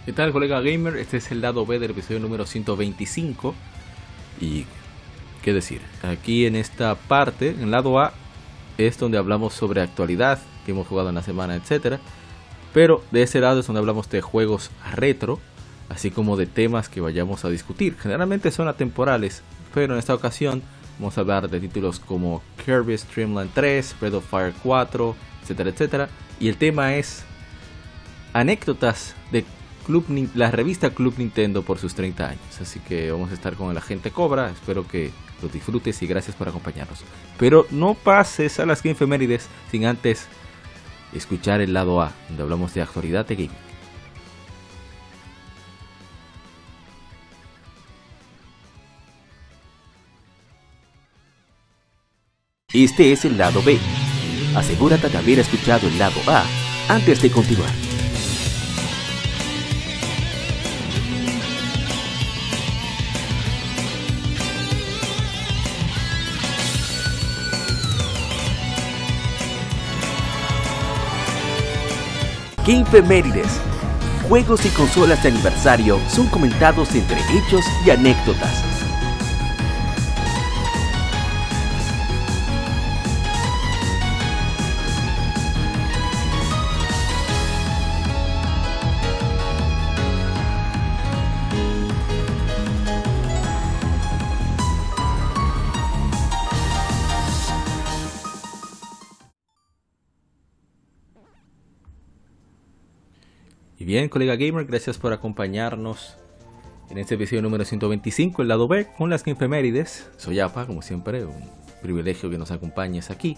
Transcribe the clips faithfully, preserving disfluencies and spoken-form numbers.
¿Qué tal, colega gamer? Este es el lado B del episodio número ciento veinticinco. Y qué decir, aquí en esta parte, en el lado A, es donde hablamos sobre actualidad que hemos jugado en la semana, etcétera. Pero de ese lado es donde hablamos de juegos retro, así como de temas que vayamos a discutir. Generalmente son atemporales, pero en esta ocasión vamos a hablar de títulos como Kirby's Dream Land tres, Breath of Fire cuatro, etcétera, etcétera. Y el tema es anécdotas de Club, la revista Club Nintendo por sus treinta años. Así que vamos a estar con el agente Cobra. Espero que los disfrutes y gracias por acompañarnos. Pero no pases a las Gamefemérides sin antes escuchar el lado A, donde hablamos de actualidad de gaming. Este es el lado B. Asegúrate de haber escuchado el lado A antes de continuar. Gamefemérides. Juegos y consolas de aniversario son comentados entre hechos y anécdotas. Y bien, colega gamer, gracias por acompañarnos en este episodio número ciento veinticinco, el lado B, con las Gamefemérides. Soy Apa, como siempre, un privilegio que nos acompañes aquí.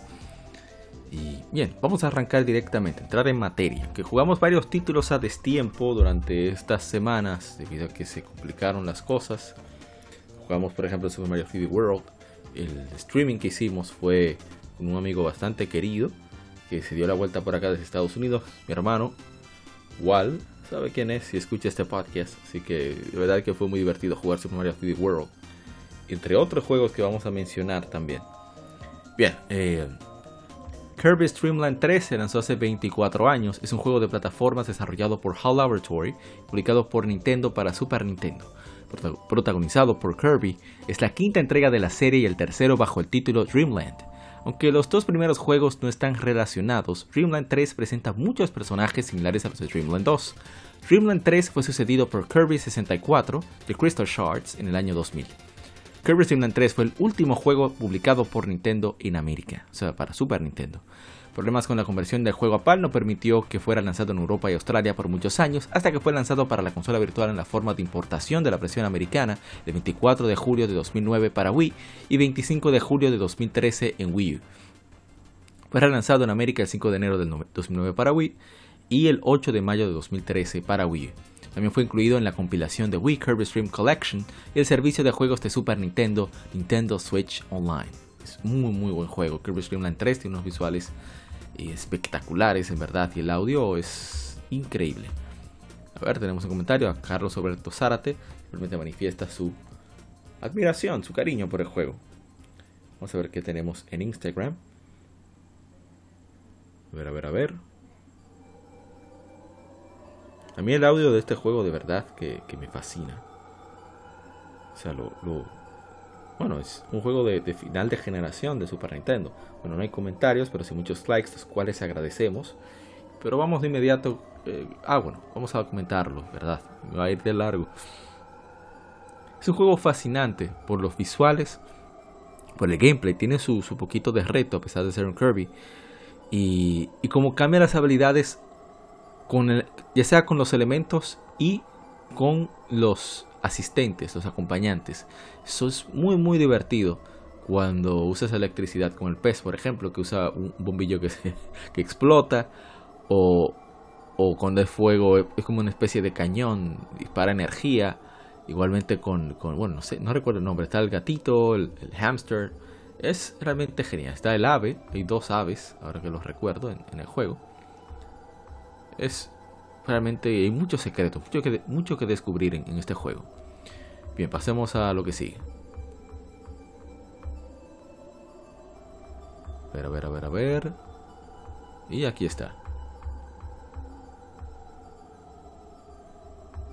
Y bien, vamos a arrancar directamente, entrar en materia. Que jugamos varios títulos a destiempo durante estas semanas, debido a que se complicaron las cosas. Jugamos, por ejemplo, Super Mario tres D World. El streaming que hicimos fue con un amigo bastante querido, que se dio la vuelta por acá desde Estados Unidos, mi hermano Wal, sabe quién es si escucha este podcast, así que de verdad que fue muy divertido jugar Super Mario tres D World, entre otros juegos que vamos a mencionar también. Bien, eh, Kirby's Dream Land tres se lanzó hace veinticuatro años, es un juego de plataformas desarrollado por HAL Laboratory, publicado por Nintendo para Super Nintendo, protagonizado por Kirby. Es la quinta entrega de la serie y el tercero bajo el título Dreamland. Aunque los dos primeros juegos no están relacionados, Dreamland tres presenta muchos personajes similares a los de Dreamland dos. Dreamland tres fue sucedido por Kirby sesenta y cuatro de Crystal Shards en el año dos mil. Kirby's Dream Land tres fue el último juego publicado por Nintendo en América, o sea, para Super Nintendo. Problemas con la conversión del juego a PAL no permitió que fuera lanzado en Europa y Australia por muchos años, hasta que fue lanzado para la consola virtual en la forma de importación de la versión americana el veinticuatro de julio de dos mil nueve para Wii y veinticinco de julio de dos mil trece en Wii U. Fue relanzado en América el cinco de enero del dos mil nueve para Wii y el ocho de mayo de dos mil trece para Wii U. También fue incluido en la compilación de Wii Kirby's Dream Collection y el servicio de juegos de Super Nintendo, Nintendo Switch Online. Es un muy muy buen juego. Kirby's Dream Land tres tiene unos visuales espectaculares en verdad y el audio es increíble. A ver, tenemos un comentario a Carlos Alberto Zárate, realmente manifiesta su admiración, su cariño por el juego. Vamos a ver qué tenemos en Instagram. A ver, a ver, a ver. A mí el audio de este juego de verdad que, que me fascina. O sea, lo, lo bueno, es un juego de, de final de generación de Super Nintendo. Bueno, no hay comentarios, pero sí muchos likes, los cuales agradecemos. Pero vamos de inmediato. Eh, ah, bueno, vamos a comentarlo, ¿verdad? Me va a ir de largo. Es un juego fascinante por los visuales, por el gameplay. Tiene su, su poquito de reto a pesar de ser un Kirby. Y, y como cambia las habilidades, con el, ya sea con los elementos y con los asistentes, los acompañantes. Eso es muy muy divertido cuando usas electricidad con el pez, por ejemplo, que usa un bombillo que, se, que explota, o, o cuando es fuego es como una especie de cañón, dispara energía. Igualmente con, con bueno, no sé, no recuerdo el nombre, está el gatito, el, el hámster. Es realmente genial. Está el ave, hay dos aves, ahora que los recuerdo en, en el juego. Es realmente, hay muchos secretos, mucho que, mucho que descubrir en, en este juego. Bien, pasemos a lo que sigue. A ver, a ver, a ver, a ver. Y aquí está.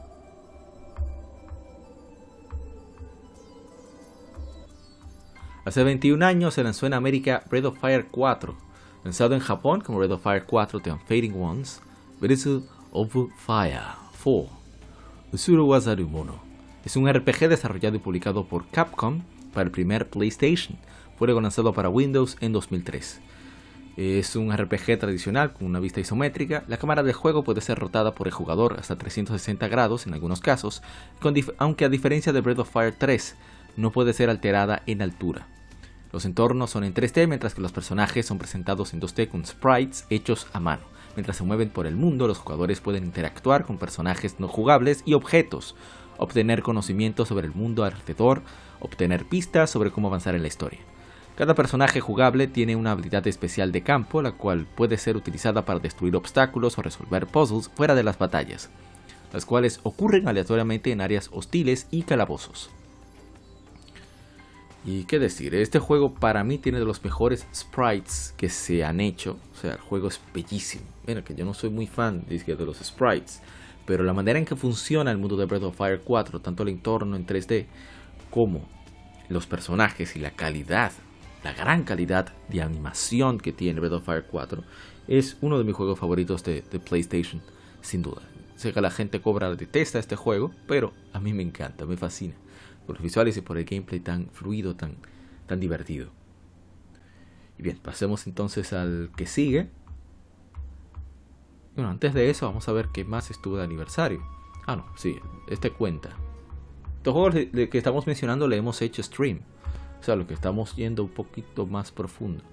Hace veintiún años se lanzó en América Breath of Fire cuatro, lanzado en Japón como Breath of Fire cuatro The Unfading Ones, Breath of Fire cuatro, Usuru Wazaru Mono. Es un R P G desarrollado y publicado por Capcom para el primer PlayStation. Fue luego lanzado para Windows en dos mil tres. Es un R P G tradicional con una vista isométrica. La cámara del juego puede ser rotada por el jugador hasta trescientos sesenta grados en algunos casos, aunque a diferencia de Breath of Fire tres, no puede ser alterada en altura. Los entornos son en tres D, mientras que los personajes son presentados en dos D con sprites hechos a mano. Mientras se mueven por el mundo, los jugadores pueden interactuar con personajes no jugables y objetos, obtener conocimiento sobre el mundo alrededor, obtener pistas sobre cómo avanzar en la historia. Cada personaje jugable tiene una habilidad especial de campo, la cual puede ser utilizada para destruir obstáculos o resolver puzzles fuera de las batallas, las cuales ocurren aleatoriamente en áreas hostiles y calabozos. Y qué decir, este juego para mí tiene de los mejores sprites que se han hecho. O sea, el juego es bellísimo. Mira que yo no soy muy fan de los sprites, pero la manera en que funciona el mundo de Breath of Fire cuatro, tanto el entorno en tres D como los personajes y la calidad, la gran calidad de animación que tiene Breath of Fire cuatro, es uno de mis juegos favoritos de, de PlayStation, sin duda. Sé que la gente cobra, detesta este juego, pero a mí me encanta, me fascina. Por los visuales y por el gameplay tan fluido, tan, tan divertido. Y bien, pasemos entonces al que sigue. Bueno, antes de eso vamos a ver qué más estuvo de aniversario. Ah, no, sí, este cuenta. Estos juegos que estamos mencionando le hemos hecho stream. O sea, lo que estamos yendo un poquito más profundo.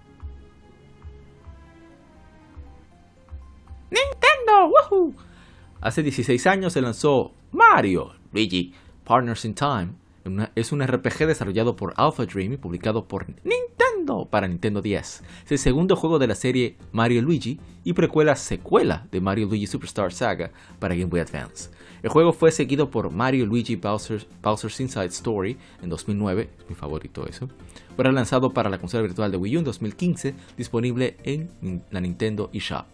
¡Nintendo! ¡Woohoo! Hace dieciséis años se lanzó Mario, Luigi, Partners in Time. Una, es un R P G desarrollado por Alpha Dream y publicado por Nintendo para Nintendo diez. Es el segundo juego de la serie Mario Luigi y precuela secuela de Mario Luigi Superstar Saga para Game Boy Advance. El juego fue seguido por Mario Luigi Bowser's, Bowser's Inside Story en dos mil nueve, es mi favorito eso. Fue lanzado para la consola virtual de Wii U en dos mil quince, disponible en la Nintendo eShop.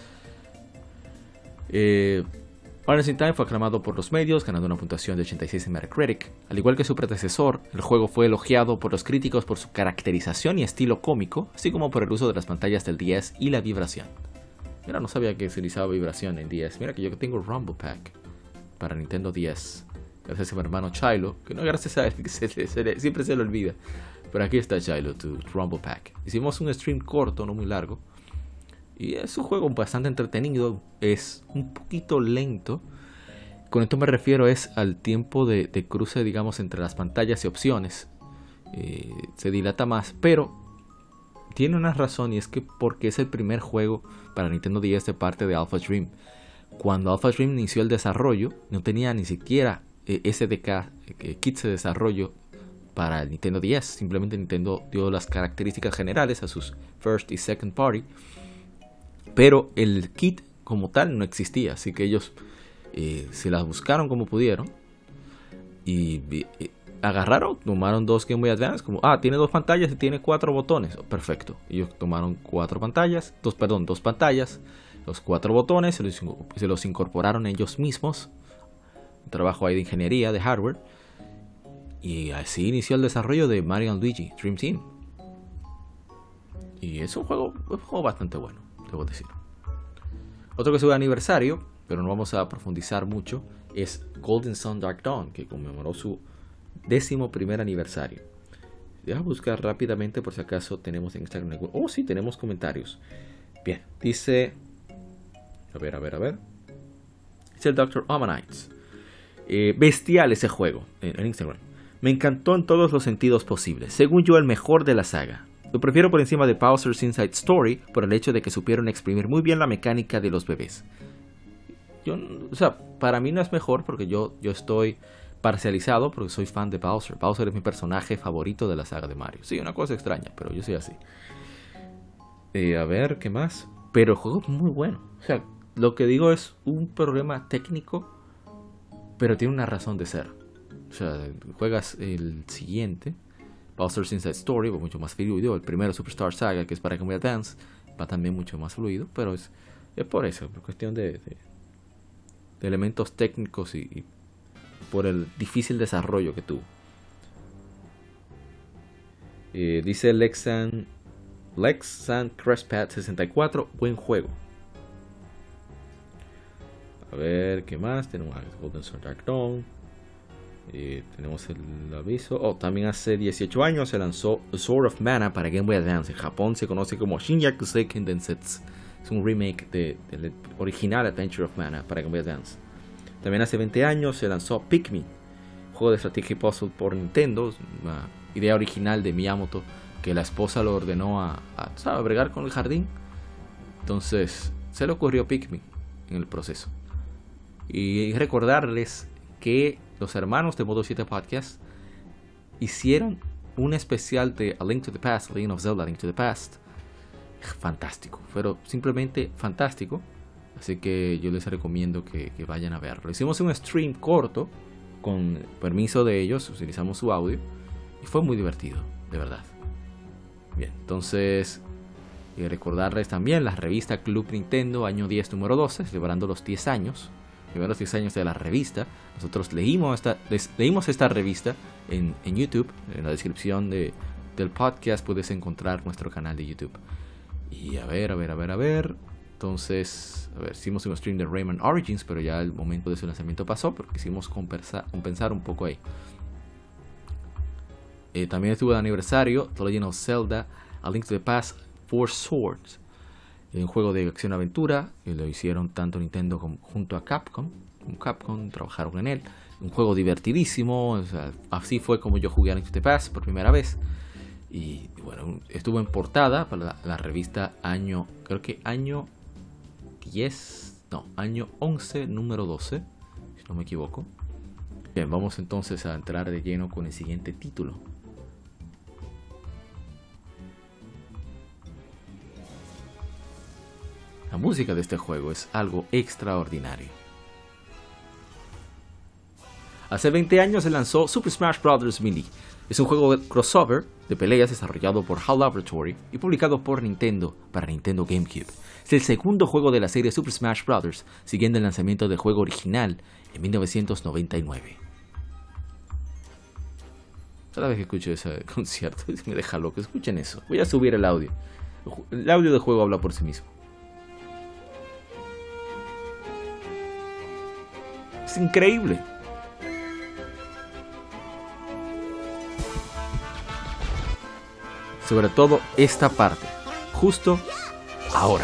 Eh... Partners in Time fue aclamado por los medios, ganando una puntuación de ochenta y seis en Metacritic. Al igual que su predecesor, el juego fue elogiado por los críticos por su caracterización y estilo cómico, así como por el uso de las pantallas del D S y la vibración. Mira, no sabía que se utilizaba vibración en D S. Mira que yo tengo Rumble Pack para Nintendo D S. Gracias a mi hermano Chilo, que no gracias a él, que se, se, se, siempre se le olvida. Pero aquí está Chilo, tu Rumble Pack. Hicimos un stream corto, no muy largo. Y es un juego bastante entretenido, es un poquito lento. Con esto me refiero es al tiempo de, de cruce, digamos, entre las pantallas y opciones. Eh, se dilata más, pero tiene una razón, y es que porque es el primer juego para Nintendo D S de parte de Alpha Dream. Cuando Alpha Dream inició el desarrollo, no tenía ni siquiera eh, S D K, eh, kits de desarrollo para el Nintendo D S. Simplemente Nintendo dio las características generales a sus first y second party. Pero el kit como tal no existía, así que ellos eh, se las buscaron como pudieron y, y, y agarraron, tomaron dos Game Boy Advance, como ah, tiene dos pantallas y tiene cuatro botones, oh, perfecto. Ellos tomaron cuatro pantallas, dos, perdón, dos pantallas, los cuatro botones, se los, se los incorporaron ellos mismos, un trabajo ahí de ingeniería, de hardware, y así inició el desarrollo de Mario and Luigi Dream Team. Y es un juego, un juego bastante bueno, debo decir. Otro que sube de aniversario, pero no vamos a profundizar mucho, es Golden Sun Dark Dawn, que conmemoró su décimo primer aniversario. Deja buscar rápidamente por si acaso tenemos en Instagram. Oh, sí, tenemos comentarios. Bien, dice... A ver, a ver, a ver. Dice el doctor Omanites. Eh, bestial ese juego en, en Instagram. Me encantó en todos los sentidos posibles. Según yo, el mejor de la saga. Lo prefiero por encima de Bowser's Inside Story por el hecho de que supieron exprimir muy bien la mecánica de los bebés. Yo, o sea, para mí no es mejor porque yo, yo estoy parcializado porque soy fan de Bowser. Bowser es mi personaje favorito de la saga de Mario. Sí, una cosa extraña, pero yo soy así. Eh, a ver, ¿qué más? Pero el juego es muy bueno. O sea, lo que digo es un problema técnico, pero tiene una razón de ser. O sea, juegas el siguiente, Bowser's Inside Story, va mucho más fluido. El primero, Superstar Saga, que es para Game Boy Advance, va también mucho más fluido. Pero es, es por eso, por cuestión de, de, de elementos técnicos y, y por el difícil desarrollo que tuvo. Eh, dice Lexan Lexan Crespad sesenta y cuatro, buen juego. A ver, ¿qué más? Tenemos a Golden Sun Dark Dawn. Eh, tenemos el aviso. Oh, también hace dieciocho años se lanzó Sword of Mana para Game Boy Advance. En Japón se conoce como Shin Yakusei Densetsu. Es un remake del de, de original Adventure of Mana para Game Boy Advance. También hace veinte años se lanzó Pikmin, juego de estrategia y puzzle por Nintendo. Una idea original de Miyamoto, que la esposa lo ordenó a, a ¿sabes? bregar con el jardín. Entonces se le ocurrió Pikmin en el proceso. Y recordarles que los hermanos de Modo siete Podcast hicieron un especial de A Link to the Past, Legend of Zelda, A Link to the Past. Fantástico, pero simplemente fantástico. Así que yo les recomiendo que, que vayan a verlo. Hicimos un stream corto, con permiso de ellos, utilizamos su audio. Y fue muy divertido, de verdad. Bien, entonces... Y recordarles también la revista Club Nintendo, año diez, número doce, celebrando los diez años. Primeros diez años de la revista. Nosotros leímos esta, les, leímos esta revista en, en YouTube. En la descripción de, del podcast puedes encontrar nuestro canal de YouTube. Y a ver, a ver, a ver, a ver. Entonces, a ver, hicimos un stream de Rayman Origins, pero ya el momento de su lanzamiento pasó, porque quisimos compensar, compensar un poco ahí. Eh, también estuvo de aniversario The Legend of Zelda, A Link to the Past, Four Swords. Un juego de acción-aventura, que lo hicieron tanto Nintendo como junto a Capcom. Capcom trabajaron en él. Un juego divertidísimo, o sea, así fue como yo jugué a Link to the Past por primera vez. Y bueno, estuvo en portada para la, la revista año, creo que año diez, no, año once, número doce, si no me equivoco. Bien, vamos entonces a entrar de lleno con el siguiente título. La música de este juego es algo extraordinario. Hace veinte años se lanzó Super Smash Bros. Melee. Es un juego de crossover de peleas desarrollado por HAL Laboratory y publicado por Nintendo para Nintendo GameCube. Es el segundo juego de la serie Super Smash Bros., siguiendo el lanzamiento del juego original en mil novecientos noventa y nueve. Cada vez que escucho ese concierto me deja loco. Escuchen eso. Voy a subir el audio. El audio del juego habla por sí mismo. Es increíble. Sobre todo esta parte, justo ahora.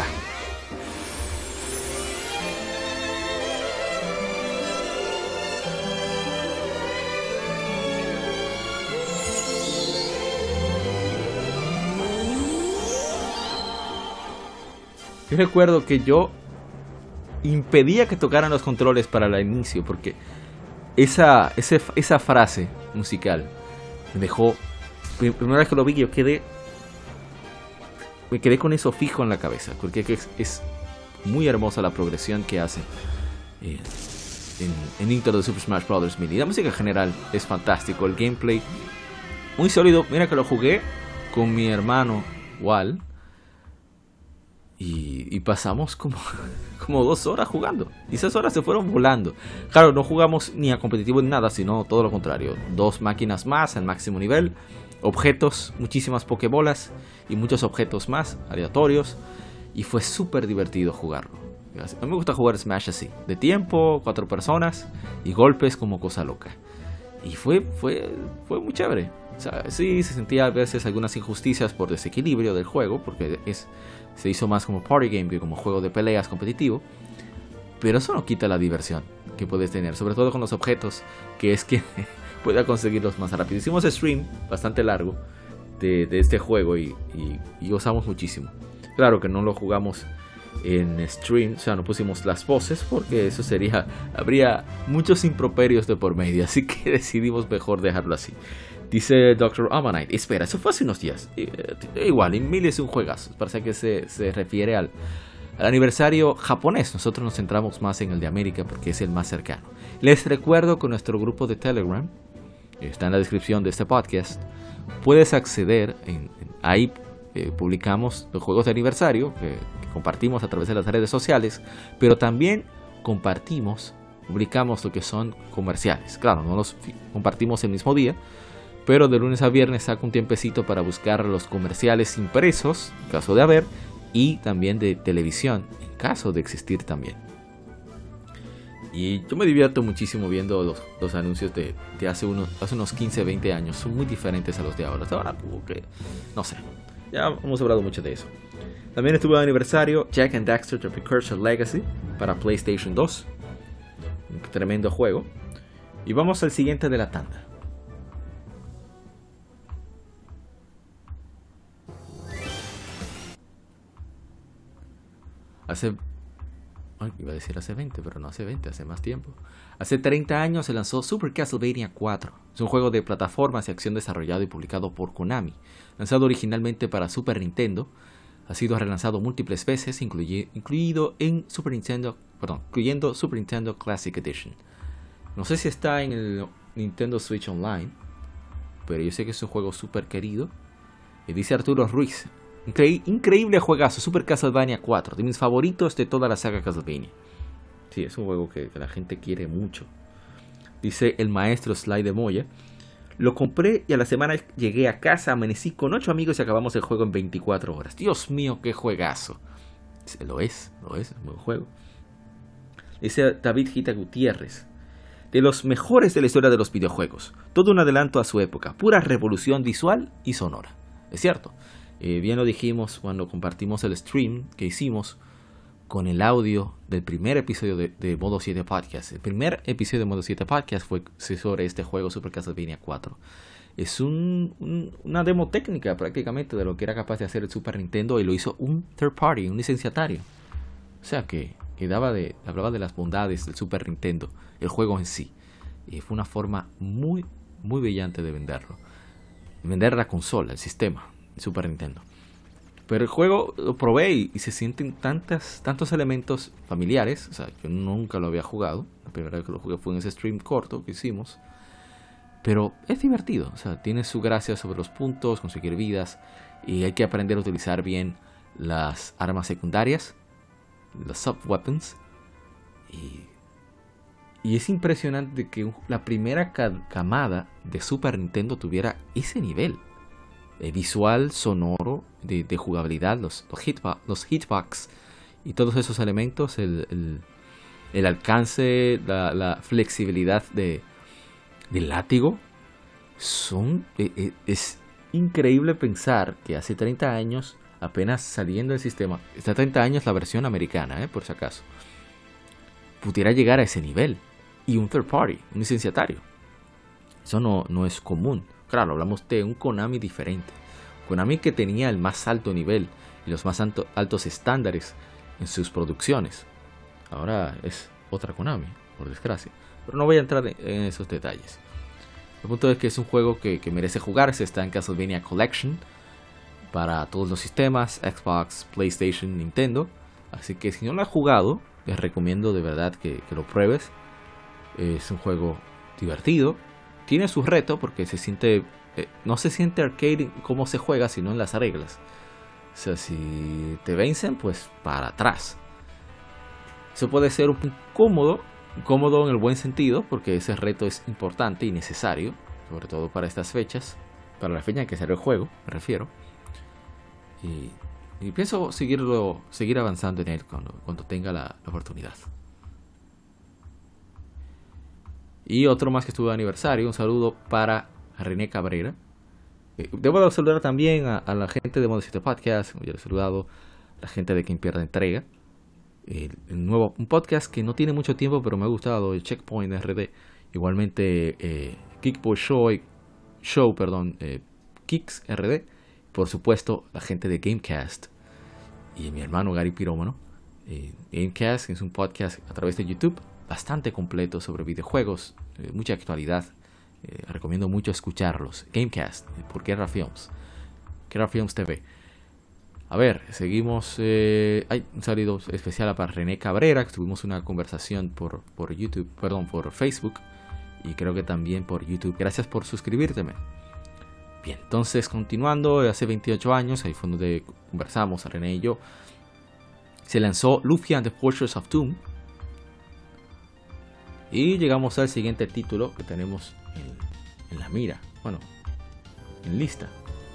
Yo recuerdo que yo impedía que tocaran los controles para el inicio, porque esa, esa, esa frase musical me dejó... La primera vez que lo vi yo quedé... Me quedé con eso fijo en la cabeza, porque es, es muy hermosa la progresión que hace eh, en, en intro de Super Smash Bros. Melee. La música en general es fantástico, el gameplay muy sólido. Mira que lo jugué con mi hermano Wal y, y pasamos como, como dos horas jugando. Y esas horas se fueron volando. Claro, no jugamos ni a competitivo ni nada, sino todo lo contrario. Dos máquinas más al máximo nivel, objetos, muchísimas pokebolas y muchos objetos más aleatorios, y fue súper divertido jugarlo. A mí me gusta jugar Smash así, de tiempo, cuatro personas y golpes como cosa loca, y fue, fue, fue muy chévere. O sea, sí se sentía a veces algunas injusticias por desequilibrio del juego, porque es, se hizo más como party game que como juego de peleas competitivo, pero eso no quita la diversión que puedes tener, sobre todo con los objetos, que es que pueda conseguirlos más rápido. Hicimos stream bastante largo de, de este juego y, y, y gozamos muchísimo. Claro que no lo jugamos en stream, o sea, no pusimos las voces porque eso sería, habría muchos improperios de por medio, así que decidimos mejor dejarlo así. Dice doctor Ammonite, espera, eso fue hace unos días. Eh, igual, en Melee es un juegazo, parece que se, se refiere al, al aniversario japonés. Nosotros nos centramos más en el de América porque es el más cercano. Les recuerdo que nuestro grupo de Telegram está en la descripción de este podcast. Puedes acceder, en, en, ahí eh, publicamos los juegos de aniversario que, que compartimos a través de las redes sociales, pero también compartimos, publicamos lo que son comerciales. Claro, no los compartimos el mismo día, pero de lunes a viernes saco un tiempecito para buscar los comerciales impresos, en caso de haber, y también de televisión, en caso de existir también. Y yo me divierto muchísimo viendo los, los anuncios de, de hace, unos, hace unos quince, veinte años. Son muy diferentes a los de ahora. Ahora como que, no sé, ya hemos hablado mucho de eso. También estuvo de aniversario Jack and Daxter The Precursor Legacy para PlayStation dos. Un tremendo juego. Y vamos al siguiente de la tanda. Hace... Ay, iba a decir hace veinte, pero no hace veinte, hace más tiempo. Hace treinta años se lanzó Super Castlevania cuatro. Es un juego de plataformas y acción desarrollado y publicado por Konami. Lanzado originalmente para Super Nintendo, ha sido relanzado múltiples veces, incluye, incluido en Super Nintendo, perdón, incluyendo Super Nintendo Classic Edition. No sé si está en el Nintendo Switch Online, pero yo sé que es un juego súper querido. Y dice Arturo Ruiz: Incre- increíble juegazo, Super Castlevania cuatro, de mis favoritos de toda la saga Castlevania. Sí, es un juego que, que la gente quiere mucho. Dice el maestro Sly de Moya: lo compré y a la semana llegué a casa, amanecí con ocho amigos y acabamos el juego en veinticuatro horas. Dios mío, qué juegazo. Lo es, lo es, es un buen juego. Dice David Gita Gutiérrez: de los mejores de la historia de los videojuegos. Todo un adelanto a su época, pura revolución visual y sonora. Es cierto. Eh, bien lo dijimos cuando compartimos el stream que hicimos con el audio del primer episodio de, de Modo siete Podcast. El primer episodio de Modo siete Podcast fue sobre este juego Super Castlevania cuatro. Es un, un, una demo técnica prácticamente de lo que era capaz de hacer el Super Nintendo, y lo hizo un third party, un licenciatario. O sea que, que daba de, hablaba de las bondades del Super Nintendo, el juego en sí. Y fue una forma muy, muy brillante de venderlo. Vender la consola, el sistema. Super Nintendo. Pero el juego lo probé y, y se sienten tantas, tantos elementos familiares. O sea, yo nunca lo había jugado. La primera vez que lo jugué fue en ese stream corto que hicimos. Pero es divertido. O sea, tiene su gracia sobre los puntos, conseguir vidas. Y hay que aprender a utilizar bien las armas secundarias, los sub-weapons. Y, y es impresionante que la primera ca- camada de Super Nintendo tuviera ese nivel. Eh, visual, sonoro, de, de jugabilidad, los, los, hitba- los hitbox y todos esos elementos, el, el, el alcance, la, la flexibilidad de, del látigo, son eh, eh, es increíble pensar que hace treinta años, apenas saliendo del sistema, está treinta años la versión americana, eh, por si acaso, pudiera llegar a ese nivel, y un third party, un licenciatario. Eso no, no es común. Claro, hablamos de un Konami diferente. Konami que tenía el más alto nivel y los más alto, altos estándares en sus producciones. Ahora es otra Konami, por desgracia. Pero no voy a entrar en, en esos detalles. El punto es que es un juego que, que merece jugarse. Está en Castlevania Collection para todos los sistemas, Xbox, PlayStation, Nintendo. Así que si no lo has jugado, les recomiendo de verdad que, que lo pruebes. Es un juego divertido. Tiene su reto porque se siente, eh, no se siente arcade en cómo se juega, sino en las reglas. O sea, si te vencen, pues para atrás. Eso puede ser un poco cómodo, cómodo en el buen sentido, porque ese reto es importante y necesario, sobre todo para estas fechas, para la fecha en que salió el juego, me refiero. Y, y pienso seguirlo, seguir avanzando en él cuando, cuando tenga la, la oportunidad. Y otro más que estuvo de aniversario, un saludo para René Cabrera. Eh, debo saludar también a, a la gente de Modo siete Podcast, como ya le he saludado, la gente de Quien Pierda Entrega. El, el nuevo, un podcast que no tiene mucho tiempo, pero me ha gustado, el Checkpoint R D. Igualmente, eh, Kickboy Show, Show perdón, eh, Kicks R D. Por supuesto, la gente de Gamecast. Y mi hermano Gary Pirómano. Eh, Gamecast es un podcast a través de YouTube, bastante completo sobre videojuegos, eh, mucha actualidad. Eh, recomiendo mucho escucharlos. Gamecast, eh, por Guerra Films. Guerra Films T V. A ver, seguimos. Eh, hay un saludo especial para René Cabrera, que tuvimos una conversación por, por YouTube, perdón, por Facebook. Y creo que también por YouTube. Gracias por suscribirte. Bien, entonces continuando, hace veintiocho años, ahí fue donde conversamos, René y yo. Se lanzó Lufia and the Fortress of Doom. Y llegamos al siguiente título que tenemos en, en la mira. Bueno, en lista.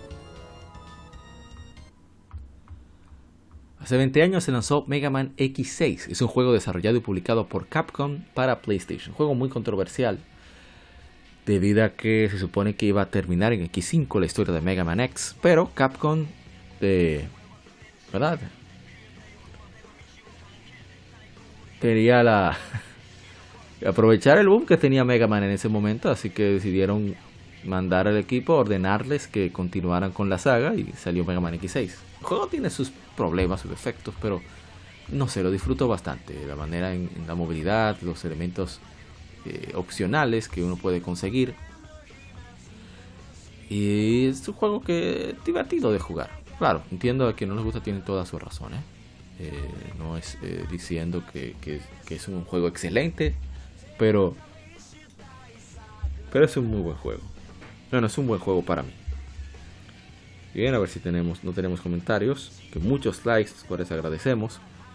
Hace veinte años se lanzó Mega Man equis seis. Es un juego desarrollado y publicado por Capcom para PlayStation. Un juego muy controversial, debido a que se supone que iba a terminar en equis cinco la historia de Mega Man X. Pero Capcom, de verdad, quería la aprovechar el boom que tenía Mega Man en ese momento. Así que decidieron mandar al equipo, ordenarles que continuaran con la saga, y salió Mega Man equis seis. El juego tiene sus problemas, sus defectos, pero no sé, lo disfruto bastante. La manera en, en la movilidad, los elementos eh, opcionales que uno puede conseguir. Y es un juego que es divertido de jugar. Claro, entiendo que no les gusta, tienen toda su razón, ¿eh? Eh, no es eh, diciendo que, que, que es un juego excelente, pero, pero es un muy buen juego. Bueno, es un buen juego para mí. Bien, a ver si tenemos, no tenemos comentarios, que muchos likes, por eso agradecemos.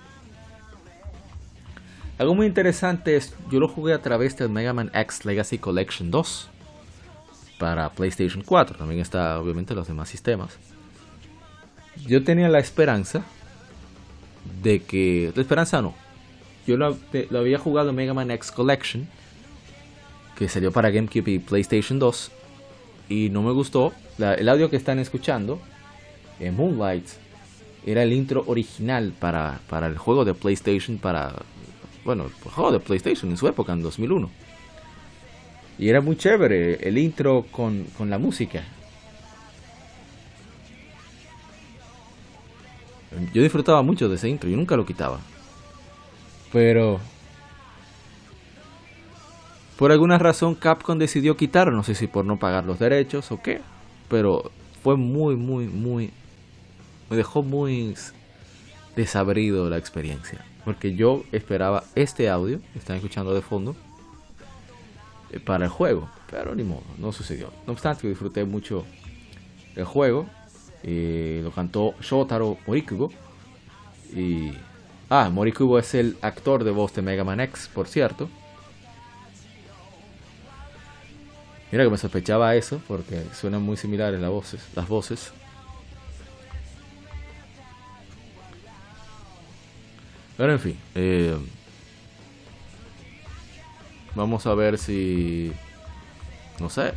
Algo muy interesante es, yo lo jugué a través del Mega Man X Legacy Collection dos para PlayStation cuatro, también está obviamente los demás sistemas. Yo tenía la esperanza de que, la esperanza no, yo lo, lo había jugado en Mega Man X Collection, que salió para GameCube y PlayStation dos, y no me gustó. La, el audio que están escuchando en Moonlight era el intro original para, para el juego de PlayStation, para, bueno, el juego de PlayStation en su época, en dos mil uno. Y era muy chévere el intro con, con la música. Yo disfrutaba mucho de ese intro, yo nunca lo quitaba. Pero por alguna razón Capcom decidió quitarlo, no sé si por no pagar los derechos o qué, pero fue muy, muy, muy, me dejó muy desabrido la experiencia, porque yo esperaba este audio que están escuchando de fondo para el juego, pero ni modo, no sucedió. No obstante, disfruté mucho el juego, y lo cantó Shotaro Morikubo, y ah, Morikubo es el actor de voz de Mega Man X, por cierto. Mira que me sospechaba eso, porque suenan muy similares las voces, las voces. Pero en fin, eh, vamos a ver si, no sé,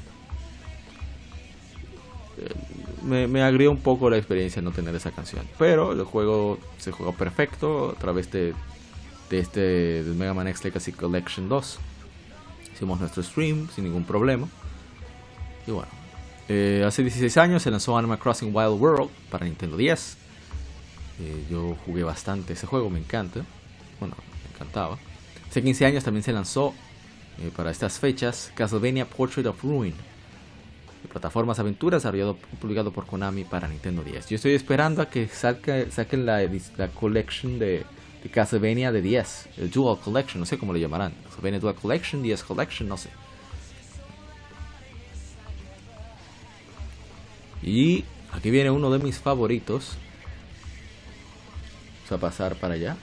me, me agrió un poco la experiencia no tener esa canción. Pero el juego se juega perfecto a través de, de este de Mega Man X Legacy Collection dos. Hicimos nuestro stream sin ningún problema. Y bueno, eh, hace dieciséis años se lanzó Animal Crossing Wild World para Nintendo diez. Eh, yo jugué bastante ese juego, me encanta. Bueno, me encantaba. Hace quince años también se lanzó eh, para estas fechas Castlevania Portrait of Ruin, de plataformas aventuras, desarrollado y publicado por Konami para Nintendo diez. Yo estoy esperando a que salga, saquen la, la collection de, de Castlevania de diez, el Dual Collection, no sé cómo lo llamarán. Castlevania Dual Collection, diez Collection, no sé. Y aquí viene uno de mis favoritos. Vamos a pasar para allá.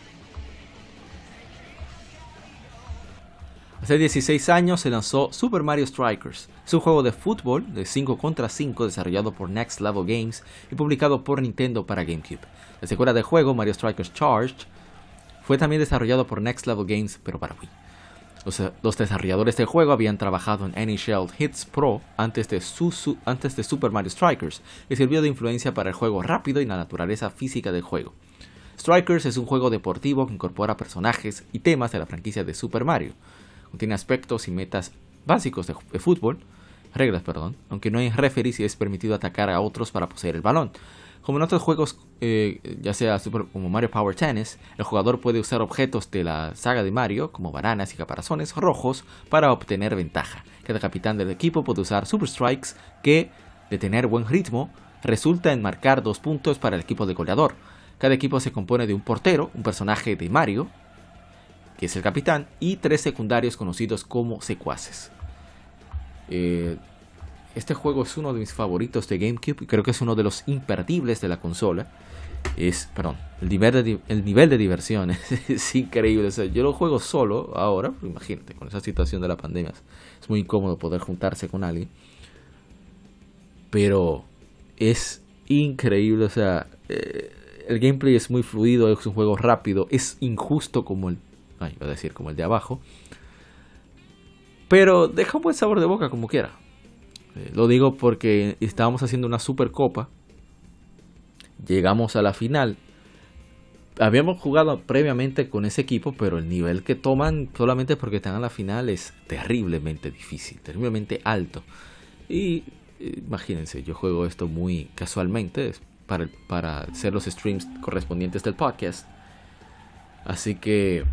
Hace dieciséis años se lanzó Super Mario Strikers. Es un juego de fútbol de cinco contra cinco desarrollado por Next Level Games y publicado por Nintendo para GameCube. La secuela del juego, Mario Strikers Charged, fue también desarrollado por Next Level Games, pero para Wii. Los, los desarrolladores del juego habían trabajado en N H L Hits Pro antes de, su, su, antes de Super Mario Strikers, y sirvió de influencia para el juego rápido y la naturaleza física del juego. Strikers es un juego deportivo que incorpora personajes y temas de la franquicia de Super Mario. Contiene aspectos y metas básicos de, de fútbol, reglas, perdón, aunque no hay referees y es permitido atacar a otros para poseer el balón. Como en otros juegos, eh, ya sea Super, como Mario Power Tennis, el jugador puede usar objetos de la saga de Mario, como bananas y caparazones rojos, para obtener ventaja. Cada capitán del equipo puede usar Super Strikes, que, de tener buen ritmo, resulta en marcar dos puntos para el equipo de goleador. Cada equipo se compone de un portero, un personaje de Mario, que es el capitán, y tres secundarios conocidos como secuaces. Eh, este juego es uno de mis favoritos de GameCube y creo que es uno de los imperdibles de la consola. Es, perdón, el nivel de, el nivel de diversión es, es increíble. O sea, yo lo juego solo ahora, imagínate, con esa situación de la pandemia es muy incómodo poder juntarse con alguien. pero es increíble. O sea, eh, el gameplay es muy fluido, es un juego rápido, es injusto como el, ay, iba a decir como el de abajo, pero deja un buen sabor de boca como quiera. Eh, lo digo porque estábamos haciendo una supercopa, llegamos a la final. Habíamos jugado previamente con ese equipo, pero el nivel que toman solamente porque están a la final es terriblemente difícil, terriblemente alto. Y eh, imagínense, yo juego esto muy casualmente para, para hacer los streams correspondientes del podcast. Así que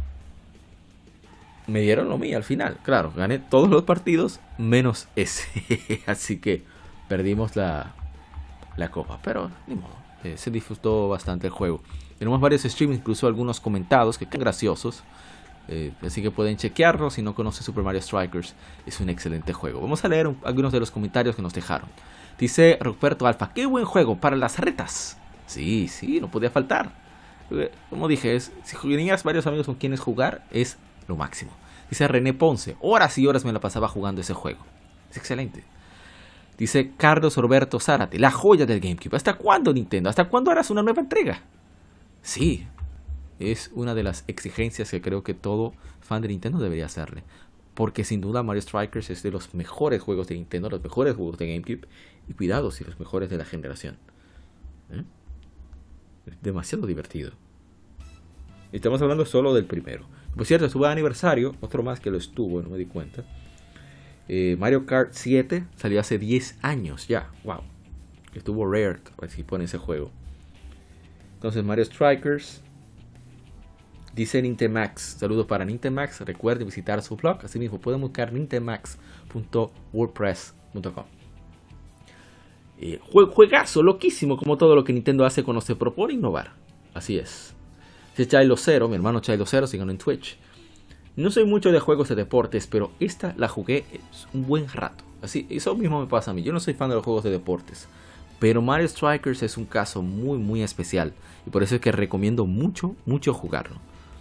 me dieron lo mío al final. Claro, gané todos los partidos menos ese. Así que perdimos la, la copa, pero ni modo, eh, se disfrutó bastante el juego. Tenemos varios streams, incluso algunos comentados que quedan graciosos. Eh, así que pueden chequearlo si no conocen Super Mario Strikers. Es un excelente juego. Vamos a leer un, algunos de los comentarios que nos dejaron. Dice Ruperto Alfa: qué buen juego para las retas. Sí, sí, no podía faltar. Eh, como dije, es, si tenías varios amigos con quienes jugar, es lo máximo. Dice René Ponce: horas y horas me la pasaba jugando ese juego. Es excelente. Dice Carlos Roberto Zárate: la joya del GameCube. ¿Hasta cuándo, Nintendo? ¿Hasta cuándo harás una nueva entrega? Sí, es una de las exigencias que creo que todo fan de Nintendo debería hacerle. Porque sin duda Mario Strikers es de los mejores juegos de Nintendo, los mejores juegos de GameCube. Y cuidado, si los mejores de la generación. ¿Eh? Es demasiado divertido. Estamos hablando solo del primero. Por cierto, estuvo de aniversario, otro más que lo estuvo, no me di cuenta. Eh, Mario Kart siete salió hace diez años ya. Wow. Estuvo Rare, así pone ese juego. Entonces Mario Strikers. Dice Nintemax. Saludos para Nintemax. Recuerden visitar su blog. Asimismo pueden buscar nintemax punto wordpress punto com. eh, Juegazo, loquísimo, como todo lo que Nintendo hace cuando se propone innovar. Así es. Dice Chilo Cero, mi hermano Chilo Cero, síganlo en Twitch. No soy mucho de juegos de deportes, pero esta la jugué un buen rato. Así, eso mismo me pasa a mí. Yo no soy fan de los juegos de deportes, pero Mario Strikers es un caso muy muy especial. Y por eso es que recomiendo mucho, mucho jugarlo.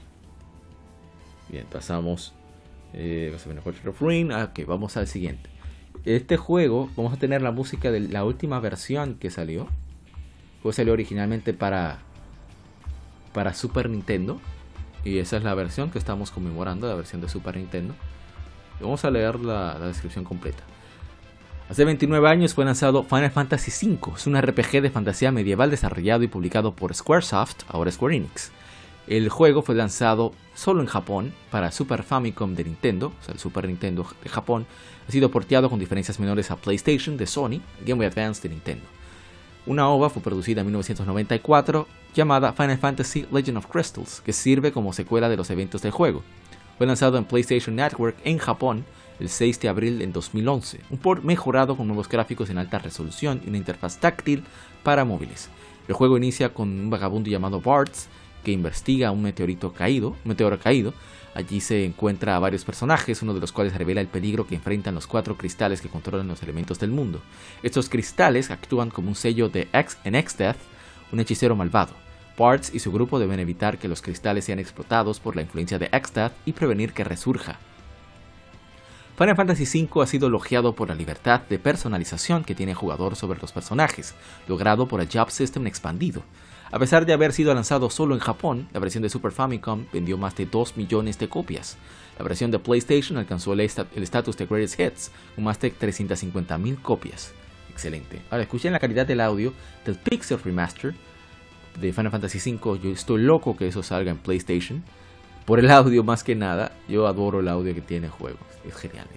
Bien, pasamos. Eh, ok, vamos al siguiente. Este juego, vamos a tener la música de la última versión que salió. El juego salió originalmente para, para Super Nintendo. Y esa es la versión que estamos conmemorando, la versión de Super Nintendo. Y vamos a leer la, la descripción completa. Hace veintinueve años fue lanzado Final Fantasy cinco. Es un R P G de fantasía medieval desarrollado y publicado por Squaresoft, ahora Square Enix. El juego fue lanzado solo en Japón para Super Famicom de Nintendo, o sea, el Super Nintendo de Japón. Ha sido porteado con diferencias menores a PlayStation de Sony, Game Boy Advance de Nintendo. Una O V A fue producida en mil novecientos noventa y cuatro llamada Final Fantasy Legend of Crystals, que sirve como secuela de los eventos del juego. Fue lanzado en PlayStation Network en Japón el seis de abril de dos mil once, un port mejorado con nuevos gráficos en alta resolución y una interfaz táctil para móviles. El juego inicia con un vagabundo llamado Bartz que investiga un meteorito caído, un meteoro caído. Allí se encuentra a varios personajes, uno de los cuales revela el peligro que enfrentan los cuatro cristales que controlan los elementos del mundo. Estos cristales actúan como un sello de X en Exdeath, un hechicero malvado. Bartz y su grupo deben evitar que los cristales sean explotados por la influencia de Exdeath y prevenir que resurja. Final Fantasy cinco ha sido elogiado por la libertad de personalización que tiene el jugador sobre los personajes, logrado por el Job System expandido. A pesar de haber sido lanzado solo en Japón, la versión de Super Famicom vendió más de dos millones de copias. La versión de PlayStation alcanzó el estatus de Greatest Hits con más de trescientas cincuenta mil copias. Excelente. Ahora escuchen la calidad del audio del Pixel Remaster de Final Fantasy cinco. Yo estoy loco que eso salga en PlayStation. Por el audio más que nada. Yo adoro el audio que tiene el juego. Es genial.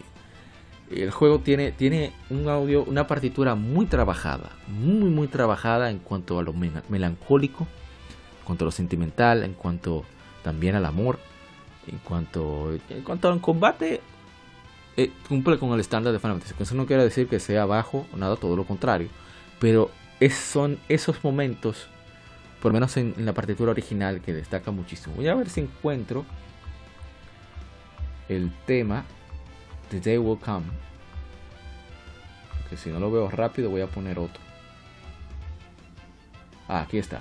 El juego tiene, tiene un audio, una partitura muy trabajada, muy muy trabajada en cuanto a lo melancólico, en cuanto a lo sentimental, en cuanto también al amor, en cuanto, en cuanto al combate, eh, cumple con el estándar de Final Fantasy. Eso no quiere decir que sea bajo o nada, todo lo contrario, pero es, son esos momentos, por lo menos en, en la partitura original, que destaca muchísimo. Voy a ver si encuentro el tema The Day Will Come, que si no lo veo rápido voy a poner otro. Ah, aquí está.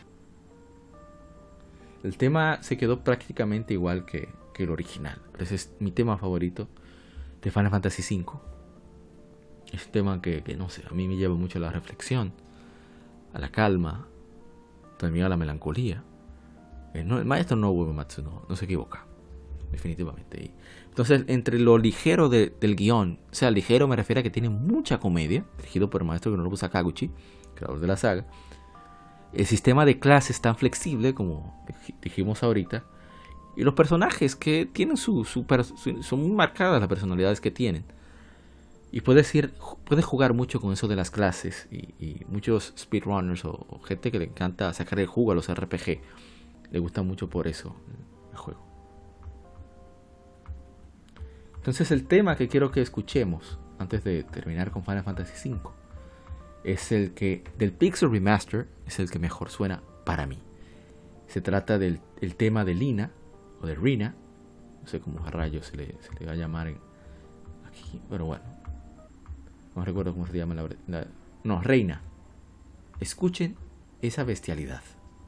El tema se quedó prácticamente igual que, que el original, pero ese es mi tema favorito de Final Fantasy cinco. Es un tema que, que, no sé, a mí me lleva mucho a la reflexión, a la calma, también a la melancolía. El, no, el maestro Nobuo Uematsu no, no se equivoca, definitivamente. Y, entonces, entre lo ligero de, del guión, o sea, ligero me refiero a que tiene mucha comedia, dirigido por el maestro Nobuo Sakaguchi, creador de la saga. El sistema de clases tan flexible, como dijimos ahorita, y los personajes que tienen su, su, su son muy marcadas las personalidades que tienen. Y puedes ir, puedes jugar mucho con eso de las clases. Y, y muchos speedrunners o, o gente que le encanta sacar el jugo a los R P G, le gusta mucho por eso el juego. Entonces el tema que quiero que escuchemos antes de terminar con Final Fantasy cinco es el que del Pixel Remaster es el que mejor suena para mí. Se trata del el tema de Lina o de Rina, no sé cómo a rayos se le, se le va a llamar en, aquí, pero bueno, no recuerdo cómo se llama la, la no, Reina. Escuchen esa bestialidad.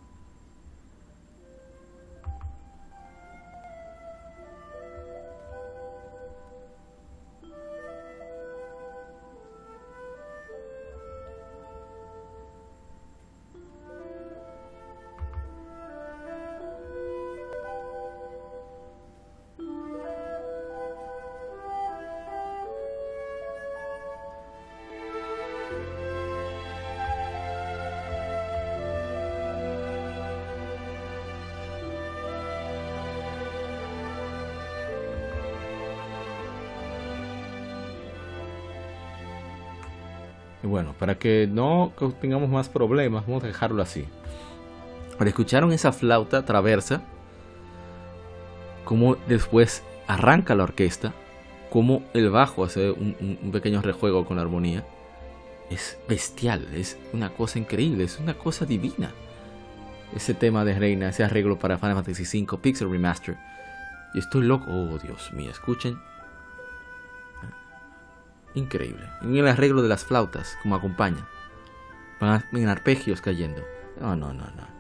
Y bueno, para que no tengamos más problemas, vamos a dejarlo así. Ahora, ¿escucharon esa flauta traversa? Cómo después arranca la orquesta, cómo el bajo hace un, un, un pequeño rejuego con la armonía. Es bestial, es una cosa increíble, es una cosa divina. Ese tema de Reina, ese arreglo para Final Fantasy cinco Pixel Remaster. Y estoy loco, oh Dios mío, escuchen. Increíble. Y el arreglo de las flautas, como acompañan. Van en arpegios cayendo. No, no, no, no.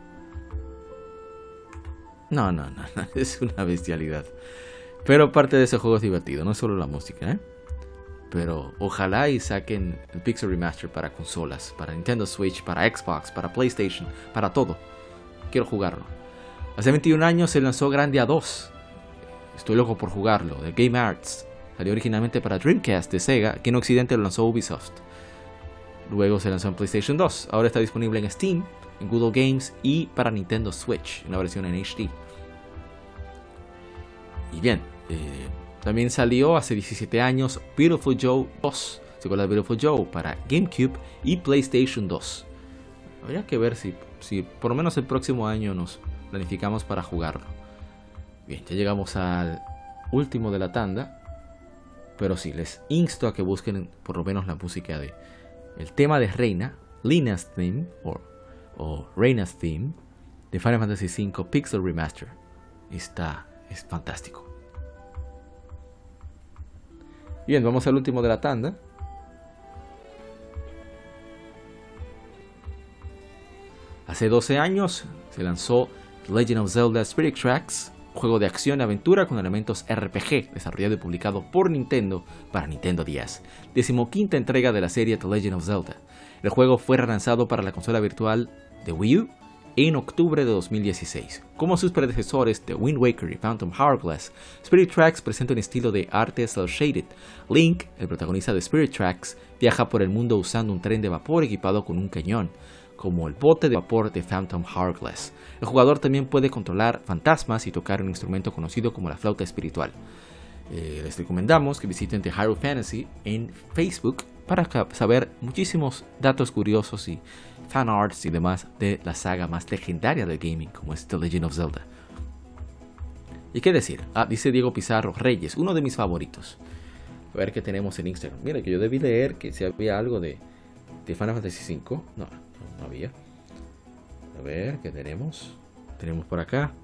No, no, no, no. Es una bestialidad. Pero parte de ese juego es divertido, no es solo la música, ¿eh? Pero ojalá y saquen el Pixel Remaster para consolas, para Nintendo Switch, para Xbox, para PlayStation, para todo. Quiero jugarlo. Hace veintiún años se lanzó Grandia dos. Estoy loco por jugarlo, de Game Arts. Salió originalmente para Dreamcast de Sega, que en Occidente lo lanzó Ubisoft. Luego se lanzó en PlayStation dos. Ahora está disponible en Steam, en Google Games y para Nintendo Switch, en la versión en H D. Y bien, eh, también salió hace diecisiete años Beautiful Joe dos, secuela de Beautiful Joe para GameCube y PlayStation dos. Habría que ver si, si por lo menos el próximo año nos planificamos para jugarlo. Bien, ya llegamos al último de la tanda. Pero sí, les insto a que busquen por lo menos la música de el tema de Reina, Lina's Theme o, o Reina's Theme de Final Fantasy cinco Pixel Remaster. Está, es fantástico. Bien, vamos al último de la tanda. Hace doce años se lanzó The Legend of Zelda Spirit Tracks, juego de acción y aventura con elementos R P G, desarrollado y publicado por Nintendo para Nintendo D S. Decimoquinta entrega de la serie The Legend of Zelda. El juego fue relanzado para la consola virtual de Wii U en octubre de dos mil dieciséis. Como sus predecesores The Wind Waker y Phantom Hourglass, Spirit Tracks presenta un estilo de arte cel-shaded. Link, el protagonista de Spirit Tracks, viaja por el mundo usando un tren de vapor equipado con un cañón, como el bote de vapor de Phantom Hourglass. El jugador también puede controlar fantasmas y tocar un instrumento conocido como la flauta espiritual. Eh, les recomendamos que visiten The Hyrule Fantasy en Facebook para saber muchísimos datos curiosos y fanarts y demás de la saga más legendaria del gaming, como es The Legend of Zelda. ¿Y qué decir? Ah, dice Diego Pizarro Reyes, uno de mis favoritos. A ver qué tenemos en Instagram. Mira que yo debí leer que si había algo de, de Final Fantasy cinco. No, no había. A ver, ¿qué tenemos? Tenemos por acá.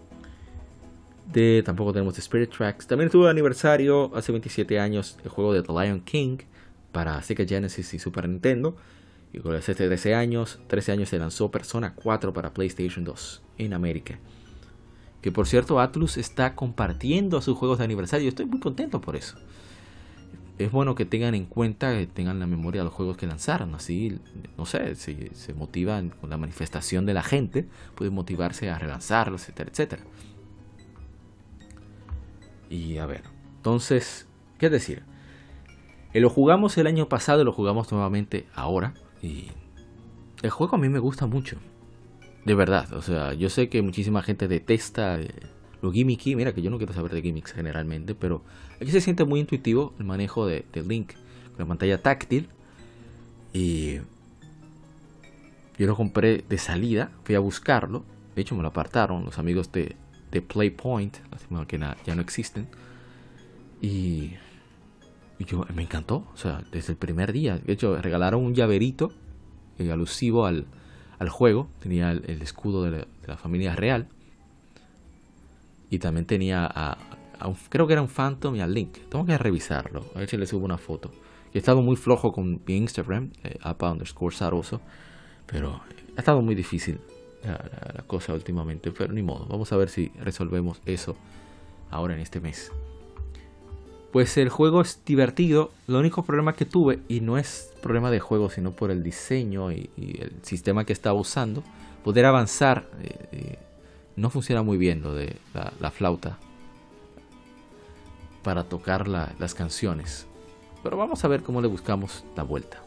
De, tampoco tenemos de Spirit Tracks. También tuvo aniversario hace veintisiete años el juego de The Lion King para Sega Genesis y Super Nintendo. Y con hace trece años, trece años se lanzó Persona cuatro para PlayStation dos en América. Que por cierto, Atlus está compartiendo sus juegos de aniversario. Estoy muy contento por eso. es bueno que tengan en cuenta, que tengan la memoria de los juegos que lanzaron. Así, no sé, si se motivan con la manifestación de la gente, pueden motivarse a relanzarlos, etcétera, etcétera. Y a ver, entonces, ¿qué decir? Eh, lo jugamos el año pasado y lo jugamos nuevamente ahora. Y el juego a mí me gusta mucho. De verdad, o sea, yo sé que muchísima gente detesta eh, lo gimmicky. Mira que yo no quiero saber de gimmicks generalmente, pero aquí se siente muy intuitivo el manejo de, de Link con la pantalla táctil. Y yo lo compré de salida, fui a buscarlo. De hecho me lo apartaron los amigos de, de Playpoint, que ya no existen. Y... Y yo, me encantó, o sea, desde el primer día. De hecho, regalaron un llaverito eh, alusivo al, al juego. Tenía el, el escudo de la, de la familia real. Y también tenía, a, a un, creo que era un Phantom y a Link. Tengo que revisarlo, a ver si le subo una foto. He estado muy flojo con mi Instagram, eh, apa underscore Saroso. Pero ha estado muy difícil la, la, la cosa últimamente. Pero ni modo, vamos a ver si resolvemos eso ahora en este mes. Pues el juego es divertido. Lo único problema que tuve, y no es problema de juego, sino por el diseño y, y el sistema que estaba usando, poder avanzar, eh, eh, no funciona muy bien lo de la, la flauta para tocar la, las canciones. Pero vamos a ver cómo le buscamos la vuelta.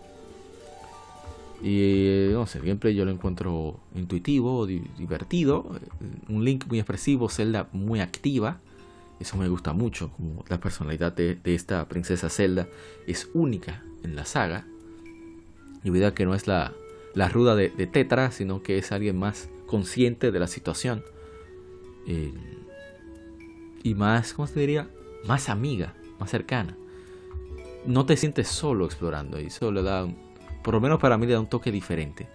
Y no sé, el gameplay yo lo encuentro intuitivo, di- divertido. Un Link muy expresivo, Zelda muy activa. Eso me gusta mucho, como la personalidad de, de esta princesa Zelda es única en la saga. Y vida que no es la, la ruda de, de Tetra, sino que es alguien más consciente de la situación. Eh, y más, ¿cómo se diría? Más amiga, más cercana. No te sientes solo explorando y eso le da, un, por lo menos para mí, le da un toque diferente.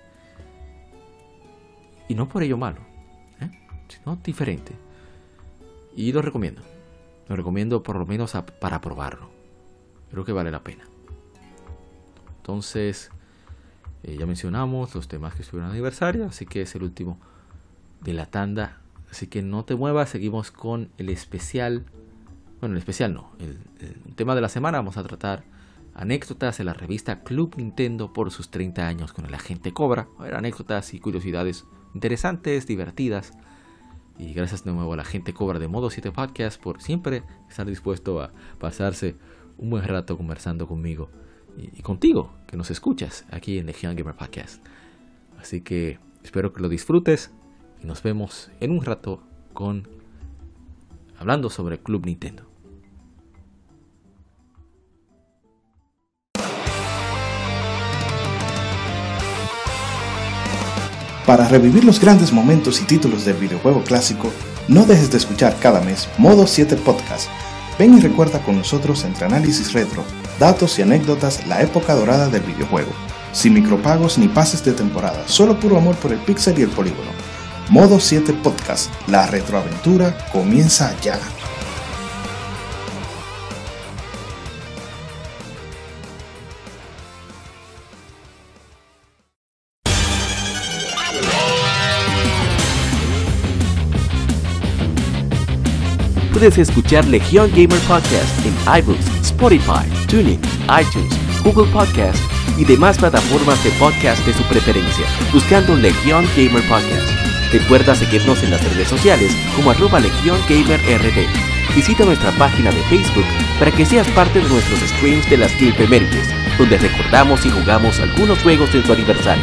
Y no por ello malo, ¿eh? Sino diferente. Y lo recomiendo. Lo recomiendo por lo menos a, para probarlo. Creo que vale la pena. Entonces, eh, ya mencionamos los temas que estuvieron en aniversario. Así que es el último de la tanda. Así que no te muevas. Seguimos con el especial. Bueno, el especial no. El, el tema de la semana. Vamos a tratar anécdotas de la revista Club Nintendo por sus treinta años con el agente Cobra. A ver, anécdotas y curiosidades interesantes, divertidas. Y gracias de nuevo a la gente Cobra de Modo siete Podcast por siempre estar dispuesto a pasarse un buen rato conversando conmigo y, y contigo, que nos escuchas aquí en Legion Gamer Podcast. Así que espero que lo disfrutes y nos vemos en un rato con hablando sobre Club Nintendo. Para revivir los grandes momentos y títulos del videojuego clásico, no dejes de escuchar cada mes Modo siete Podcast. Ven y recuerda con nosotros entre análisis retro, datos y anécdotas la época dorada del videojuego. Sin micropagos ni pases de temporada, solo puro amor por el pixel y el polígono. Modo siete Podcast, la retroaventura comienza ya. Puedes escuchar Legion Gamer Podcast en iBooks, Spotify, TuneIn, iTunes, Google Podcast y demás plataformas de podcast de su preferencia, buscando Legion Gamer Podcast. Recuerda seguirnos en las redes sociales como arroba Legion Gamer R D. Visita nuestra página de Facebook para que seas parte de nuestros streams de las Gameefemérides, donde recordamos y jugamos algunos juegos de su aniversario.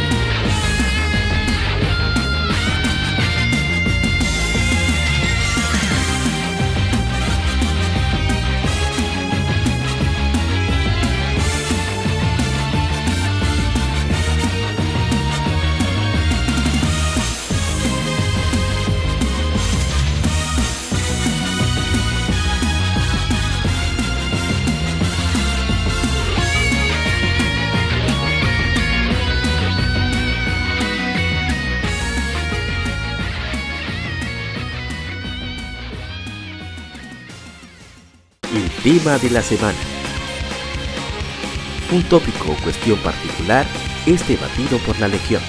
El tema de la semana. Un tópico o cuestión particular es debatido por la Legión.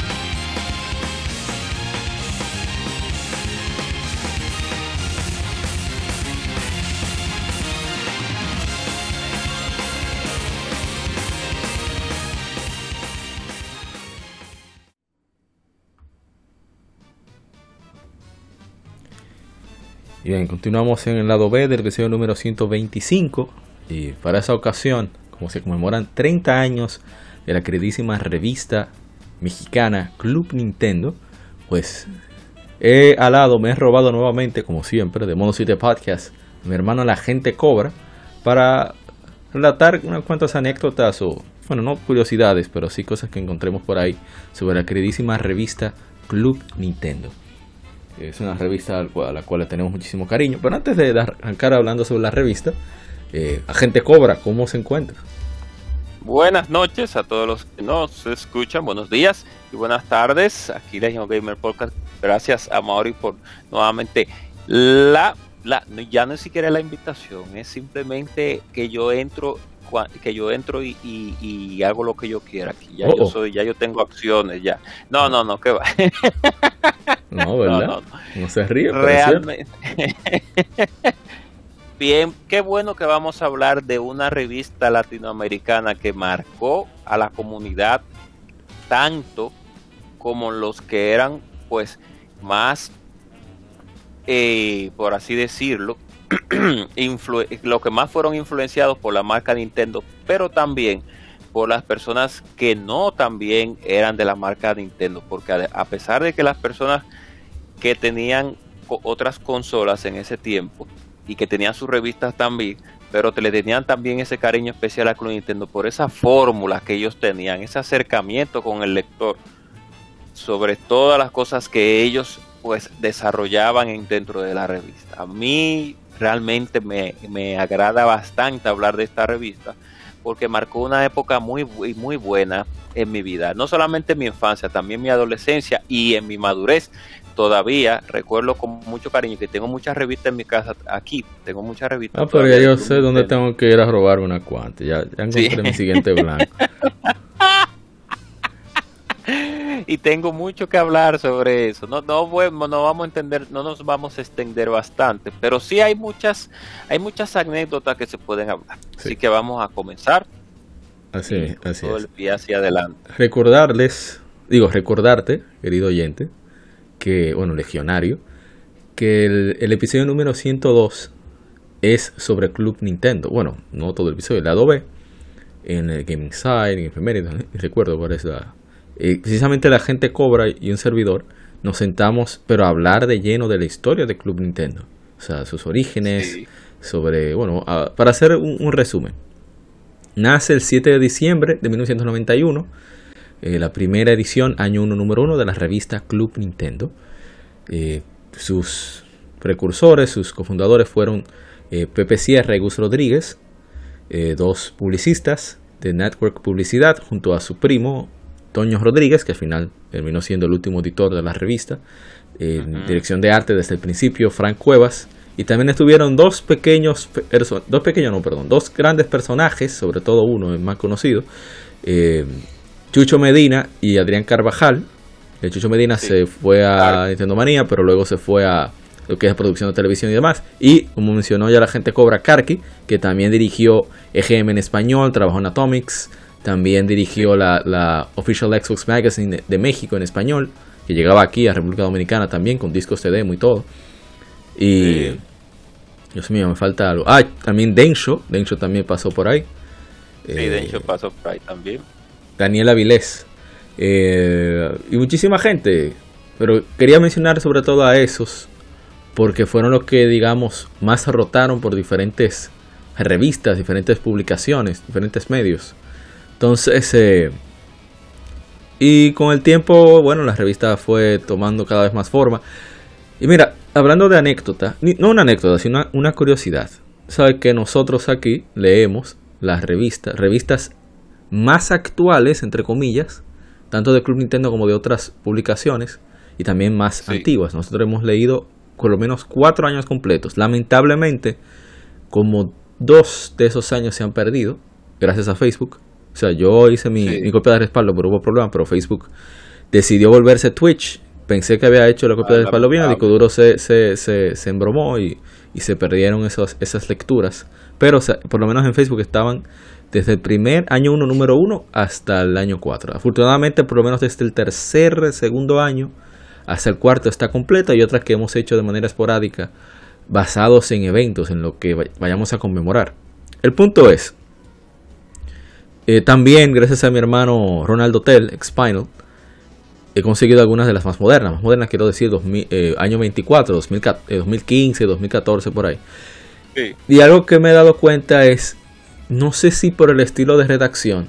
Y bien, continuamos en el lado B del episodio número ciento veinticinco. Y para esa ocasión, como se conmemoran treinta años de la queridísima revista mexicana Club Nintendo, pues he alado, me he robado nuevamente, como siempre, de Modo siete Podcast, mi hermano La Gente Cobra, para relatar unas cuantas anécdotas o, bueno, no curiosidades, pero sí cosas que encontremos por ahí sobre la queridísima revista Club Nintendo. Es una revista a la cual, a la cual le tenemos muchísimo cariño. Pero antes de arrancar hablando sobre la revista, eh, Agente Cobra, ¿cómo se encuentra? Buenas noches a todos los que nos escuchan, buenos días y buenas tardes. Aquí Legion Gamer Podcast. Gracias a Mauri por nuevamente la, la ya no es siquiera la invitación, es simplemente que yo entro que yo entro y, y, y hago lo que yo quiera aquí. Ya oh, yo soy, ya yo tengo acciones ya. No, no, no, que va. No, ¿verdad? No, no, no. No se ríe. Realmente. Bien, qué bueno que vamos a hablar de una revista latinoamericana que marcó a la comunidad tanto como los que eran, pues, más, eh, por así decirlo, influ- lo que más fueron influenciados por la marca Nintendo, pero también por las personas que no también eran de la marca Nintendo, porque a, a pesar de que las personas que tenían co- otras consolas en ese tiempo y que tenían sus revistas también, pero te le tenían también ese cariño especial a Club Nintendo por esa fórmula que ellos tenían, ese acercamiento con el lector sobre todas las cosas que ellos pues desarrollaban en, dentro de la revista. A mí realmente me, me agrada bastante hablar de esta revista porque marcó una época muy, muy, muy buena en mi vida, no solamente en mi infancia, también en mi adolescencia y en mi madurez. Todavía recuerdo con mucho cariño que tengo muchas revistas en mi casa aquí, tengo muchas revistas. Ah, pero ya yo sé dónde tengo que ir a robar una cuanta, ya, ya encontré sí. Mi siguiente blanco. Y tengo mucho que hablar sobre eso. No, no, no vamos a entender, no nos vamos a extender bastante, pero sí hay muchas, hay muchas anécdotas que se pueden hablar. Sí. Así que vamos a comenzar. Así, así todo es. El pie hacia adelante. Recordarles, digo, recordarte, querido oyente, que, bueno, legionario, que el, el episodio número ciento dos es sobre Club Nintendo. Bueno, no todo el episodio, el lado B, en el Gaming Side, en Efemérides, ¿no? Recuerdo cuál es la... Eh, precisamente La Gente Cobra y un servidor nos sentamos, pero a hablar de lleno de la historia de Club Nintendo. O sea, sus orígenes, sí. sobre, bueno, a, para hacer un, un resumen. Nace el siete de diciembre de mil novecientos noventa y uno, eh, la primera edición, año uno, número uno de la revista Club Nintendo. Eh, sus precursores, sus cofundadores fueron eh, Pepe Sierra y Gus Rodríguez, eh, dos publicistas de Network Publicidad, junto a su primo Toño Rodríguez, que al final terminó siendo el último editor de la revista, eh, uh-huh. Dirección de arte desde el principio, Frank Cuevas, y también estuvieron dos pequeños, perso- dos pequeños, no, perdón, dos grandes personajes, sobre todo uno, el más conocido, eh, Chucho Medina y Adrián Carvajal. El Chucho Medina sí. se fue a claro. Nintendo Manía, pero luego se fue a lo que es producción de televisión y demás. Y como mencionó ya La Gente Cobra, Karki, que también dirigió E G M en español, trabajó en Atomics. También dirigió la, la Official Xbox Magazine de, de México en español, que llegaba aquí a República Dominicana también, con discos de demo y todo. Y... Sí. Dios mío, me falta algo. Ah, también Densho. Densho también pasó por ahí. Sí, eh, Densho pasó por ahí también. Daniel Avilés. Eh, y muchísima gente. Pero quería mencionar sobre todo a esos, porque fueron los que, digamos, más rotaron por diferentes revistas, diferentes publicaciones, diferentes medios. Entonces, eh, y con el tiempo, bueno, la revista fue tomando cada vez más forma. Y mira, hablando de anécdota, no una anécdota, sino una, una curiosidad. Sabes que nosotros aquí leemos las revistas, revistas más actuales, entre comillas, tanto de Club Nintendo como de otras publicaciones, y también más sí. antiguas. Nosotros hemos leído por lo menos cuatro años completos. Lamentablemente, como dos de esos años se han perdido, gracias a Facebook. O sea, yo hice mi, sí. mi copia de respaldo, pero hubo problemas, pero Facebook decidió volverse Twitch. Pensé que había hecho la copia ah, de respaldo bien, el disco duro se, se, se, se embromó y, y se perdieron esos, esas lecturas. Pero o sea, por lo menos en Facebook estaban desde el primer año uno, número uno, hasta el año cuatro. Afortunadamente, por lo menos desde el tercer, segundo año hasta el cuarto está completa, y otras que hemos hecho de manera esporádica basados en eventos, en lo que vayamos a conmemorar. El punto es, eh, también gracias a mi hermano Ronaldo Tell, Expinal, he conseguido algunas de las más modernas, más modernas quiero decir, dos mil, eh, año veinticuatro, dos mil, eh, dos mil quince, dos mil catorce, por ahí. Sí. Y algo que me he dado cuenta es, no sé si por el estilo de redacción,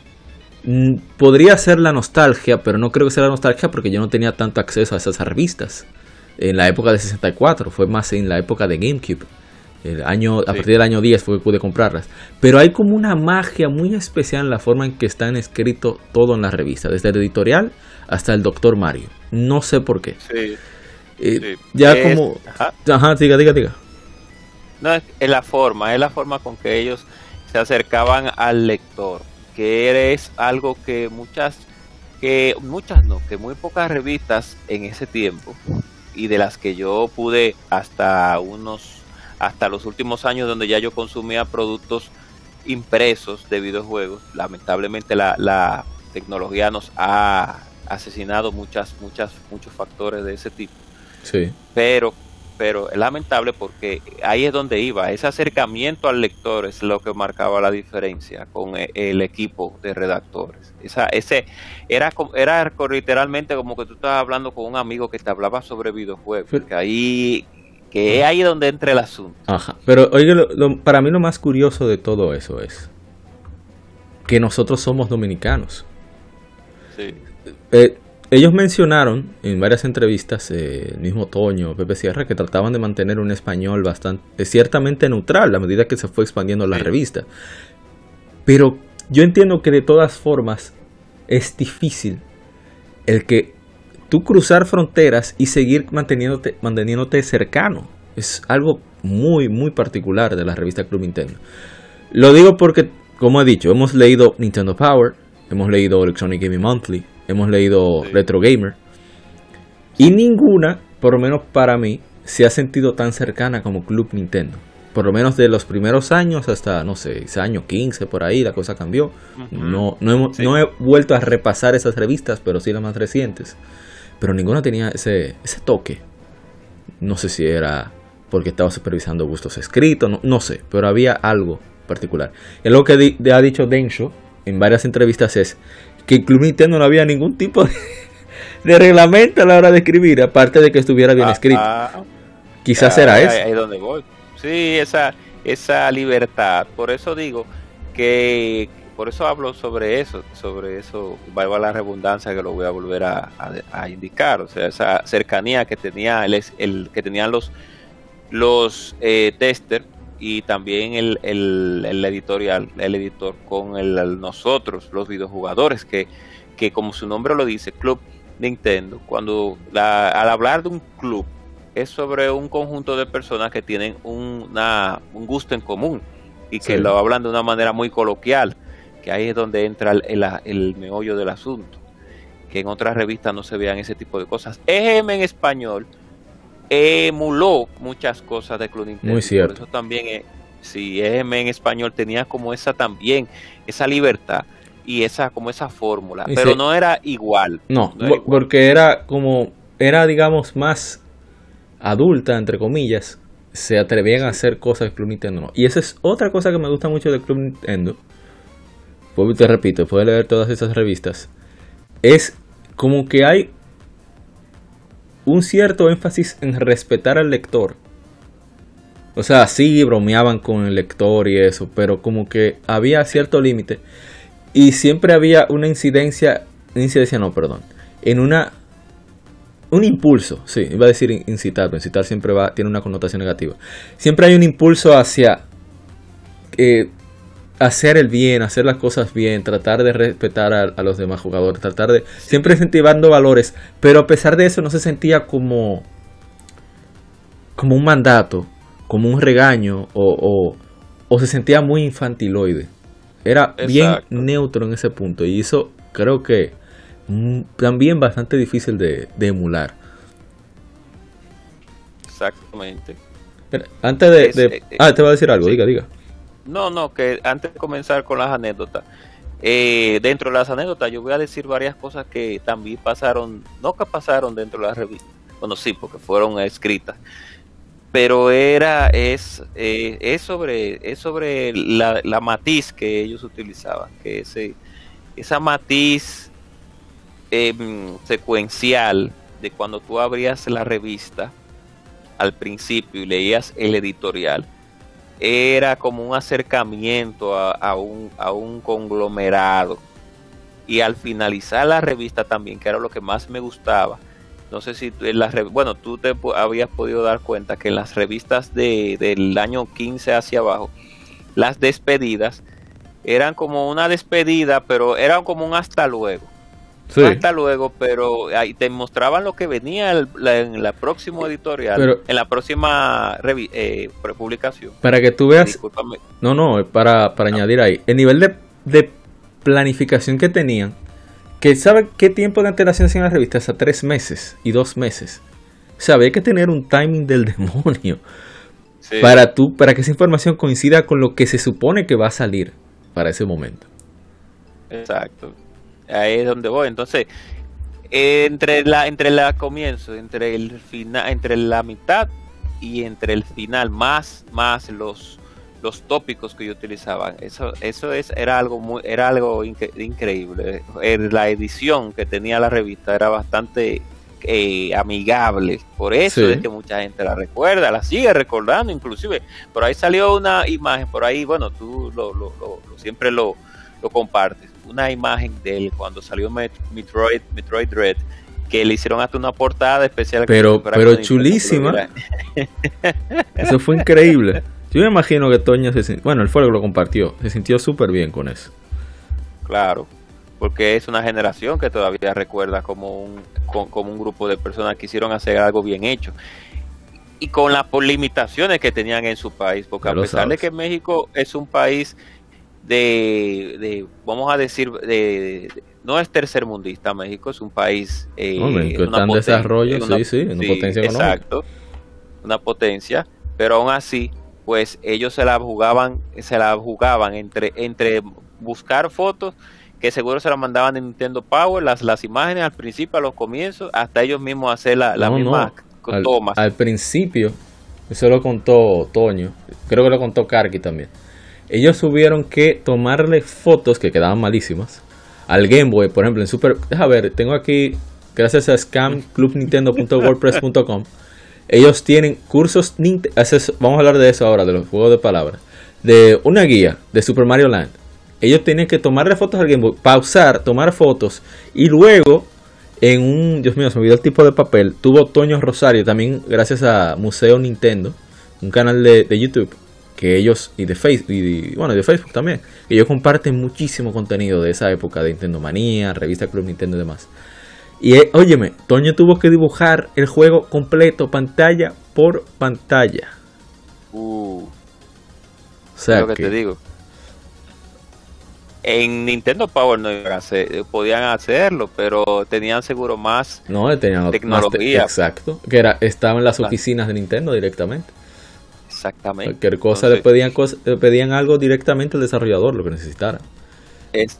mmm, podría ser la nostalgia, pero no creo que sea la nostalgia porque yo no tenía tanto acceso a esas revistas. En la época de sesenta y cuatro, fue más en la época de GameCube. El año, a sí. partir del año diez fue que pude comprarlas. Pero hay como una magia muy especial en la forma en que están escrito todo en la revista, desde el editorial hasta el doctor Mario. No sé por qué. Sí. Eh, sí. Ya es, como... Ajá. ajá, diga, diga, diga. No, es, es la forma, es la forma con que ellos se acercaban al lector. Que es algo que muchas, que muchas no, que muy pocas revistas en ese tiempo, y de las que yo pude hasta unos... hasta los últimos años donde ya yo consumía productos impresos de videojuegos. Lamentablemente la, la tecnología nos ha asesinado muchas, muchas, muchos factores de ese tipo. Sí. Pero, pero es lamentable porque ahí es donde iba. Ese acercamiento al lector es lo que marcaba la diferencia con el equipo de redactores. Esa, ese era, era literalmente como que tú estabas hablando con un amigo que te hablaba sobre videojuegos. Pero, que ahí... que es ahí donde entra el asunto. Ajá. Pero oye, lo, lo, para mí lo más curioso de todo eso es que nosotros somos dominicanos. Sí. Eh, ellos mencionaron en varias entrevistas, eh, el mismo Toño, Pepe Sierra, que trataban de mantener un español bastante, ciertamente neutral a medida que se fue expandiendo la sí. revista. Pero yo entiendo que de todas formas es difícil el que tú cruzar fronteras y seguir manteniéndote, manteniéndote cercano. Es algo muy, muy particular de la revista Club Nintendo. Lo digo porque, como he dicho, hemos leído Nintendo Power, hemos leído Electronic Gaming Monthly, hemos leído sí. Retro Gamer, y ninguna, por lo menos para mí, se ha sentido tan cercana como Club Nintendo. Por lo menos de los primeros años hasta, no sé, ese año quince, por ahí, la cosa cambió. Uh-huh. No, no, hemos, sí. no he vuelto a repasar esas revistas, pero sí las más recientes. Pero ninguna tenía ese, ese toque. No sé si era porque estaba supervisando gustos escritos, no, no sé, pero había algo particular. Y lo que di, ha dicho Densho en varias entrevistas es que en Club Nintendo no había ningún tipo de, de reglamento a la hora de escribir, aparte de que estuviera bien ah, escrito. Ah, Quizás ah, era ahí, eso. Ahí es donde voy. Sí, esa, esa libertad. Por eso digo que... Por eso hablo sobre eso, sobre eso, valga la redundancia que lo voy a volver a, a, a indicar, o sea, esa cercanía que tenía el, el que tenían los los eh, testers y también el, el, el editorial, el editor con el, el nosotros, los videojugadores, que, que como su nombre lo dice, Club Nintendo, cuando la, al hablar de un club es sobre un conjunto de personas que tienen un, una, un gusto en común y que sí. lo hablan de una manera muy coloquial, que ahí es donde entra el, el, el meollo del asunto, que en otras revistas no se vean ese tipo de cosas. E G M en español emuló muchas cosas de Club Nintendo. Muy cierto. Por eso también, eh, sí, E G M en español tenía como esa también, esa libertad y esa como esa fórmula, pero sí. no era igual. No, no era igual. Porque era como, era digamos más adulta, entre comillas, se atrevían sí. a hacer cosas de Club Nintendo. No. Y esa es otra cosa que me gusta mucho de Club Nintendo. Pues te repito, después de leer todas esas revistas, es como que hay un cierto énfasis en respetar al lector. O sea, sí bromeaban con el lector y eso, pero como que había cierto límite y siempre había una incidencia, incidencia no, perdón, en una un impulso, sí, iba a decir incitar, pero incitar siempre va tiene una connotación negativa. Siempre hay un impulso hacia eh, hacer el bien, hacer las cosas bien, tratar de respetar a, a los demás jugadores, tratar de siempre incentivando valores, pero a pesar de eso no se sentía como como un mandato, como un regaño o, o, o se sentía muy infantiloide. Era Exacto. bien neutro en ese punto y eso creo que mm, también bastante difícil de, de emular. Exactamente. Pero antes de, es, de eh, ah, te voy a decir algo, sí. diga, diga. No, no, que antes de comenzar con las anécdotas, eh, dentro de las anécdotas yo voy a decir varias cosas que también pasaron, no que pasaron dentro de la revista, bueno sí, porque fueron escritas, pero era es eh, es sobre es sobre la, la matiz que ellos utilizaban, que ese esa matiz eh, secuencial de cuando tú abrías la revista al principio y leías el editorial, era como un acercamiento a, a un a un conglomerado, y al finalizar la revista también, que era lo que más me gustaba. No sé si tú, en las, bueno, tú te habías podido dar cuenta que en las revistas de, del año quince hacia abajo, las despedidas eran como una despedida, pero eran como un hasta luego. Sí. Un hasta luego, pero ahí te mostraban lo que venía el, la, en la próxima editorial, pero, en la próxima revi, eh, publicación. Para que tú veas... Discúlpame. No, no, para, para no. añadir ahí. El nivel de, de planificación que tenían, que sabe qué tiempo de antelación hacían las revistas, a tres meses y dos meses. O sea, había que tener un timing del demonio, sí, para tú, para que esa información coincida con lo que se supone que va a salir para ese momento. Exacto. Ahí es donde voy. Entonces, eh, entre la, entre la comienzo, entre el final, entre la mitad y entre el final, más, más los los tópicos que yo utilizaba, eso eso es era algo muy era algo inque, increíble. La edición que tenía la revista era bastante eh, amigable, por eso sí, es que mucha gente la recuerda, la sigue recordando. Inclusive por ahí salió una imagen, por ahí, bueno, tú lo, lo, lo, lo siempre lo, lo compartes, una imagen de él cuando salió Metroid Metroid Dread, que le hicieron hasta una portada especial, pero pero chulísima. Eso fue increíble. Yo me imagino que Toño se sintió, bueno, él fue el que lo compartió, se sintió súper bien con eso. Claro, porque es una generación que todavía recuerda como un, como un grupo de personas que hicieron hacer algo bien hecho. Y con las limitaciones que tenían en su país, porque a pesar de que México es un país de, de vamos a decir, de, de, no es tercermundista, México es un país... Eh, no, que está en desarrollo, una, sí, sí, una sí, potencia económica. Exacto, una potencia, pero aún así... pues ellos se la jugaban, se la jugaban entre, entre buscar fotos que seguro se las mandaban en Nintendo Power, las, las imágenes al principio, a los comienzos, hasta ellos mismos hacer la, la no, misma no. Al, tomas. Al principio, eso lo contó Toño, creo que lo contó Karki también. Ellos tuvieron que tomarle fotos que quedaban malísimas al Game Boy, por ejemplo, en Super. Deja ver, tengo aquí, gracias a scam club nintendo punto wordpress punto com. Ellos tienen cursos, vamos a hablar de eso ahora, de los juegos de palabras, de una guía de Super Mario Land. Ellos tienen que tomarle fotos al Game Boy, pausar, tomar fotos, y luego, en un, Dios mío, se me olvidó el tipo de papel, tuvo Toño Rosario, también gracias a Museo Nintendo, un canal de, de YouTube, que ellos, y de Facebook, y bueno, de Facebook también, que ellos comparten muchísimo contenido de esa época, de Nintendo Manía, revista Club Nintendo y demás. Y eh, óyeme, Toño tuvo que dibujar el juego completo, pantalla por pantalla. Uh, o sea, es lo que, que te digo. En Nintendo Power no iban a hacer, podían hacerlo, pero tenían seguro más no, tenían tecnología. Más te, exacto, que era estaban en las oficinas de Nintendo directamente. Exactamente. Cualquier cosa Entonces, le pedían cosa, le pedían algo directamente al desarrollador, lo que necesitara. Es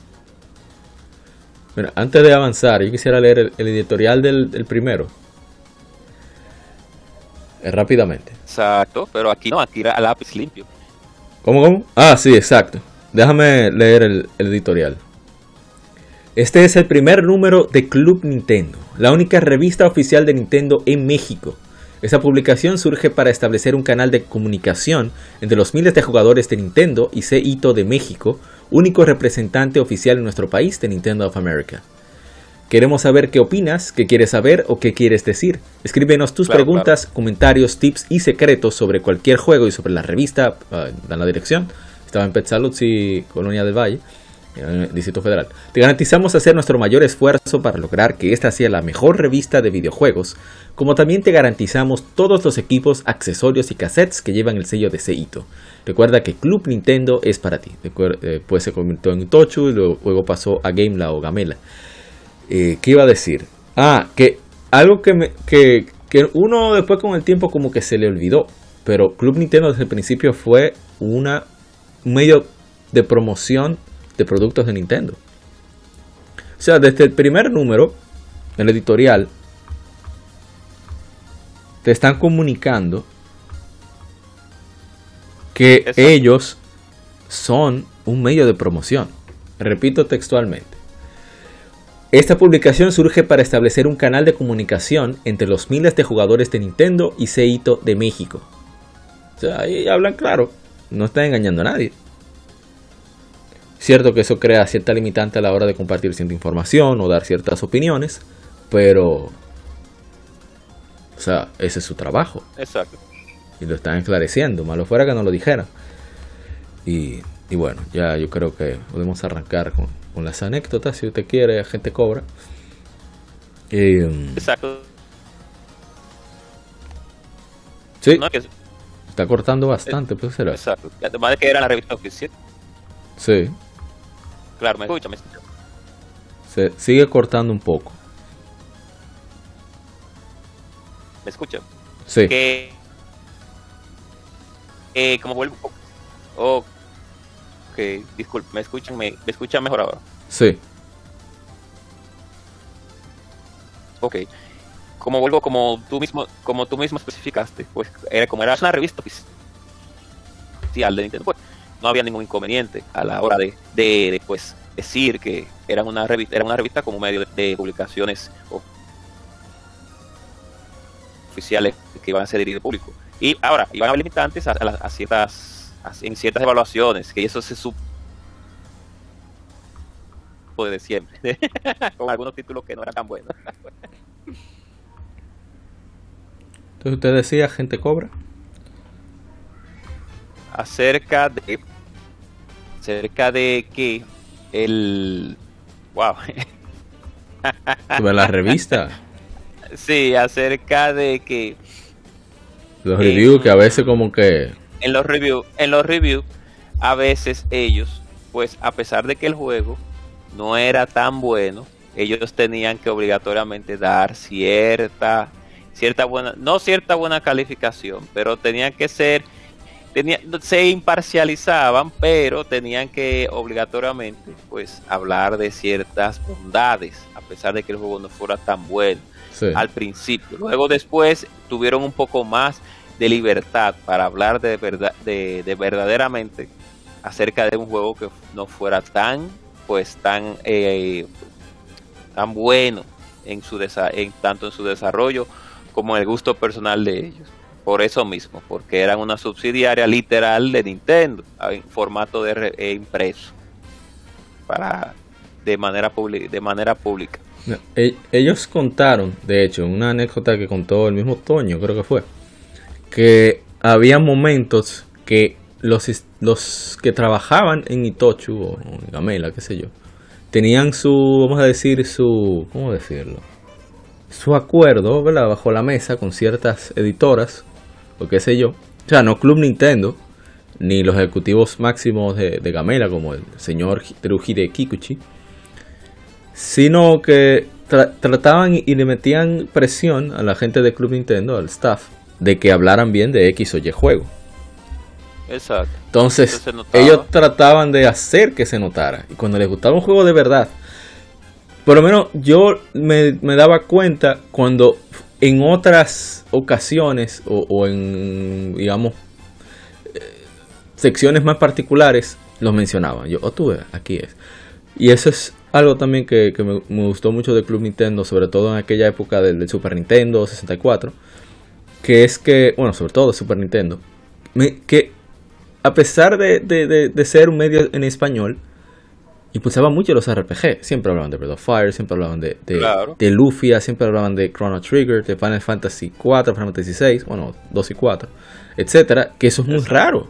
Mira, antes de avanzar, yo quisiera leer el, el editorial del, del primero. Eh, rápidamente. Exacto, pero aquí no, aquí a lápiz limpio. ¿Cómo, cómo? Ah, sí, exacto. Déjame leer el, el editorial. Este es el primer número de Club Nintendo, la única revista oficial de Nintendo en México. Esta publicación surge para establecer un canal de comunicación entre los miles de jugadores de Nintendo y Seito de México, único representante oficial en nuestro país de Nintendo of America. Queremos saber qué opinas, qué quieres saber o qué quieres decir. Escríbenos tus claro, preguntas, claro. comentarios, tips y secretos sobre cualquier juego y sobre la revista. Uh, dan la dirección. Estaba en Petsaluzzi, Colonia del Valle, en el Distrito Federal. Te garantizamos hacer nuestro mayor esfuerzo para lograr que esta sea la mejor revista de videojuegos, como también te garantizamos todos los equipos, accesorios y cassettes que llevan el sello de Seito. Recuerda que Club Nintendo es para ti. Después se convirtió en Tochu y luego pasó a Gamela o Gamela. Eh, ¿Qué iba a decir? Ah, que algo que, me, que, que uno después con el tiempo como que se le olvidó. Pero Club Nintendo desde el principio fue una, un medio de promoción de productos de Nintendo. O sea, desde el primer número, en el editorial, te están comunicando que Exacto. ellos son un medio de promoción. Repito textualmente. Esta publicación surge para establecer un canal de comunicación entre los miles de jugadores de Nintendo y Seito de México. O sea, ahí hablan claro, no están engañando a nadie. Cierto que eso crea cierta limitante a la hora de compartir cierta información o dar ciertas opiniones, pero, o sea, ese es su trabajo. Exacto. Y lo están esclareciendo, malo fuera que no lo dijeran. Y, y bueno, ya yo creo que podemos arrancar con, con las anécdotas, si usted quiere, Agente Cobra. Eh, Exacto. sí, No, que- está cortando bastante, pues será. exacto. Y además de que era la revista oficial. Sí, Claro, me escucha, me escucha. se sigue cortando un poco. Me escucha. Sí, Que, eh, como vuelvo. Oh, ok, disculpe, me escuchan, me, me escuchan mejor ahora. sí, Ok. Como vuelvo, como tú mismo, como tú mismo especificaste, pues era como era una revista oficial de Nintendo, pues no había ningún inconveniente a la hora de, de, de, pues decir que eran una revista, era una revista como medio de, de publicaciones o- oficiales que iban a ser dirigidas al público. Y ahora iban a haber limitantes a, a, las- a ciertas a- en ciertas evaluaciones, que eso se supo de siempre, con algunos títulos que no eran tan buenos. entonces usted decía, Agente Cobra. acerca de acerca de que el wow Sobre la revista, sí, acerca de que los reviews que a veces como que... en los reviews en los reviews a veces ellos, pues a pesar de que el juego no era tan bueno, ellos tenían que obligatoriamente dar cierta cierta buena, no cierta buena calificación, pero tenían que ser tenía, se imparcializaban, pero tenían que obligatoriamente pues hablar de ciertas bondades, a pesar de que el juego no fuera tan bueno Sí. al principio. Luego después tuvieron un poco más de libertad para hablar de verdad, de, de verdaderamente acerca de un juego que no fuera tan pues tan eh, tan bueno en su desa- en tanto en su desarrollo como en el gusto personal de ellos. Por eso mismo, porque eran una subsidiaria literal de Nintendo en formato de re- eh, impreso para de manera pública, de manera pública. No, e- ellos contaron, de hecho, una anécdota que contó el mismo Toño, creo que fue, que había momentos que los, is- los que trabajaban en Itochu o en Gamela, qué sé yo, tenían su, vamos a decir, su, ¿cómo decirlo? Su acuerdo, ¿verdad? Bajo la mesa con ciertas editoras, o qué sé yo. O sea, no Club Nintendo, ni los ejecutivos máximos de, de Gamela, como el señor Terujide Kikuchi, sino que tra- trataban y le metían presión a la gente de Club Nintendo, al staff, de que hablaran bien de X o Y juego. Exacto. Entonces, Eso se notaba. ellos trataban de hacer que se notara. Y cuando les gustaba un juego de verdad, por lo menos yo me, me daba cuenta cuando en otras ocasiones o, o en, digamos, eh, secciones más particulares, los mencionaban. Yo, oh, tú ves, aquí es. Y eso es algo también que, que me, me gustó mucho de Club Nintendo, sobre todo en aquella época del, del Super Nintendo sesenta y cuatro, que es que, bueno, sobre todo de Super Nintendo, me, que a pesar de, de, de, de ser un medio en español, impulsaba mucho los R P G. Siempre hablaban de Breath of Fire, siempre hablaban de, de, Claro. de Lufia, siempre hablaban de Chrono Trigger, de Final Fantasy cuatro, Final Fantasy seis, bueno, dos y cuatro, etcétera, que eso es muy raro.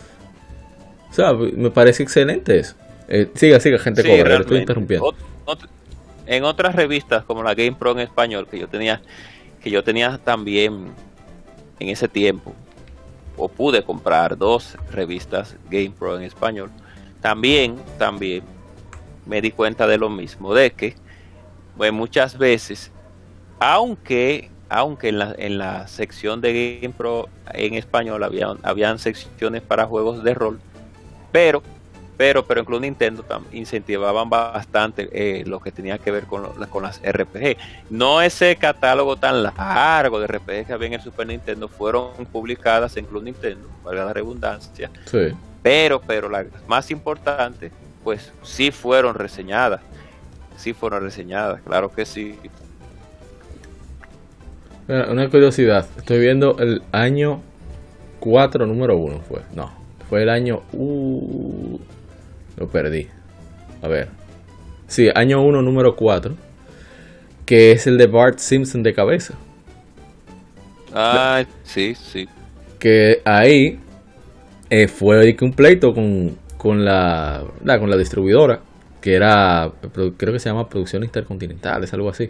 O sea, me parece excelente eso. Eh, siga, siga, gente Sí, cobra, le realmente. estoy interrumpiendo. Ot- ot- en otras revistas como la Game Pro en español que yo tenía que yo tenía también en ese tiempo, o pude comprar dos revistas Game Pro en español, también también me di cuenta de lo mismo, de que pues, muchas veces, aunque aunque en la, en la sección de Game Pro en español habían, habían secciones para juegos de rol, pero Pero, pero en Club Nintendo tam, incentivaban bastante eh, lo que tenía que ver con, lo, con las R P G. No ese catálogo tan largo de R P G que había en el Super Nintendo, fueron publicadas en Club Nintendo, valga la redundancia. Sí. Pero, pero las más importantes, pues sí fueron reseñadas. Sí fueron reseñadas, claro que sí. Una curiosidad, estoy viendo el año cuatro, número uno fue. No, fue el año... Uh, lo perdí. A ver. Sí, año uno, número cuatro. Que es el de Bart Simpson de cabeza. Ah, sí, sí. Que ahí eh, fue un pleito con, con, la, la, con la distribuidora. Que era, creo que se llama Producción Intercontinental, es algo así.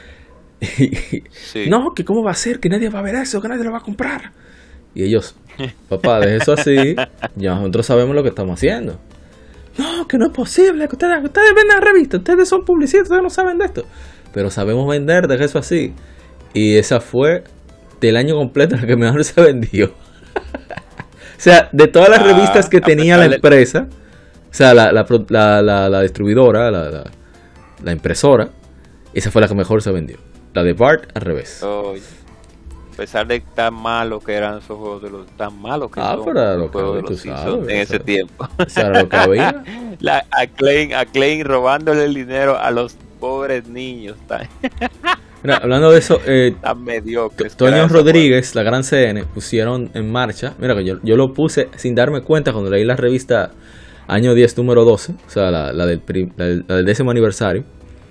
Sí. No, que cómo va a ser, que nadie va a ver eso, que nadie lo va a comprar. Y ellos, papá, deje eso así, ya nosotros sabemos lo que estamos haciendo. No, que no es posible, que ustedes, ustedes venden la revista, ustedes son publicistas, ustedes no saben de esto. Pero sabemos vender, deje eso así. Y esa fue del año completo la que mejor se vendió. O sea, de todas las ah, revistas que tenía la empresa, o sea, la, la, la, la, la distribuidora, la, la, la impresora, esa fue la que mejor se vendió. La de Bart al revés. Oh, a pesar de tan malo que eran esos juegos de los tan malos que ah, son pero los juegos de los Simpsons en ese tiempo. Eso era lo que había. La, a Klein, a Klein robándole el dinero a los pobres niños. Tan, Mira, hablando de eso, eh, tan mediocres. Toño Rodríguez, la Gran C N, pusieron en marcha. Mira que yo, yo lo puse sin darme cuenta cuando leí la revista Año diez, número doce, o sea, la, la, del, la, del, la del décimo aniversario.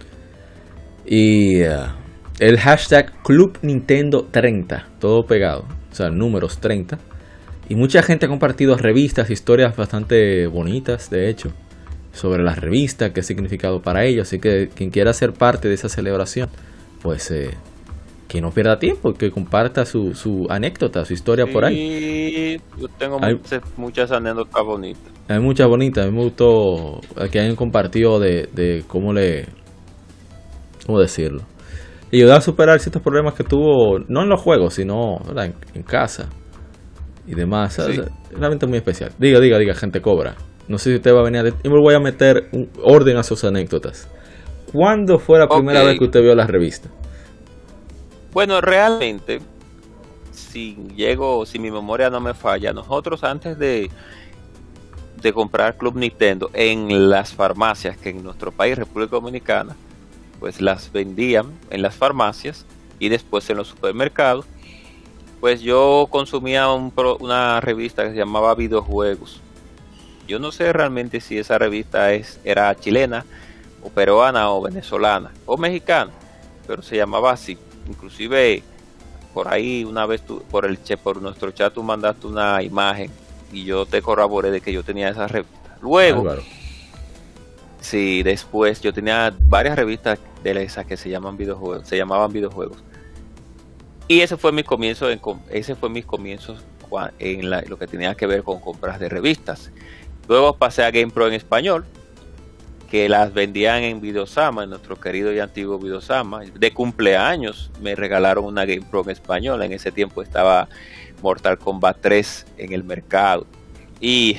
Y uh, el hashtag Club Nintendo treinta, todo pegado, o sea, números treinta. Y mucha gente ha compartido revistas, historias bastante bonitas, de hecho, sobre las revistas, qué significado para ellos. Así que quien quiera ser parte de esa celebración, pues eh, que no pierda tiempo, que comparta su, su anécdota, su historia sí, por ahí. Yo tengo hay, muchas, muchas anécdotas bonitas. Hay muchas bonitas, a mí me gustó que hayan compartido de, de cómo le... ¿Cómo decirlo? Y ayudar a superar ciertos problemas que tuvo, no en los juegos, sino en, en casa y demás. Sí. O sea, realmente muy especial. Diga, diga, diga, gente cobra. No sé si usted va a venir a... Yo me voy a meter un orden a sus anécdotas. ¿Cuándo fue la primera okay. vez que usted vio la revista? Bueno, realmente, si llego, si mi memoria no me falla, nosotros antes de, de comprar Club Nintendo en las farmacias, que en nuestro país, República Dominicana, pues las vendían en las farmacias y después en los supermercados, pues yo consumía un, una revista que se llamaba Videojuegos. Yo no sé realmente si esa revista es, era chilena, o peruana, o venezolana, o mexicana, pero se llamaba así. Inclusive por ahí una vez tú, por el por nuestro chat tú mandaste una imagen y yo te corroboré de que yo tenía esa revista. Luego, Álvaro. Sí, después yo tenía varias revistas de esas que se llaman videojuegos, se llamaban videojuegos. Y ese fue mi comienzo, en, ese fue mis comienzos en la, lo que tenía que ver con compras de revistas. Luego pasé a GamePro en español, que las vendían en Videosama, en nuestro querido y antiguo Videosama. De cumpleaños me regalaron una GamePro en español. En ese tiempo estaba Mortal Kombat tres en el mercado. Y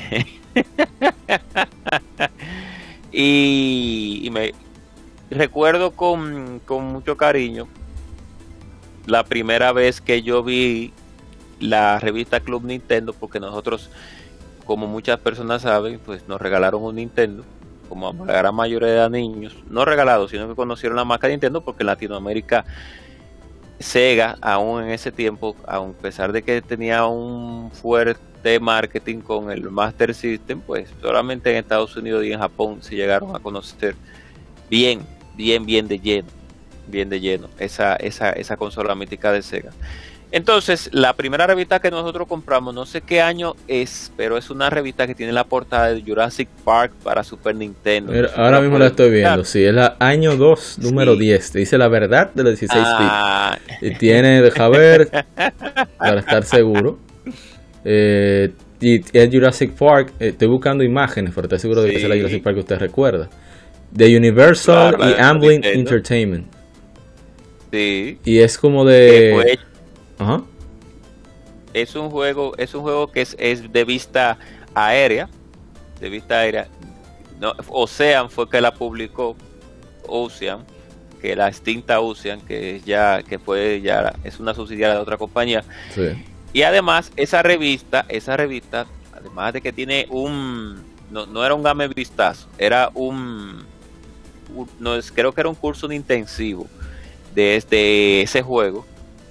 y, y me recuerdo con, con mucho cariño la primera vez que yo vi la revista Club Nintendo, porque nosotros, como muchas personas saben, pues nos regalaron un Nintendo, como a la gran mayoría de niños, no regalados, sino que conocieron la marca Nintendo, porque en Latinoamérica Sega, aún en ese tiempo, a pesar de que tenía un fuerte marketing con el Master System, pues solamente en Estados Unidos y en Japón se llegaron a conocer bien, bien, bien de lleno, bien de lleno, esa, esa, esa consola mítica de Sega. Entonces, la primera revista que nosotros compramos, no sé qué año es, pero es una revista que tiene la portada de Jurassic Park para Super Nintendo. Mira, ahora mismo la estoy viendo, sí, es la año dos, número sí. diez, te dice la verdad de los dieciséis ah. bits. Y tiene, deja ver, para estar seguro, eh, y es Jurassic Park, eh, estoy buscando imágenes, pero estoy seguro de sí. que es la Jurassic Park que usted recuerda. De Universal claro, y Amblin Entertainment. Sí. Y es como de... Ajá. Es un juego, es un juego que es, es de vista aérea, de vista aérea. No, Ocean fue que la publicó, Ocean, que la extinta Ocean, que ya que fue ya es una subsidiaria de otra compañía. Sí. Y además esa revista, esa revista, además de que tiene un, no, no era un game vistazo, era un, un no es, creo que era un curso intensivo de este ese juego.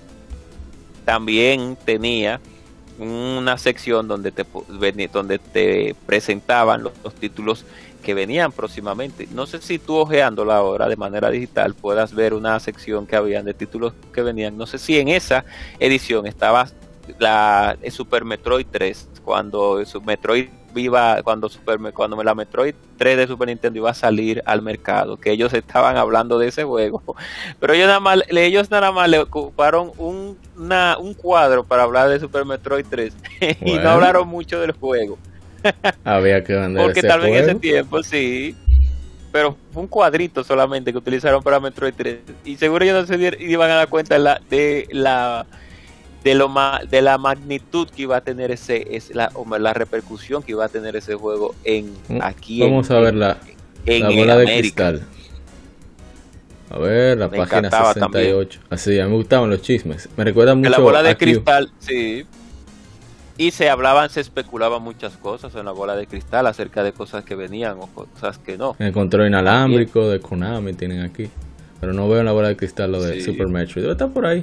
También tenía una sección donde te donde te presentaban los, los títulos que venían próximamente. No sé si tú ojeándola ahora de manera digital puedas ver una sección que habían de títulos que venían. No sé si en esa edición estaba la Super Metroid tres, cuando su Metroid iba, cuando Super cuando la Metroid tres de Super Nintendo iba a salir al mercado, que ellos estaban hablando de ese juego, pero ellos nada más, ellos nada más le ocuparon un, una, un cuadro para hablar de Super Metroid tres y bueno, no hablaron mucho del juego. Había que vender porque ese tal vez juego. en ese tiempo sí, pero fue un cuadrito solamente que utilizaron para Metroid tres y seguro ellos no se dieron, iban a dar cuenta de la de la de lo ma, de la magnitud que iba a tener ese es la o la repercusión que iba a tener ese juego en aquí vamos en, a ver la, en, la en bola de América. Cristal. A ver, la me página sesenta y ocho. También. Así, a mí me gustaban los chismes. Me recuerda mucho la bola de a cristal, sí. Y se hablaban, se especulaban muchas cosas en la bola de cristal acerca de cosas que venían o cosas que no. El control inalámbrico de Konami tienen aquí. Pero no veo en la bola de cristal lo de sí. Super Metroid. Debe estar por ahí.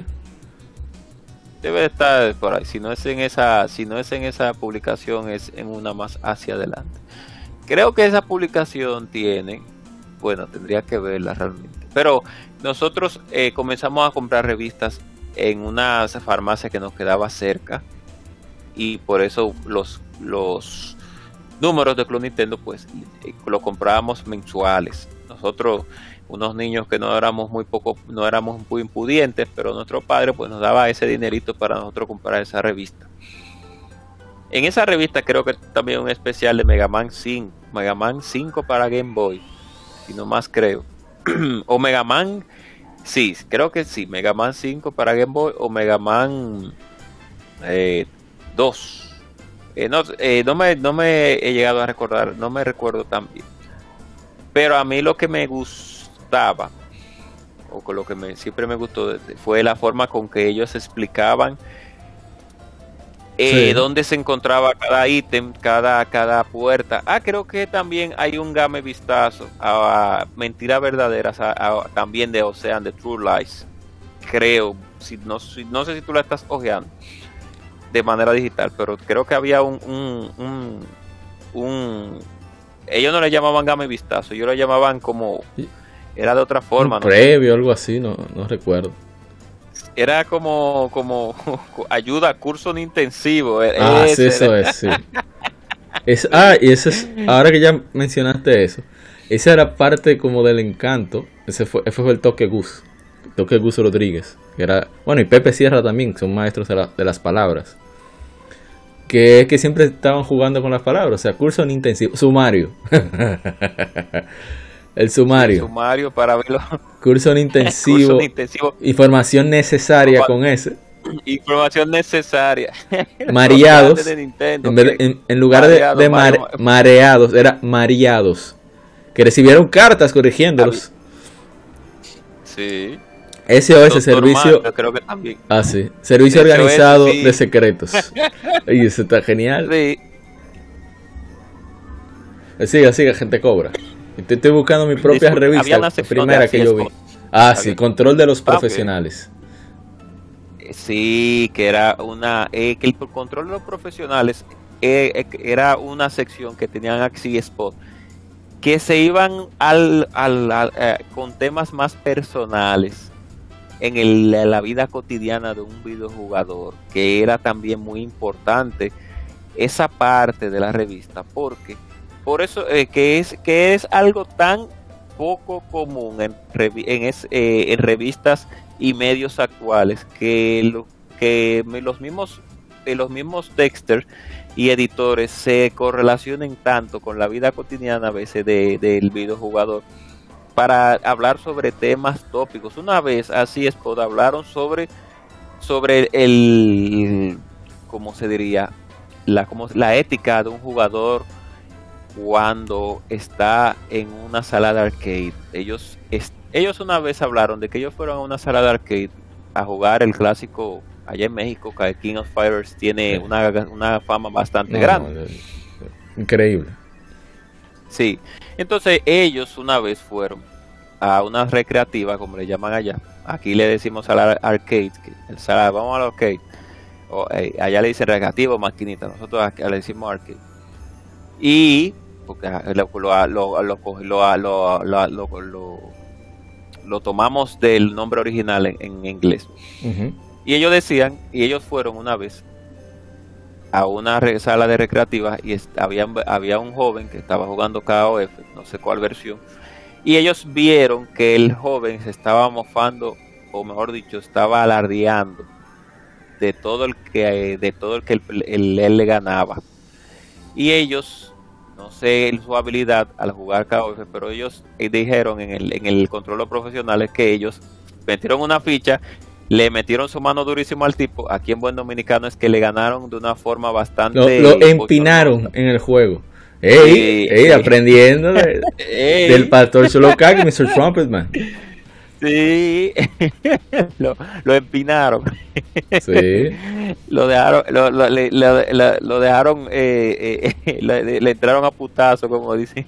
Debe estar por ahí. Si no es en esa, si no es en esa publicación, es en una más hacia adelante. Creo que esa publicación tiene, bueno, tendría que verla realmente. Pero nosotros eh, comenzamos a comprar revistas en una farmacia que nos quedaba cerca. Y por eso los, los números de Club Nintendo pues lo comprábamos mensuales. Nosotros, unos niños que no éramos muy poco, no éramos muy impudientes, pero nuestro padre pues nos daba ese dinerito para nosotros comprar esa revista. En esa revista creo que también un especial de Mega Man cinco, Mega Man cinco para Game Boy, si no más creo. O Mega Man, sí, creo que sí, Mega Man cinco para Game Boy o Mega Man eh, dos. Eh, no, eh, no, me, no me he llegado a recordar, no me recuerdo tan bien. Pero a mí lo que me gustaba, o con lo que me, siempre me gustó, fue la forma con que ellos explicaban eh, sí. dónde se encontraba cada ítem, cada, cada puerta. Ah, creo que también hay un game vistazo a, a Mentiras Verdaderas, a, a, también de Ocean, de True Lies. Creo, si, no, si, no sé si tú la estás ojeando de manera digital, pero creo que había un, un, un, un ellos no le llamaban game vistazo, ellos lo llamaban como, era de otra forma, un ¿no? Previo, algo así, no, no recuerdo. Era como, como ayuda, curso intensivo. Ah, sí, eso es, sí. Es, ah, y ese es, ahora que ya mencionaste eso, esa era parte como del encanto, ese fue, ese fue el Toque Gus, Toque Gus Rodríguez, que era, bueno, y Pepe Sierra también, son maestros de, la, de las palabras. Que es que siempre estaban jugando con las palabras, o sea, curso en intensivo, sumario. El sumario. El sumario para verlo. Curso en intensivo. Curso en intensivo. Información necesaria con ese. Información necesaria. Mareados. Nintendo, en, vez de, en, en lugar mareado, de, de mare, Mario, mareados, era mareados. Que recibieron cartas corrigiéndolos. Sí. S O S, servicio. Mario, creo que también. Ah, sí. Servicio S O S, organizado sí. de secretos. Y eso está genial. Sí. Siga, siga, gente cobra. Estoy, estoy buscando mi propia Disculpa, revista, la primera que yo vi. Ah, sí, Control de los Profesionales. Okay. Sí, que era una. Eh, que el Control de los Profesionales eh, era una sección que tenían Axi Spot, que se iban al, al, al eh, con temas más personales en, el, en la vida cotidiana de un videojugador, que era también muy importante esa parte de la revista, porque por eso eh, que es que es algo tan poco común en, revi en, es, eh, en revistas y medios actuales, que lo, que los mismos eh, los mismos texters y editores se correlacionen tanto con la vida cotidiana a veces de, del videojugador para hablar sobre temas tópicos. Una vez así es, pues, hablaron sobre sobre el, ¿cómo se diría? La, como, la ética de un jugador cuando está en una sala de arcade. Ellos, es, ellos una vez hablaron de que ellos fueron a una sala de arcade a jugar el clásico allá en México, que King of Fighters tiene sí. una, una fama bastante no, grande. Increíble. Sí, entonces ellos una vez fueron a una recreativa, como le llaman allá. Aquí le decimos sala arcade, el sala, vamos al arcade. O, eh, allá le dicen recreativa o maquinita, nosotros aquí le decimos arcade. Y porque lo, lo, lo, lo, lo, lo, lo, lo tomamos del nombre original en, en inglés. Uh-huh. Y ellos decían, y ellos fueron una vez a una re, sala de recreativas y est- había, había un joven que estaba jugando K O F, no sé cuál versión, y ellos vieron que el joven se estaba mofando, o mejor dicho, estaba alardeando de todo el que de todo el que él, él, él le ganaba. Y ellos, no sé su habilidad al jugar K O F, pero ellos dijeron en el, en el control de profesionales que ellos metieron una ficha, le metieron su mano durísimo al tipo. Aquí en buen dominicano es que le ganaron de una forma bastante... Lo, lo empinaron en el juego. ¡Ey! Sí, ey, sí. Aprendiendo de, ey. Del pastor Sholokaki, mister Trumpetman. Sí, lo, lo empinaron. Sí. Lo dejaron, lo, lo, lo, lo, lo dejaron, eh, eh, le, le entraron a putazo, como dicen.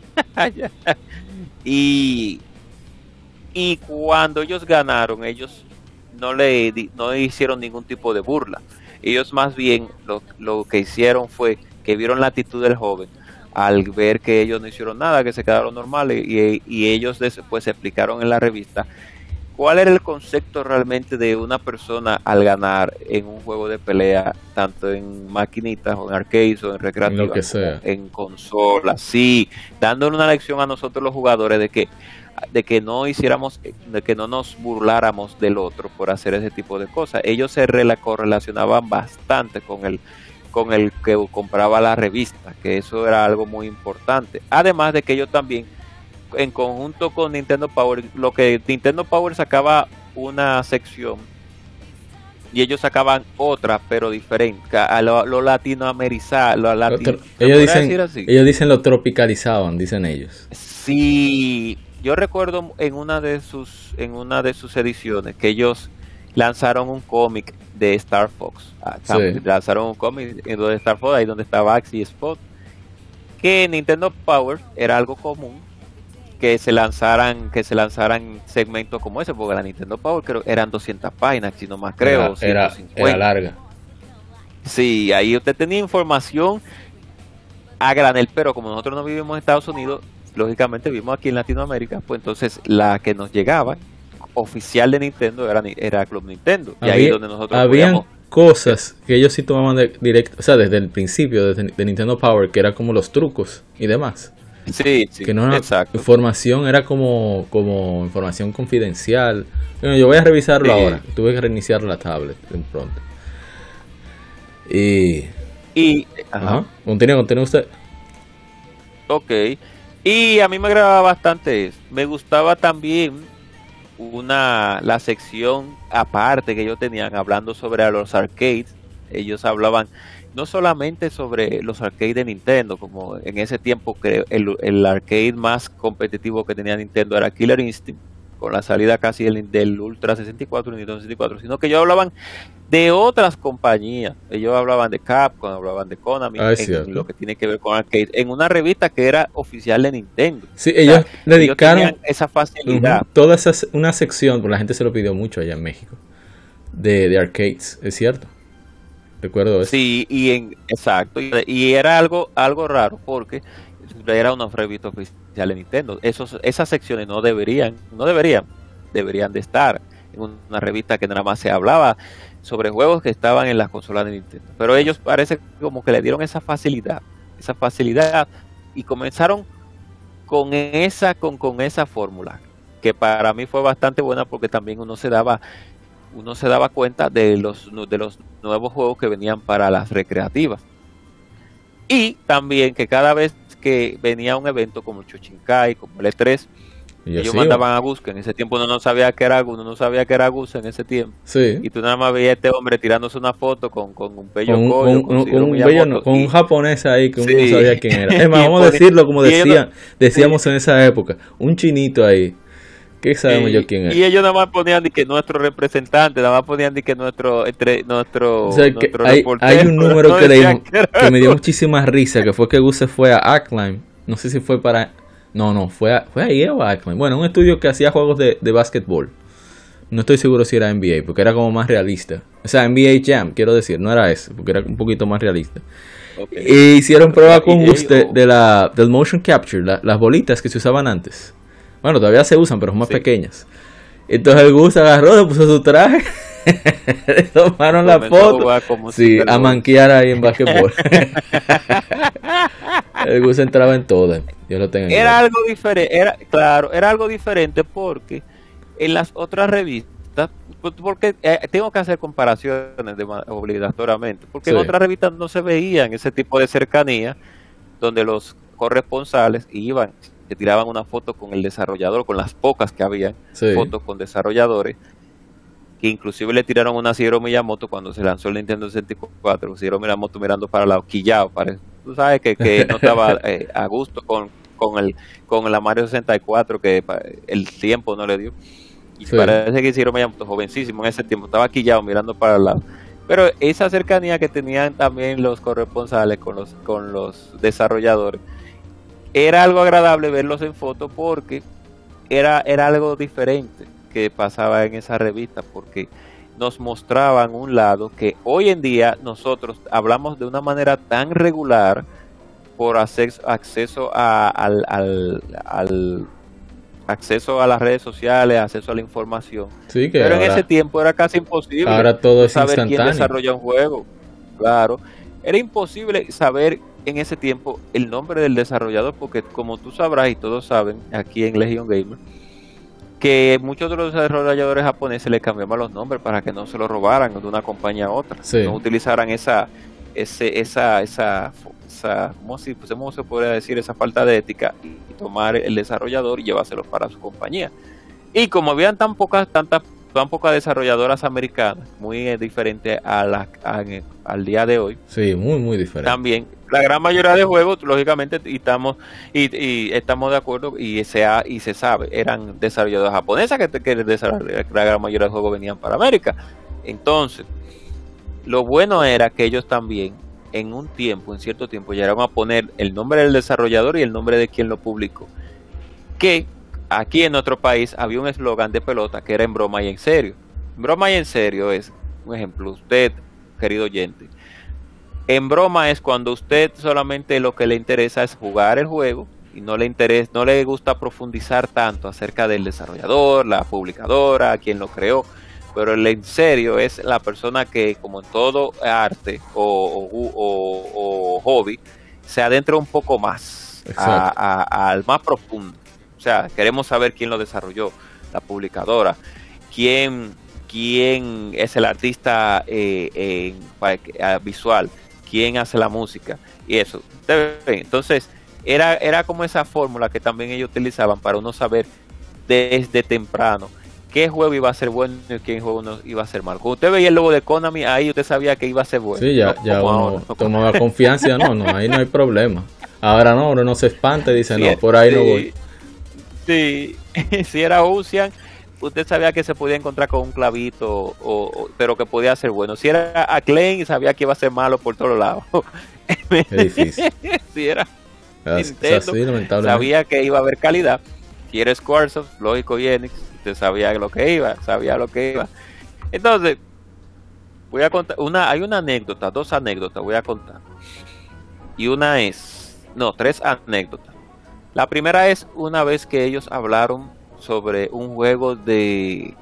y, y cuando ellos ganaron, ellos no le no hicieron ningún tipo de burla. Ellos más bien lo, lo que hicieron fue que vieron la actitud del joven al ver que ellos no hicieron nada, que se quedaron normales, y, y ellos después explicaron en la revista cuál era el concepto realmente de una persona al ganar en un juego de pelea, tanto en maquinitas o en arcades o en recreativas, lo que sea, en consolas, sí, dándole una lección a nosotros los jugadores de que de que no hiciéramos, de que no nos burláramos del otro por hacer ese tipo de cosas. Ellos se correlacionaban bastante con el con el que compraba la revista, que eso era algo muy importante. Además de que ellos también, en conjunto con Nintendo Power, lo que Nintendo Power sacaba una sección y ellos sacaban otra, pero diferente, a lo, lo latinoamericano, lo latino, ellos dicen, ellos dicen lo tropicalizaban, dicen ellos. Sí, yo recuerdo en una de sus en una de sus ediciones que ellos lanzaron un cómic de Star Fox. Sí. Lanzaron un cómic en donde Star Fox, ahí donde estaba Axe y Spot, que Nintendo Power era algo común que se lanzaran que se lanzaran segmentos como ese, porque la Nintendo Power creo eran doscientas páginas, si no más creo, era, era, era larga. Sí, ahí usted tenía información a granel, pero como nosotros no vivimos en Estados Unidos, lógicamente vivimos aquí en Latinoamérica, pues entonces la que nos llegaba oficial de Nintendo era, era Club Nintendo. Y Había, ahí donde nosotros habían podíamos... cosas que ellos sí tomaban de directo, o sea, desde el principio desde, de Nintendo Power, que era como los trucos y demás. Sí, sí, que no era exacto. Información, era como, como información confidencial. Bueno, yo voy a revisarlo sí. ahora. Tuve que reiniciar la tablet de pronto. Y... y ajá. Ajá. Continúe, continúe usted. Ok. Y a mí me agradaba bastante eso. Me gustaba también una la sección aparte que ellos tenían hablando sobre los arcades. Ellos hablaban no solamente sobre los arcades de Nintendo, como en ese tiempo que el, el arcade más competitivo que tenía Nintendo era Killer Instinct, con la salida casi del, del Ultra sesenta y cuatro y Nintendo sesenta y cuatro, sino que ellos hablaban de otras compañías. Ellos hablaban de Capcom, hablaban de Konami, ah, en cierto. Lo que tiene que ver con arcade, en una revista que era oficial de Nintendo. Sí, ellos o sea, dedicaron ellos esa facilidad. Uh-huh, toda esa una sección, porque la gente se lo pidió mucho allá en México, de, de arcades, es cierto. Recuerdo eso. Sí, y en exacto, y, y era algo algo raro porque era una revista oficial de Nintendo. Esos esas secciones no deberían, no deberían, deberían de estar en una revista que nada más se hablaba sobre juegos que estaban en las consolas de Nintendo. Pero ellos parece como que le dieron esa facilidad, esa facilidad y comenzaron con esa con con esa fórmula que para mí fue bastante buena porque también uno se daba uno se daba cuenta de los de los nuevos juegos que venían para las recreativas. Y también que cada vez que venía un evento como el Chochinkai, como el E tres, Y ellos así, mandaban a Guska. En ese tiempo uno no sabía que era uno no sabía que era Guska en ese tiempo. Sí. Y tú nada más veías a este hombre tirándose una foto con, con un bello con, collo, con, con, con, un, bello, no, con y, un japonés ahí que uno sí. no sabía quién era. Es más, vamos a decirlo como decían, decíamos sí. en esa época. Un chinito ahí. ¿Qué sabemos y, yo quién es? Y ellos nada más ponían de que nuestro representante, nada más ponían de que nuestro entre nuestro, o sea, que nuestro hay, reportero. Hay un número no que leímos que, que me dio muchísima risa, que fue que Gus se fue a Ackline. No sé si fue para... No, no, fue a, fue ahí o a Ackline. Bueno, un estudio que hacía juegos de, de básquetbol. No estoy seguro si era N B A, porque era como más realista. O sea, N B A Jam, quiero decir, no era eso, porque era un poquito más realista. Okay. E hicieron prueba con Gus de, de la, del motion capture, la, las bolitas que se usaban antes. Bueno, todavía se usan, pero son más sí. pequeñas. Entonces el Gus agarró, le puso su traje, le tomaron la foto. Sí, a manquear ahí en básquetbol. El Gus entraba en todas. Yo lo tengo en Era algo diferente, era, claro, era algo diferente porque en las otras revistas, porque eh, tengo que hacer comparaciones de, obligatoriamente, porque sí. en otras revistas no se veían ese tipo de cercanía donde los corresponsales iban, que tiraban una foto con el desarrollador, con las pocas que había, sí. fotos con desarrolladores, que inclusive le tiraron una a Shigeru Miyamoto cuando se lanzó el Nintendo sesenta y cuatro, Shigeru Miyamoto mirando para el lado, quillado, parece. Tú sabes que, que no estaba eh, a gusto con, con el con la Mario sesenta y cuatro, que el tiempo no le dio. Y sí. parece que Shigeru Miyamoto, jovencísimo en ese tiempo, estaba quillado mirando para el lado. Pero esa cercanía que tenían también los corresponsales con los con los desarrolladores, era algo agradable verlos en foto porque era, era algo diferente que pasaba en esa revista, porque nos mostraban un lado que hoy en día nosotros hablamos de una manera tan regular por acceso, acceso a, al, al, al acceso a las redes sociales, acceso a la información. Sí, que pero ahora, en ese tiempo era casi imposible ahora todo es saber instantáneo. quién desarrolla un juego. Claro, era imposible saber en ese tiempo el nombre del desarrollador, porque como tú sabrás y todos saben aquí en Legion Gamer, que muchos de los desarrolladores japoneses le cambiaban los nombres para que no se lo robaran de una compañía a otra, sí. no utilizaran esa ese esa esa, esa ¿cómo, si, pues, ¿cómo se podría decir? Esa falta de ética, y, y tomar el desarrollador y llevárselo para su compañía. Y como habían tan pocas tantas tan pocas desarrolladoras americanas, muy eh, diferente a la a, al día de hoy. Sí, muy muy diferente. También la gran mayoría de juegos, lógicamente, y estamos y, y estamos de acuerdo y se ha, y se sabe, eran desarrolladoras japonesas que, que la gran mayoría de juegos venían para América. Entonces, lo bueno era que ellos también en un tiempo, en cierto tiempo, llegaron a poner el nombre del desarrollador y el nombre de quien lo publicó. Que aquí en nuestro país había un eslogan de pelota que era en broma y en serio. En broma y en serio es, un ejemplo, usted, querido oyente, en broma es cuando usted solamente lo que le interesa es jugar el juego y no le interesa, no le gusta profundizar tanto acerca del desarrollador, la publicadora, quien lo creó. Pero el en serio es la persona que, como en todo arte o, o, o, o hobby, se adentra un poco más a, a, al más profundo. O sea, queremos saber quién lo desarrolló, la publicadora, quién, quién es el artista eh, eh, visual, quién hace la música y eso. Entonces, era, era como esa fórmula que también ellos utilizaban para uno saber desde temprano qué juego iba a ser bueno y qué juego no iba a ser malo. Cuando usted veía el logo de Konami, ahí usted sabía que iba a ser bueno. Sí, ya, no, ya uno ahora, no, tomaba confianza, no, no, ahí no hay problema. Ahora no, uno no se espanta y dice, sí, no, por ahí sí, no voy. Sí, si era Ocean, usted sabía que se podía encontrar con un clavito, o, o, pero que podía ser bueno. Si era Acclaim, sabía que iba a ser malo por todos lados. Es difícil. Si era es, Nintendo, es así, sabía que iba a haber calidad. Si era Squaresoft, lógico, y Enix, usted sabía lo que iba, sabía lo que iba. Entonces, voy a contar, una, hay una anécdota, dos anécdotas voy a contar. Y una es, no, tres anécdotas. La primera es una vez que ellos hablaron sobre un juego de,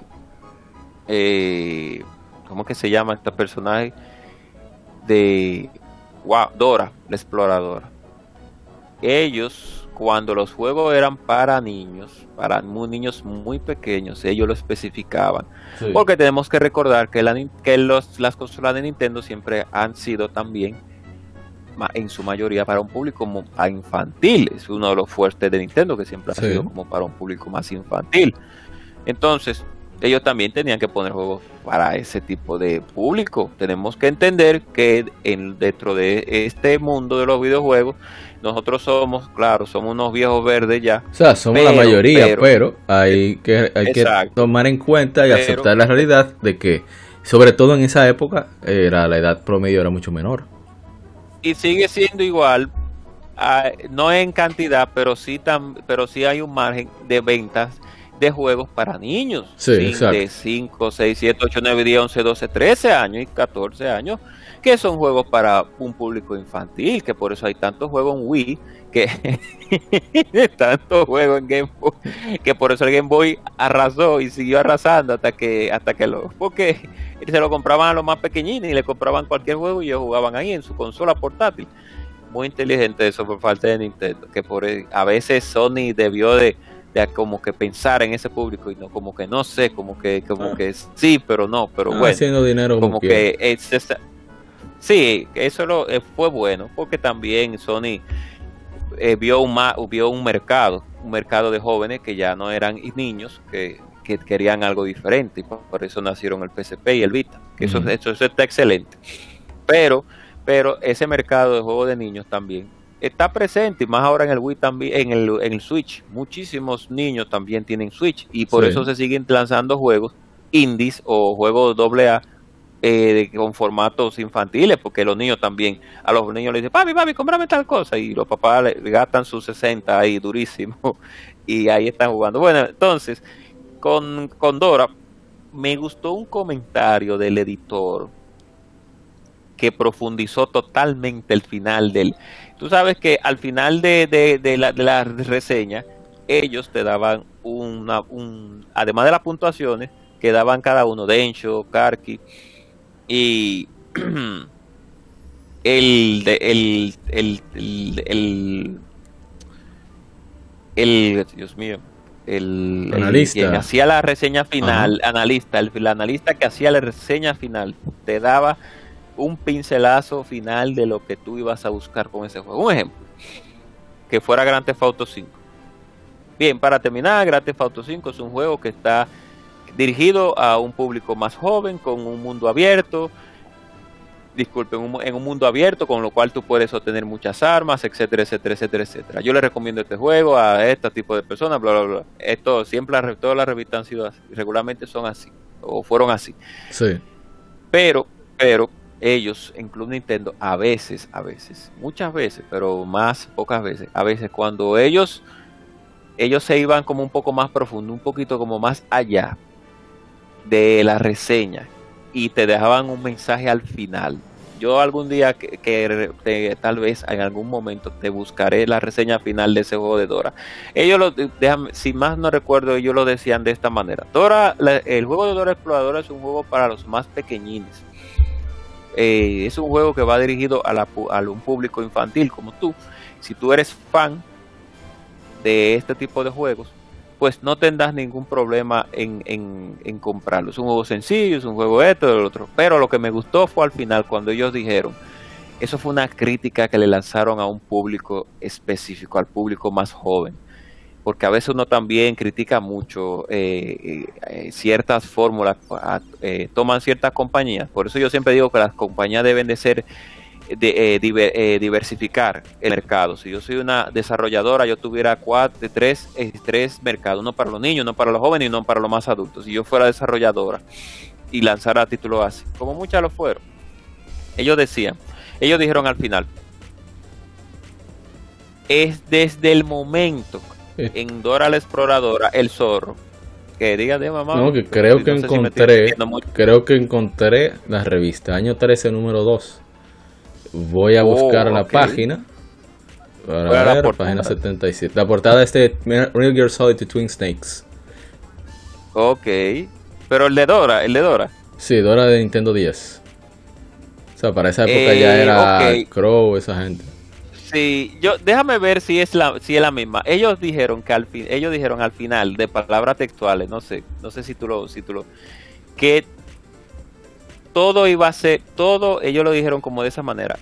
eh, ¿cómo que se llama este personaje? De, wow, Dora, la exploradora. Ellos, cuando los juegos eran para niños, para muy, niños muy pequeños, ellos lo especificaban. Sí. Porque tenemos que recordar que, la, que los, las consolas de Nintendo siempre han sido también en su mayoría para un público como infantil. Es uno de los fuertes de Nintendo, que siempre ha Sí. sido como para un público más infantil. Entonces, ellos también tenían que poner juegos para ese tipo de público. Tenemos que entender que en, dentro de este mundo de los videojuegos, nosotros somos, claro, somos unos viejos verdes ya. O sea, somos pero, la mayoría, pero, pero hay, que, hay que tomar en cuenta y pero, aceptar la realidad de que, sobre todo en esa época, era la edad promedio era mucho menor. Y sigue siendo igual, uh, no en cantidad, pero sí, tam, pero sí hay un margen de ventas de juegos para niños, sí, de cinco, seis, siete, ocho, nueve, diez, once, doce, trece años y catorce años, que son juegos para un público infantil, que por eso hay tantos juegos en Wii, que tantos juegos en Game Boy, que por eso el Game Boy arrasó y siguió arrasando hasta que hasta que lo, porque se lo compraban a los más pequeñines y le compraban cualquier juego y ellos jugaban ahí en su consola portátil. Muy inteligente eso por parte de Nintendo, que por a veces Sony debió de de como que pensar en ese público y no como que no sé, como que como ah. que sí, pero no, pero ah, bueno, haciendo dinero como que es, es, sí, eso lo, eh, fue bueno porque también Sony eh, vio un vio un mercado, un mercado de jóvenes que ya no eran niños, que, que querían algo diferente y por, por eso nacieron el P S P y el Vita, que uh-huh. eso, eso, eso está excelente, pero pero ese mercado de juegos de niños también está presente, y más ahora en el Wii también, en el, en el Switch. Muchísimos niños también tienen Switch y por sí. eso se siguen lanzando juegos indies o juegos doble A eh, con formatos infantiles, porque los niños también, a los niños les dicen, papi, papi, cómprame tal cosa, y los papás le gastan sus sesenta ahí durísimo y ahí están jugando. Bueno, entonces, con, con Dora, me gustó un comentario del editor que profundizó totalmente el final del... Tú sabes que al final de, de, de, la, de la reseña, ellos te daban una... Un, además de las puntuaciones, que daban cada uno, Densho, Karki, y el, de, el, el, el, el, el... Dios mío. El, analista. El, quien hacía la reseña final, Ajá. analista, el, el analista que hacía la reseña final, te daba un pincelazo final de lo que tú ibas a buscar con ese juego. Un ejemplo, que fuera Grand Theft Auto cinco. Bien, para terminar, Grand Theft Auto cinco es un juego que está dirigido a un público más joven, con un mundo abierto, disculpen, un, en un mundo abierto, con lo cual tú puedes obtener muchas armas, etcétera, etcétera, etcétera, etcétera. Yo le recomiendo este juego a este tipo de personas, bla, bla, bla. Esto siempre, todas las revistas han sido así, regularmente son así, o fueron así. Sí. Pero, pero, ellos, incluso Nintendo, a veces, a veces, muchas veces, pero más pocas veces, a veces cuando ellos ellos se iban como un poco más profundo, un poquito como más allá de la reseña y te dejaban un mensaje al final. Yo algún día que, que te, tal vez en algún momento te buscaré la reseña final de ese juego de Dora. Ellos lo déjame, si más no recuerdo, ellos lo decían de esta manera. Dora, la, el juego de Dora Exploradora es un juego para los más pequeñines. Eh, es un juego que va dirigido a, la, a un público infantil como tú. Si tú eres fan de este tipo de juegos, pues no tendrás ningún problema en, en, en comprarlo. Es un juego sencillo, es un juego esto, el otro. Pero lo que me gustó fue al final cuando ellos dijeron, eso fue una crítica que le lanzaron a un público específico, al público más joven. Porque a veces uno también critica mucho eh, eh, ciertas fórmulas, eh, toman ciertas compañías. Por eso yo siempre digo que las compañías deben de ser, de, eh, diver, eh, diversificar el mercado. Si yo soy una desarrolladora, yo tuviera cuatro, tres, eh, tres mercados, uno para los niños, uno para los jóvenes y uno para los más adultos. Si yo fuera desarrolladora y lanzara títulos así, como muchas lo fueron, ellos decían, ellos dijeron al final, es desde el momento en Dora la Exploradora, el zorro, que diga de mamá. No, que creo no que encontré, si creo que encontré la revista, año trece, número dos. Voy a buscar oh, la okay. página. Para ver, página setenta y siete. La portada es de Real Gear Solid Twin Snakes. Ok, pero el de Dora, el de Dora. Sí, Dora de Nintendo diez. O sea, para esa época eh, ya era okay. Crow, esa gente. Sí, yo déjame ver si es la si es la misma. Ellos dijeron que al fin, ellos dijeron al final de palabras textuales, no sé, no sé si tú lo si tú lo que todo iba a ser todo, ellos lo dijeron como de esa manera.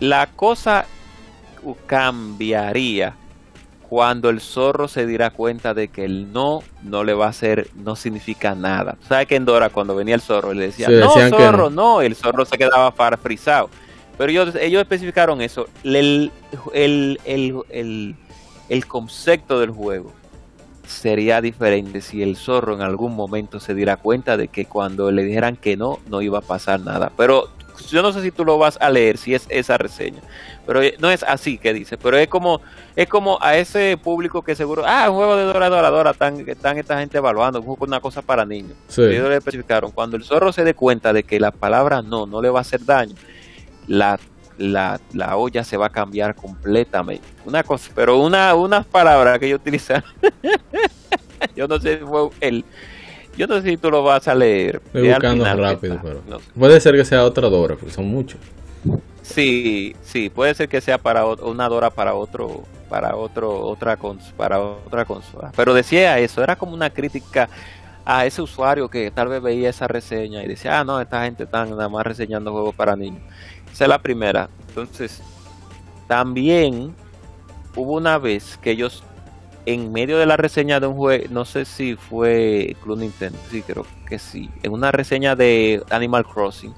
la cosa cambiaría cuando el zorro se diera cuenta de que el no no le va a hacer, no significa nada. ¿Sabes que en Dora cuando venía el zorro le decía, sí, no zorro, no. no, el zorro se quedaba frisado? Pero ellos, ellos especificaron eso, el, el, el, el, el concepto del juego sería diferente si el zorro en algún momento se diera cuenta de que cuando le dijeran que no, no iba a pasar nada. Pero yo no sé si tú lo vas a leer, si es esa reseña, pero no es así que dice, pero es como es como a ese público que seguro, ah, un juego de Dora Dora Dora, están, están esta gente evaluando, un juego, una cosa para niños. Sí. Ellos le especificaron, cuando el zorro se dé cuenta de que la palabra no, no le va a hacer daño, la la, la olla se va a cambiar completamente. Una cosa, pero una unas palabras que ellos utilizan, yo no sé si fue el Yo no sé si tú lo vas a leer. Estoy buscando rápido, pero no sé. Puede ser que sea otra Dora, porque son muchos. Sí, sí, puede ser que sea para una Dora para otro, para otro, otra cons, para otra consola. Pero decía eso, era como una crítica a ese usuario que tal vez veía esa reseña y decía, ah, no, esta gente está nada más reseñando juegos para niños. Esa es la primera. Entonces, también hubo una vez que ellos, en medio de la reseña de un juego, no sé si fue Club Nintendo, sí, creo que sí, en una reseña de Animal Crossing,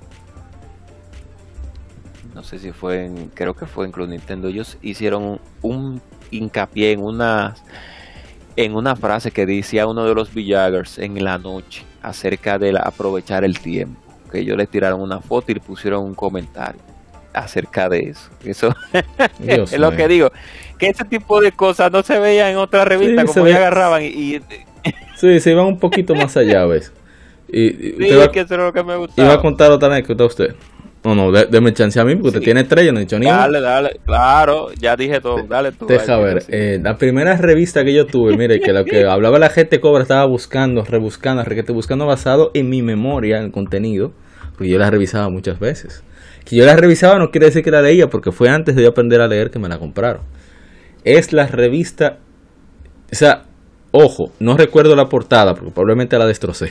no sé si fue en, creo que fue en Club Nintendo, ellos hicieron un hincapié en una, en una frase que decía uno de los villagers en la noche, acerca de la, aprovechar el tiempo, que ellos le tiraron una foto y le pusieron un comentario acerca de eso. Eso es lo que digo, que ese tipo de cosas no se veían en otras revistas, sí, como ya agarraban y, y... sí, se iban un poquito más allá, ¿ves? Y, y sí, va, que eso es lo que me gustaba. Iba a contar otra anécdota a usted. No, no, de, déme chance a mí, porque sí. Usted tiene tres, yo no he dicho ni Dale, dale, claro, ya dije todo, dale tú. Deja ver, sí. eh, la primera revista que yo tuve, mire, que lo que hablaba la gente Cobra estaba buscando, rebuscando, requete buscando basado en mi memoria, en el contenido, porque yo la revisaba muchas veces. Que yo la revisaba no quiere decir que la leía, porque fue antes de yo aprender a leer que me la compraron. Es la revista, o sea, ojo, no recuerdo la portada, porque probablemente la destrocé.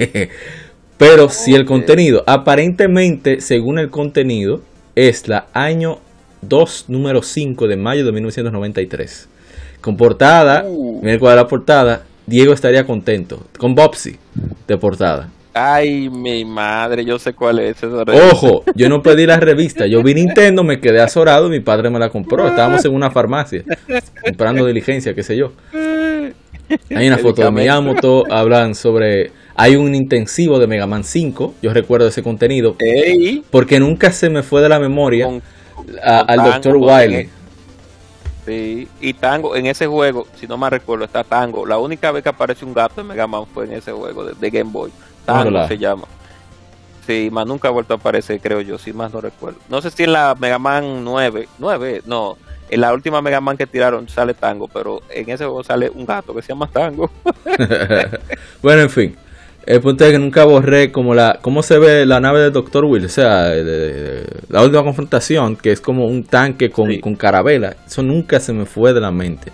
Pero si el contenido, aparentemente, según el contenido, es la año dos, número cinco de mayo de mil novecientos noventa y tres. Con portada, uh. miren cuál es la portada, Diego estaría contento. Con Bobsy de portada. Ay, mi madre, yo sé cuál es esa revista. Ojo, yo no pedí la revista, yo vi Nintendo, me quedé azorado y mi padre me la compró. Estábamos en una farmacia, comprando diligencia, qué sé yo. Hay una foto de Miyamoto, hablan sobre... Hay un intensivo de Mega Man cinco, yo recuerdo ese contenido, Ey. porque nunca se me fue de la memoria con, a, con al doctor Wily. Sí, y Tango, en ese juego, si no me recuerdo, está Tango. La única vez que aparece un gato en Mega Man fue en ese juego de, de Game Boy. Tango Hola. se llama. Sí, más nunca ha vuelto a aparecer, creo yo, si más no recuerdo. No sé si en la Mega Man nueve, nueve, no, en la última Mega Man que tiraron sale Tango, pero en ese juego sale un gato que se llama Tango. Bueno, en fin. El punto es que nunca borré como la cómo se ve la nave del doctor Will, o sea, de, de, de, la última confrontación, que es como un tanque con, sí. con carabela. Eso nunca se me fue de la mente.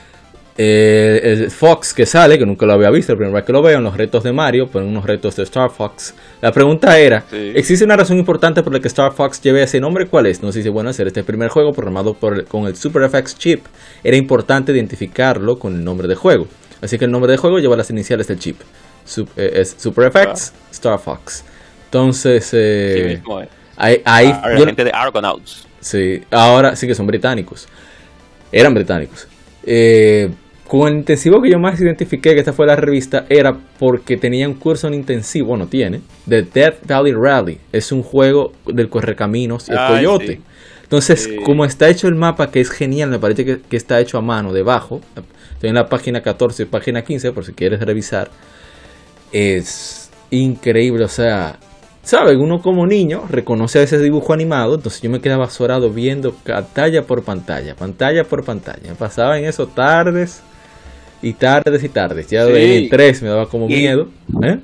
Eh, el Fox que sale, que nunca lo había visto, la primera vez que lo veo en los retos de Mario, pero en unos retos de Star Fox. La pregunta era, sí. ¿existe una razón importante por la que Star Fox lleve ese nombre? ¿Cuál es? No sé si bueno hacer este primer juego programado por, con el Super F X chip. Era importante identificarlo con el nombre de juego. Así que el nombre de juego lleva las iniciales del chip. Super, eh, es Super F X, ah. Star Fox. Entonces, eh, sí mismo, eh. ahí, ahí ah, yo, la gente de Argonauts. Sí, ahora sí que son británicos. Eran británicos. Eh, con el intensivo que yo más identifiqué, que esta fue la revista, era porque tenía un curso en intensivo, bueno, tiene, de Death Valley Rally. Es un juego del correcaminos y el Ay, coyote. Sí. Entonces, sí. como está hecho el mapa, que es genial, me parece que, que está hecho a mano debajo. Estoy en la página catorce, página quince, por si quieres revisar. Es increíble, o sea, ¿sabes? Uno como niño reconoce ese dibujo animado, entonces yo me quedaba azorado viendo pantalla por pantalla, pantalla por pantalla. Me pasaba en eso tardes y tardes y tardes. Ya sí. de tres me daba como y... miedo. ¿Eh?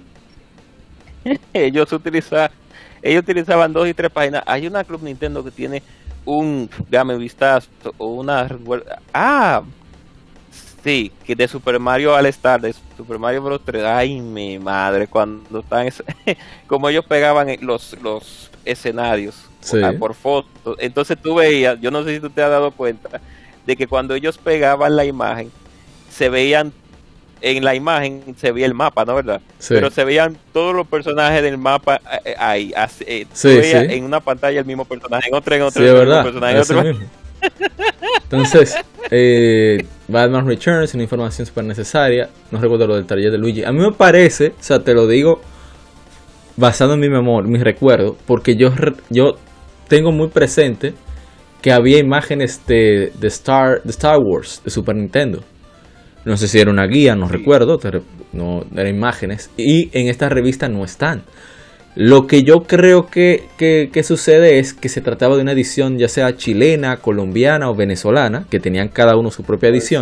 Ellos utilizaban, ellos utilizaban dos y tres páginas. Hay una Club Nintendo que tiene un, déjame vistazo, o una, ah, Sí, que de Super Mario All Star, de Super Mario Bros. tres. Ay, mi madre, cuando están... como ellos pegaban los, los escenarios sí. por, por fotos. Entonces tú veías, yo no sé si tú te has dado cuenta, de que cuando ellos pegaban la imagen, se veían... En la imagen se veía el mapa, ¿no? ¿Verdad? Sí. Pero se veían todos los personajes del mapa eh, ahí. Así, eh, sí, veías sí. en una pantalla el mismo personaje, en otra, en otra, sí, en otro verdad, personaje, en otro. Mismo. Entonces, eh, Batman Returns, una información súper necesaria. No recuerdo lo del taller de Luigi. A mí me parece, o sea, te lo digo basado en mi memoria, mis recuerdos, porque yo, yo tengo muy presente que había imágenes de, de, Star, de Star Wars, de Super Nintendo. No sé si era una guía, no sí. recuerdo, no, eran imágenes. Y en esta revista no están. Lo que yo creo que, que, que sucede es que se trataba de una edición ya sea chilena, colombiana o venezolana, que tenían cada uno su propia edición.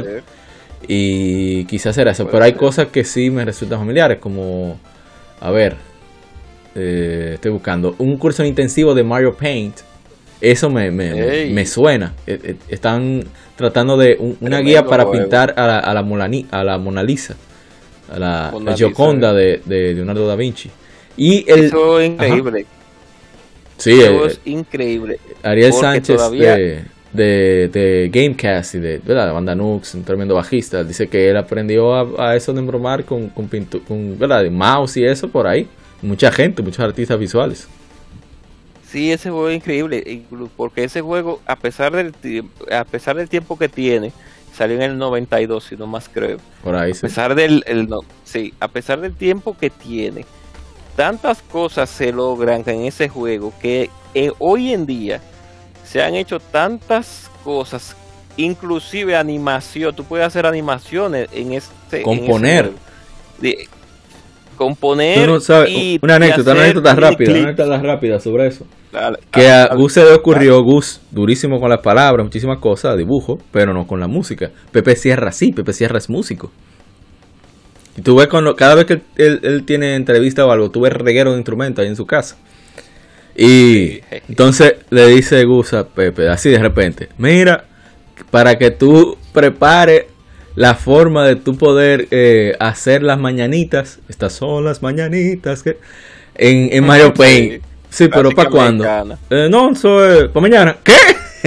Y quizás era eso. Puede Pero hay ser. cosas que sí me resultan familiares, como, a ver, eh, estoy buscando, un curso intensivo de Mario Paint. Eso me, me, me, me suena. Están tratando de un, una guía para juego. pintar a la, a, la Molani, a la Mona Lisa, a la, la Gioconda de, de Leonardo da Vinci. Y el, Eso es increíble. Ajá. Sí, Eso eh, es increíble. Ariel Sánchez todavía... de, de, de Gamecast y de, de la banda Nux, un tremendo bajista, dice que él aprendió a, a eso de embromar con, con, pintu, con ¿verdad? de mouse y eso por ahí. Mucha gente, muchos artistas visuales. Sí, ese juego es increíble, porque ese juego, a pesar del a pesar del tiempo que tiene, salió en el noventa y dos, si no más creo. Por ahí a sí. pesar del el, no, sí, a pesar del tiempo que tiene, tantas cosas se logran en ese juego que eh, hoy en día se han hecho tantas cosas, inclusive animación. Tú puedes hacer animaciones en este componer. En ese de, componer no sabes, y una anécdota, una anécdota rápida, una anécdota rápida sobre eso. Dale, que dale, a Gus se le ocurrió, dale. Gus, durísimo con las palabras, muchísimas cosas, dibujo, pero no con la música. Pepe Sierra sí, Pepe Sierra es músico. Y tú ves cuando, cada vez que él, él tiene entrevista o algo, tú ves reguero de instrumentos ahí en su casa. Y entonces le dice Gus a Pepe, así de repente, mira, para que tú prepares la forma de tu poder eh, hacer las mañanitas, estas son las mañanitas que en, en Mario Paint. Sí, pero ¿para cuándo? Eh, no, eso es para mañana. ¿Qué?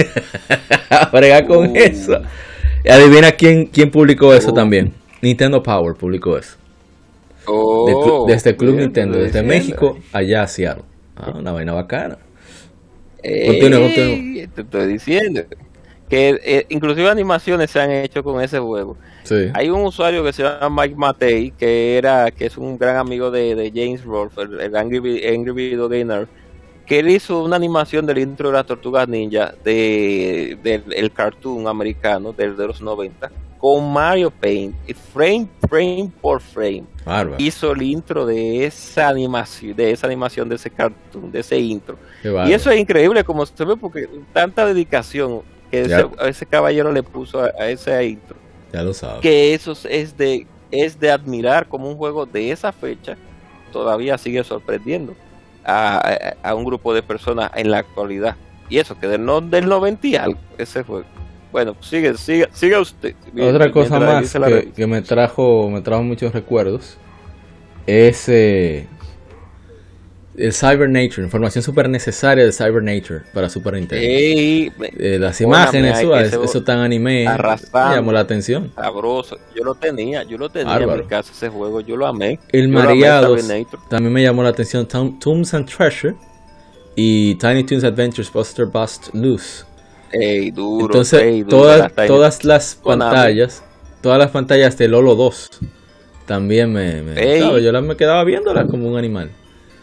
Bregar con uh. eso. Y adivina quién, quién publicó eso uh. también. Nintendo Power publicó eso. Oh, de, desde el Club Nintendo, desde México allá a Seattle. Ah, una vaina bacana. Continúa, continúa. Te estoy diciendo que eh, inclusive animaciones se han hecho con ese juego. Sí. Hay un usuario que se llama Mike Matei, que era que es un gran amigo de, de James Rolfe, el, el Angry, Angry Video Gamer, que él hizo una animación del intro de las Tortugas Ninja de, de, de el cartoon americano del de los noventa con Mario Paint, y frame frame por frame. Bárbaro. Hizo el intro de esa animación, de esa animación de ese cartoon, de ese intro. Y eso es increíble como se ve, porque tanta dedicación que ese, ese caballero le puso a, a ese intro. Ya lo sabes. Que eso es de es de admirar, como un juego de esa fecha todavía sigue sorprendiendo a, a, a un grupo de personas en la actualidad. Y eso que del, no, del noventa y algo, ese juego. Bueno, sigue, sigue, sigue usted. Otra cosa más que, que me trajo me trajo muchos recuerdos es eh, el Cybernature, información súper necesaria de Cybernature para Super Nintendo. Ey, eh, las imágenes, eso, eso, eso tan anime, me llamó la atención. Sabroso, yo lo tenía, yo lo tenía Bárbaro. En mi casa ese juego, yo lo amé. El Mareados también me llamó la atención, Tombs and Treasure y Tiny Toons Adventures Buster Bust Loose. Ey, duro, Entonces ey, duro, todas, todas las pantallas, todas las pantallas de Lolo dos también me, me ¿sabes? Yo las me quedaba viéndolas como un animal.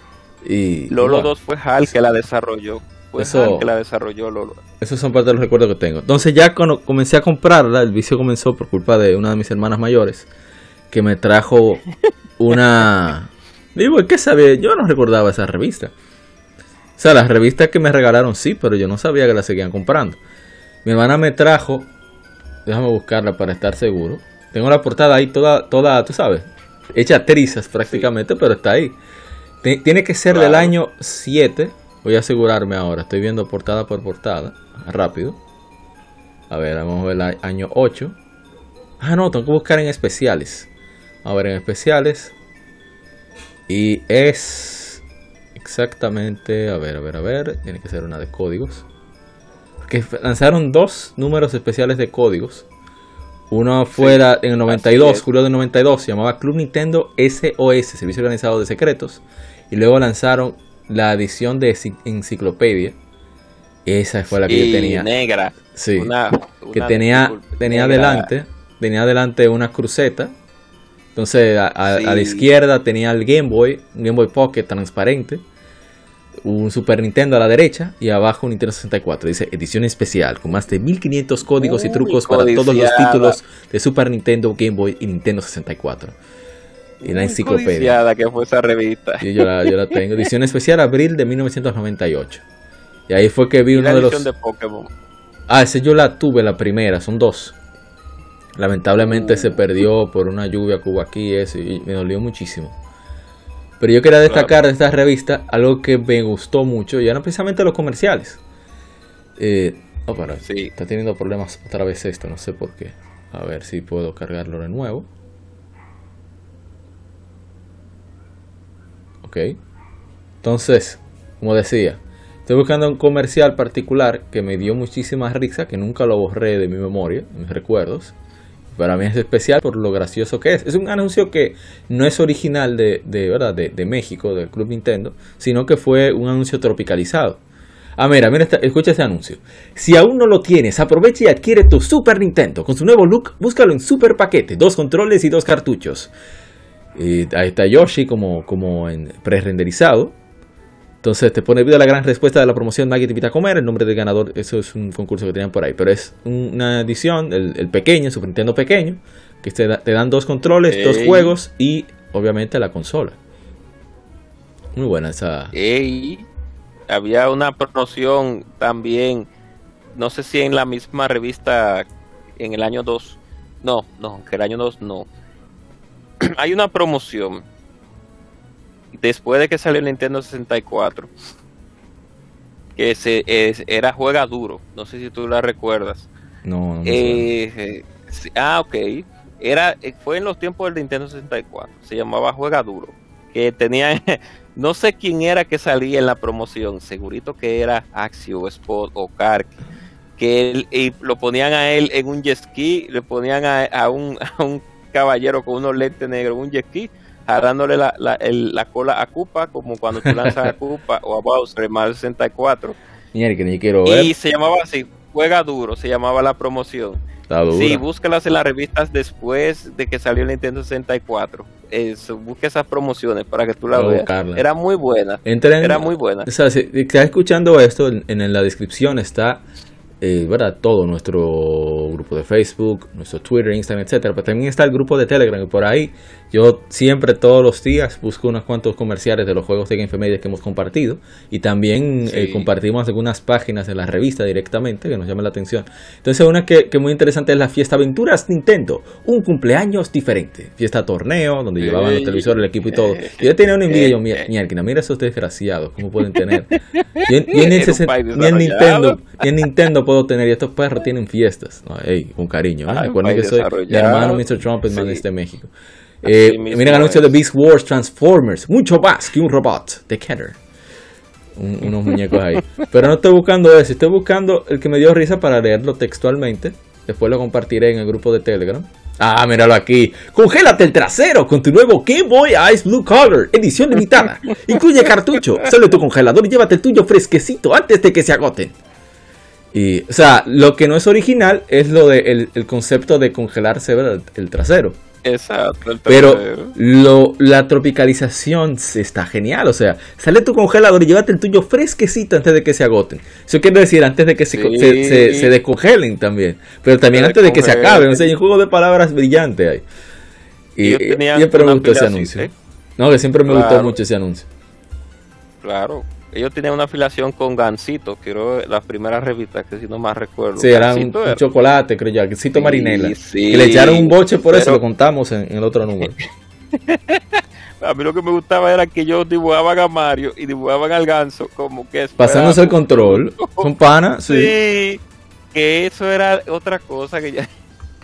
Y Lolo bueno, dos fue Hal que la desarrolló. Fue eso, Hal que la desarrolló Lolo. Esos son parte de los recuerdos que tengo. Entonces ya cuando comencé a comprarla, el vicio comenzó por culpa de una de mis hermanas mayores que me trajo una... Digo, ¿qué sabía? Yo no recordaba esa revista. O sea, las revistas que me regalaron sí, pero yo no sabía que las seguían comprando. Mi hermana me trajo, déjame buscarla para estar seguro. Tengo la portada ahí toda, toda, tú sabes, hecha trizas prácticamente, sí. Pero está ahí. Tiene que ser claro. Del año siete. Voy a asegurarme ahora. Estoy viendo portada por portada. Rápido. A ver, vamos a ver el año ocho. Ah, no, tengo que buscar en especiales. A ver, en especiales. Y es exactamente, a ver, a ver, a ver, tiene que ser una de códigos. Porque lanzaron dos números especiales de códigos. Uno fuera sí, en el noventa y dos, julio del noventa y dos, se llamaba Club Nintendo S O S, Servicio Organizado de Secretos. Y luego lanzaron la edición de Enciclopedia. Esa fue la que y yo tenía. Negra. Sí. Una, que una tenía, tenía negra. adelante, tenía adelante una cruceta. Entonces a, a, Sí. a la izquierda tenía el Game Boy, un Game Boy Pocket transparente, un Super Nintendo a la derecha y abajo un Nintendo sesenta y cuatro. Dice edición especial con más de mil quinientos códigos Muy y trucos para todos los títulos de Super Nintendo, Game Boy y Nintendo sesenta y cuatro. Y la enciclopedia. Que fue esa revista. Yo, yo, la, yo la tengo. Edición especial abril de mil novecientos noventa y ocho. Y ahí fue que vi y uno la de los... edición de Pokémon. Ah, ese yo la tuve, la primera, son dos. Lamentablemente Uh. se perdió por una lluvia que hubo aquí eso, y me dolió muchísimo. Pero yo quería destacar de esta revista algo que me gustó mucho, y eran precisamente los comerciales. Eh, oh, pero Sí. está teniendo problemas otra vez esto, no sé por qué. A ver si puedo cargarlo de nuevo. Ok. Entonces, como decía, estoy buscando un comercial particular que me dio muchísima risa, que nunca lo borré de mi memoria, de mis recuerdos. Para mí es especial por lo gracioso que es. Es un anuncio que no es original de, de, ¿verdad? de, de México, del Club Nintendo, sino que fue un anuncio tropicalizado. Ah, mira, mira esta, escucha este anuncio. Si aún no lo tienes, aprovecha y adquiere tu Super Nintendo. Con su nuevo look, búscalo en Super Paquete, dos controles y dos cartuchos. Y ahí está Yoshi como, como en pre-renderizado. Entonces te pone vida la gran respuesta de la promoción Maggie te invita a comer. El nombre del ganador, eso es un concurso que tenían por ahí. Pero es una edición, el, el pequeño, Super Nintendo pequeño, que te, da, te dan dos controles, Ey. dos juegos y obviamente la consola. Muy buena esa. Ey. Había una promoción también, no sé si en la misma revista en el año dos. No, no, que el año dos no. Hay una promoción después de que salió el Nintendo sesenta y cuatro, que se, es, era Juega Duro, no sé si tú la recuerdas. No, no me eh, eh, Ah, ok. Era, fue en los tiempos del Nintendo sesenta y cuatro, se llamaba Juega Duro, que tenía, no sé quién era que salía en la promoción, segurito que era Axio, Spot o Kark, que él, y lo ponían a él en un jet ski, le ponían a, a, un, a un caballero con unos lentes negros, un jet ski, jalándole la, la, el, la cola a Koopa, como cuando tú lanzas a Koopa o a Bowser en Mario sesenta y cuatro. Mira, que ni quiero ver. Y se llamaba así, Juega Duro, se llamaba la promoción. Está dura. Sí, búscalas en las revistas después de que salió el Nintendo sesenta y cuatro. Eso, busca esas promociones para que tú la veas. Era muy buena. Entren, era muy buena. O sea, si estás escuchando esto, en, en la descripción está Eh, ¿verdad? Todo nuestro grupo de Facebook, nuestro Twitter, Instagram, etcétera, pero también está el grupo de Telegram, y por ahí yo siempre todos los días busco unos cuantos comerciales de los juegos de Game Informer que hemos compartido, y también sí. eh, compartimos algunas páginas de la revista directamente que nos llaman la atención. Entonces una que, que muy interesante es la Fiesta Aventuras Nintendo, un cumpleaños diferente, fiesta torneo donde sí. llevaban los televisores, el equipo y todo. Y yo tenía una envidia, yo, mira, mira esos desgraciados, ¿cómo pueden tener? Yo, yo ni, ese, ni en Nintendo, ni en Nintendo puedo tener, y estos perros tienen fiestas. No, hey, con cariño, ¿eh? Ay, recuerden que soy mi hermano mister Trumpetman sí. de México. Eh, miren el anuncio de Beast Wars Transformers, mucho más que un robot de Kenner. Un, unos muñecos ahí. Pero no estoy buscando ese, estoy buscando el que me dio risa para leerlo textualmente. Después lo compartiré en el grupo de Telegram. Ah, míralo aquí. Congélate el trasero con tu nuevo Game Boy Ice Blue Color, edición limitada. Incluye cartucho. Sale tu congelador y llévate el tuyo fresquecito antes de que se agoten. Y, o sea, lo que no es original es lo de el, el concepto de congelarse, ¿verdad? El trasero. Exacto, el pero lo, la tropicalización está genial. O sea, sale tu congelador y llévate el tuyo fresquecito antes de que se agoten. Eso quiere decir antes de que se, sí. se, se, se descongelen también. Pero también se antes de que se acaben. O sea, hay un juego de palabras brillante ahí. Y, y siempre me gustó ese anuncio. ¿eh? No, que siempre me claro. gustó mucho ese anuncio. Claro. Ellos tenían una afiliación con Gansito, creo, las primeras revistas, que si no más recuerdo. Sí, era un, un chocolate, creo yo, Gansito sí, Marinela. Sí, que le echaron un boche por pero... eso, lo contamos en, en el otro número. A mí lo que me gustaba era que ellos dibujaban a Mario y dibujaban al ganso como que... pasándose el control, con pana, sí. Sí, que eso era otra cosa que ya...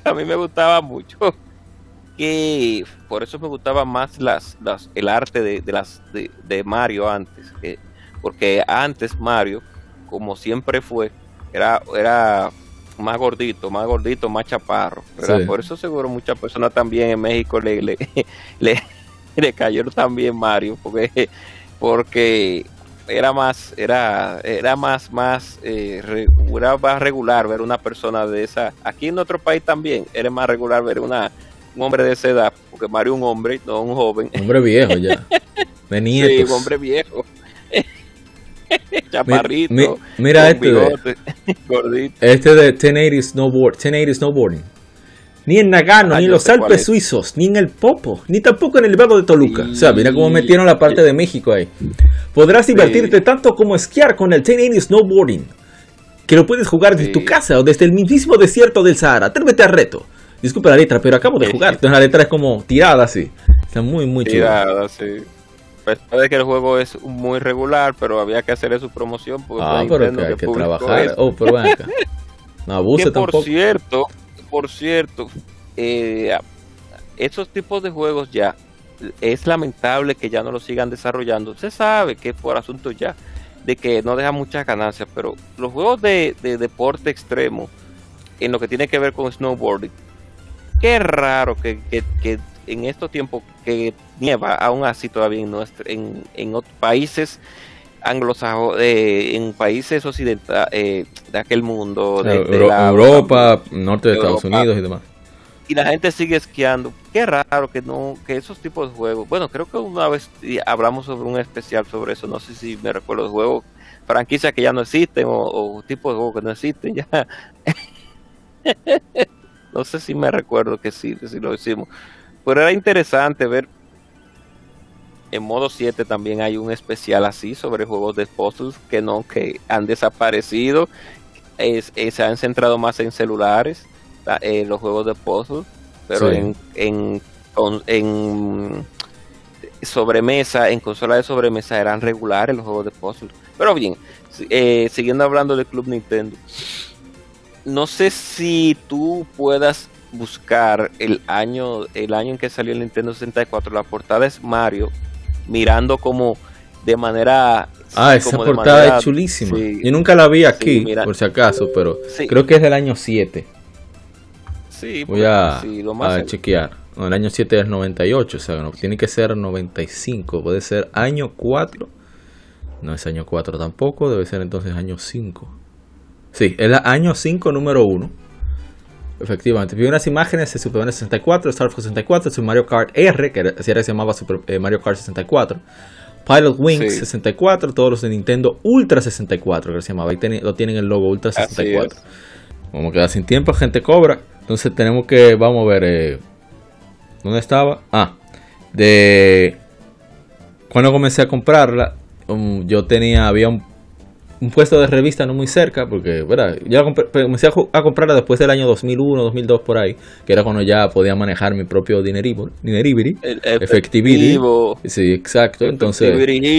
a mí me gustaba mucho. Que por eso me gustaba más las, las el arte de, de las de, de Mario antes, que, porque antes Mario, como siempre fue, era era más gordito, más gordito, más chaparro, ¿verdad? Sí. Por eso seguro muchas personas también en México le le, le, le cayó también Mario, porque porque era más era era más más eh, era más regular ver una persona de esa. Aquí en otro país también era más regular ver una un hombre de esa edad, porque Mario es un hombre, no un joven. Hombre viejo ya. De nietos. Sí, un hombre viejo. Chaparrito. Mi, mi, mira este bigote, de, gordito. Este de ten eighty Snowboard, ten eighty Snowboarding. Ni en Nagano, ah, ni en los Alpes suizos, ni en el Popo, ni tampoco en el Vago de Toluca. Y... O sea, mira cómo metieron la parte de México ahí. Podrás divertirte sí. tanto como esquiar con el ten eighty Snowboarding, que lo puedes jugar desde sí. tu casa o desde el mismísimo desierto del Sahara. Atrévete al reto. Disculpe la letra, pero acabo de jugar. Entonces la letra es como tirada así. Está muy, muy chido. Tirada, sí. Pues puede que el juego es muy regular, pero había que hacerle su promoción. Porque ah, pero que hay que trabajar. Eso. Oh, pero ven acá. No abuse por tampoco. Cierto, por cierto, eh, esos tipos de juegos ya, es lamentable que ya no los sigan desarrollando. Se sabe que es por asunto ya, de que no deja muchas ganancias, pero los juegos de, de deporte extremo, en lo que tiene que ver con snowboarding, qué raro que, que, que en estos tiempos que nieva, aún así todavía en, nuestro, en, en otros países anglosajones, eh, en países occidentales eh, de aquel mundo, de, Euro, de la, Europa, norte de, de Estados Europa, Unidos y demás. Y la gente sigue esquiando. Qué raro que no, que esos tipos de juegos. Bueno, creo que una vez hablamos sobre un especial sobre eso. No sé si me recuerdo de juegos, franquicias que ya no existen o, o tipos de juegos que no existen ya. No sé si me recuerdo que sí, que sí lo hicimos. Pero era interesante ver. En modo siete también hay un especial así sobre juegos de puzzles que no, que han desaparecido. Es, es, se han centrado más en celulares, eh, los juegos de puzzles, pero sí. en, en, con, en sobremesa, en consola de sobremesa eran regulares los juegos de puzzles. Pero bien, eh, siguiendo hablando del Club Nintendo, no sé si tú puedas buscar el año, el año en que salió el Nintendo sesenta y cuatro. La portada es Mario mirando como de manera ah esa portada manera, es chulísima, sí, yo nunca la vi aquí, sí, mira, por si acaso, pero sí. creo que es del año siete. Sí, voy a, sí, lo más a chequear. No, el año siete es noventa y ocho, o sea, no, tiene que ser noventa y cinco, puede ser año cuatro. No es año cuatro tampoco, debe ser entonces año cinco. Sí, es el año cinco, número uno. Efectivamente, vi unas imágenes de Super Mario sesenta y cuatro, Star Fox sesenta y cuatro, Super Mario Kart R, que así era que se llamaba Super eh, Mario Kart sesenta y cuatro, Pilot Wings sí. sesenta y cuatro, todos los de Nintendo Ultra sesenta y cuatro, que se llamaba, ahí ten, lo tienen el logo Ultra sesenta y cuatro. Vamos a quedar sin tiempo, gente cobra, entonces tenemos que, vamos a ver, eh, ¿dónde estaba? Ah, de cuando comencé a comprarla, um, yo tenía, había un un puesto de revista no muy cerca, porque ¿verdad? Ya comencé a, a comprarla después del año dos mil uno, dos mil dos por ahí, que era cuando ya podía manejar mi propio dineribri, dineribri efectivo. Sí, exacto. Entonces,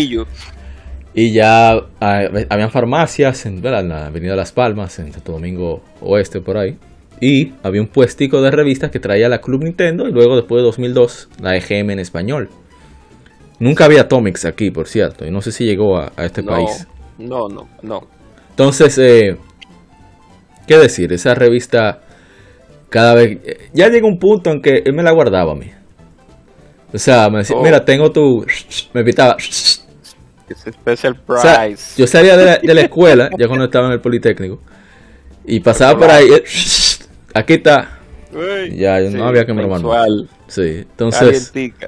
y ya ah, habían farmacias en, ¿verdad? en la Avenida Las Palmas, en Santo Domingo Oeste, por ahí, y había un puestico de revistas que traía la Club Nintendo, y luego después de dos mil dos la E G M en español. Nunca había Atomics aquí, por cierto, y no sé si llegó a, a este no. país. No, no, no. Entonces, eh, ¿qué decir? Esa revista, cada vez... Ya llega un punto en que él me la guardaba a mí. O sea, me decía, oh. mira, tengo tu... Me pitaba... Es special prize. O sea, yo salía de la, de la escuela, ya cuando estaba en el Politécnico, y pasaba por ahí... Aquí está. Uy, ya, sí, no había que me lo mandara. Sí, entonces...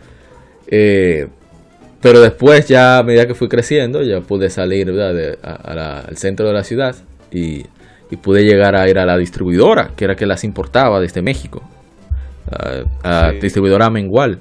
Eh... Pero después, ya a medida que fui creciendo, ya pude salir de, a, a la, al centro de la ciudad y, y pude llegar a ir a la distribuidora, que era que las importaba desde México, a, a sí. distribuidora mengual.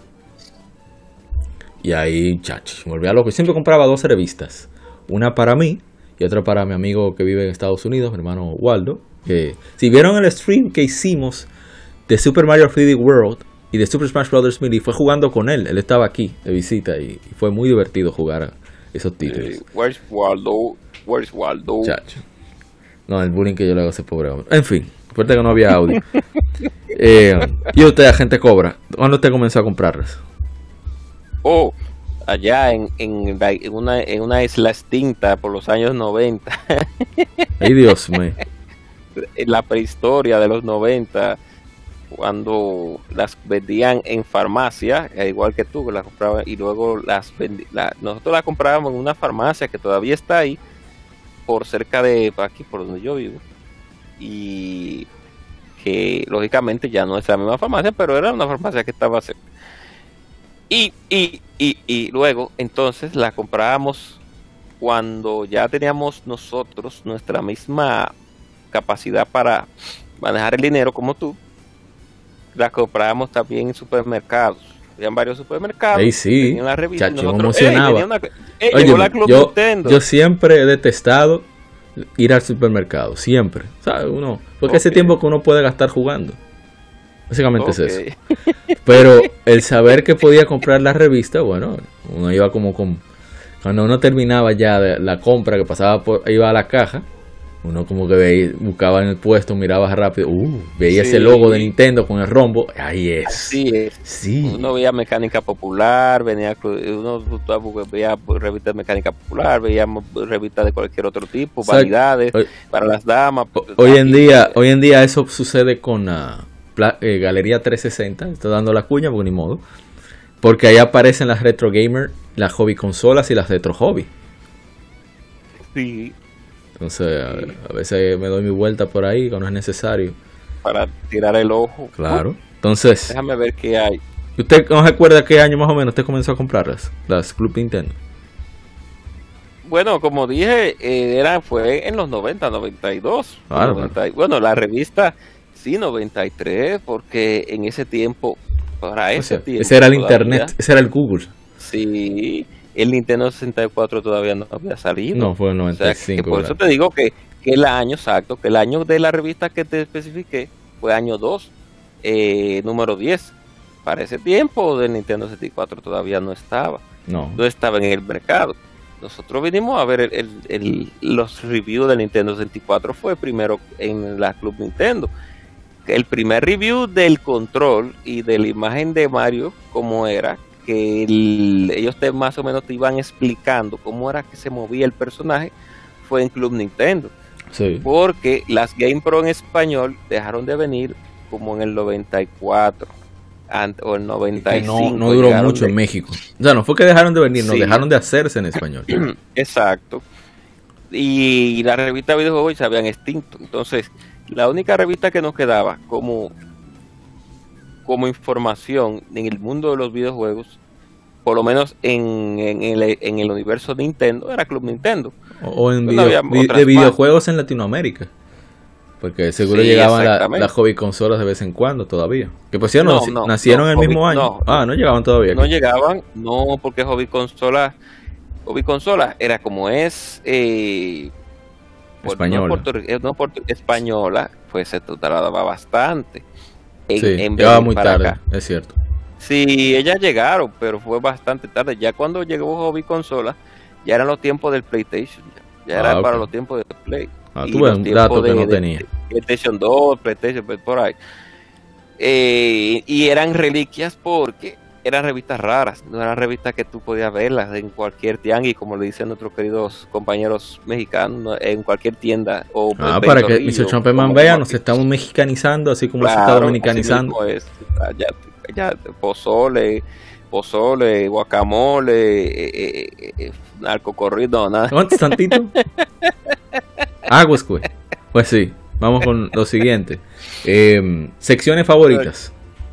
Y ahí, chacho, me volví a loco. Siempre compraba dos revistas, una para mí y otra para mi amigo que vive en Estados Unidos, mi hermano Waldo. Que si vieron el stream que hicimos de Super Mario tres D World y de Super Smash Bros. Melee, fue jugando con él. Él estaba aquí de visita y, y fue muy divertido jugar a esos títulos. Hey, where's Waldo? Where's Waldo? Chacho. No, el bullying que yo le hago a ese pobre hombre. En fin, suerte que no había audio. eh, ¿Y usted, agente Cobra? ¿Cuándo usted comenzó a comprarlas? Oh, allá en, en, en, una, en una isla extinta por los años noventa. Ay, Dios mío. En la prehistoria de los noventa, cuando las vendían en farmacia, igual que tú, que las compraban, y luego las vendi- la, nosotros las comprábamos en una farmacia que todavía está ahí, por cerca de aquí, por donde yo vivo, y que lógicamente ya no es la misma farmacia, pero era una farmacia que estaba cerca. Y, y, y, y luego, entonces, la comprábamos cuando ya teníamos nosotros nuestra misma capacidad para manejar el dinero como tú. La comprábamos también en supermercados. Habían varios supermercados. Ey, sí. Tenían la revista. Chacho, me emocionaba. Ey, una, ey, Oye, llegó la Club yo, Nintendo. yo siempre he detestado ir al supermercado. Siempre. ¿Sabes? Uno, porque ese Okay. tiempo que uno puede gastar jugando. Básicamente Okay. es eso. Pero el saber que podía comprar la revista, bueno, uno iba como con... Cuando uno terminaba ya de la compra, que pasaba por... Iba a la caja, uno como que veía, buscaba en el puesto, miraba rápido, uh, veía Sí. ese logo de Nintendo con el rombo, ahí es. Así es. Sí. Uno veía Mecánica Popular, venía uno veía revistas de Mecánica Popular, veíamos revistas de cualquier otro tipo, O sea, vanidades hoy, para las damas. hoy en día, hoy en día eso sucede con la uh, eh, Galería trescientos sesenta, estoy dando la cuña porque ni modo, porque ahí aparecen las retro gamer, las hobby consolas y las retro hobby. Sí. Entonces a, a veces me doy mi vuelta por ahí cuando es necesario. Para tirar el ojo. Claro. Entonces, Déjame ver qué hay. ¿usted no recuerda qué año más o menos usted comenzó a comprarlas? Las Club Nintendo. Bueno, como dije, eh, era, fue en los noventa, noventa y dos. Claro, noventa, bueno, la revista sí, noventa y tres, porque en ese tiempo, para ese O sea, tiempo. ese era el todavía, internet, ese era el Google. Sí, el Nintendo sesenta y cuatro todavía no había salido. No, fue en O sea, noventa y cinco. que por eso ¿verdad? te digo que, que el año exacto, que el año de la revista que te especifiqué fue año dos, eh, número diez. Para ese tiempo del Nintendo sesenta y cuatro todavía no estaba, No. no estaba en el mercado. Nosotros vinimos a ver el, el, el, los reviews del Nintendo sesenta y cuatro, fue primero en la Club Nintendo. El primer review del control y de la imagen de Mario, como era, que el, ellos te más o menos te iban explicando cómo era que se movía el personaje, fue en Club Nintendo. Sí. Porque las Game Pro en español dejaron de venir como en el noventa y cuatro o el noventa y Que cinco. no, no duró mucho de... en México. O sea, no fue que dejaron de venir, no, Sí. dejaron de hacerse en español. Exacto. Y la revista de videojuegos se habían extinto. Entonces, la única revista que nos quedaba como, como información en el mundo de los videojuegos, por lo menos en, en, el, en el universo Nintendo, era Club Nintendo. O, o en No video, había vi- otras de más. videojuegos en Latinoamérica. Porque seguro Sí, llegaban la- exactamente. las hobby consolas de vez en cuando todavía. Que por cierto, No, naci- no, nacieron no, el hobby- mismo año. no, ah, no llegaban todavía. No llegaban, no, porque Hobby Consola, Hobby Consola era como es eh, por- Española. no, puertorri- eh, no puerto- española, pues se tardaba bastante. En, Sí, en llegaba venir muy para tarde, acá. es cierto. Sí, ellas llegaron, pero fue bastante tarde. Ya cuando llegó Hobby Consola, ya eran los tiempos del PlayStation. Ya, ya Ah, era ok. para los tiempos de Play. Ah, Y tú ves los un tiempos dato que de- no de- tenía. de PlayStation dos, PlayStation, pues, por ahí. Eh, y eran reliquias porque eran revistas raras, no eran revistas que tú podías verlas en cualquier tianguis, como le dicen nuestros queridos compañeros mexicanos, ¿no? En cualquier tienda. O Ah, en para que Ventorrillo, mister Chomperman como- vea, como nos aquí. estamos mexicanizando, así como se Claro, está así dominicanizando. mismo es. Ya, ya, pozole, pozole, guacamole, eh, eh, eh, eh, narcocorrido, no, nada. ¿Cuántos tantito? Aguas, pues. Pues sí, vamos con lo siguiente. Eh, secciones favoritas.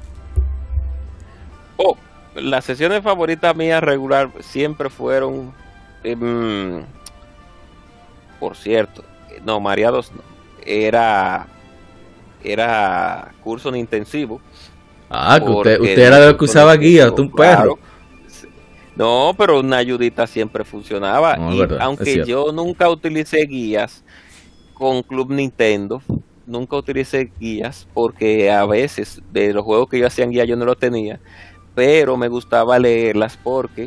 Oh, las sesiones favoritas mías regular siempre fueron, em, por cierto, no, mareados no, era, era curso intensivo. Ah, que usted, Porque usted era de los que usaba guía, usted un claro. perro. No, pero una ayudita siempre funcionaba. No, es y verdad, es aunque cierto. yo nunca utilicé guías con Club Nintendo, nunca utilicé guías porque a veces de los juegos que yo hacía en guía yo no los tenía, pero me gustaba leerlas porque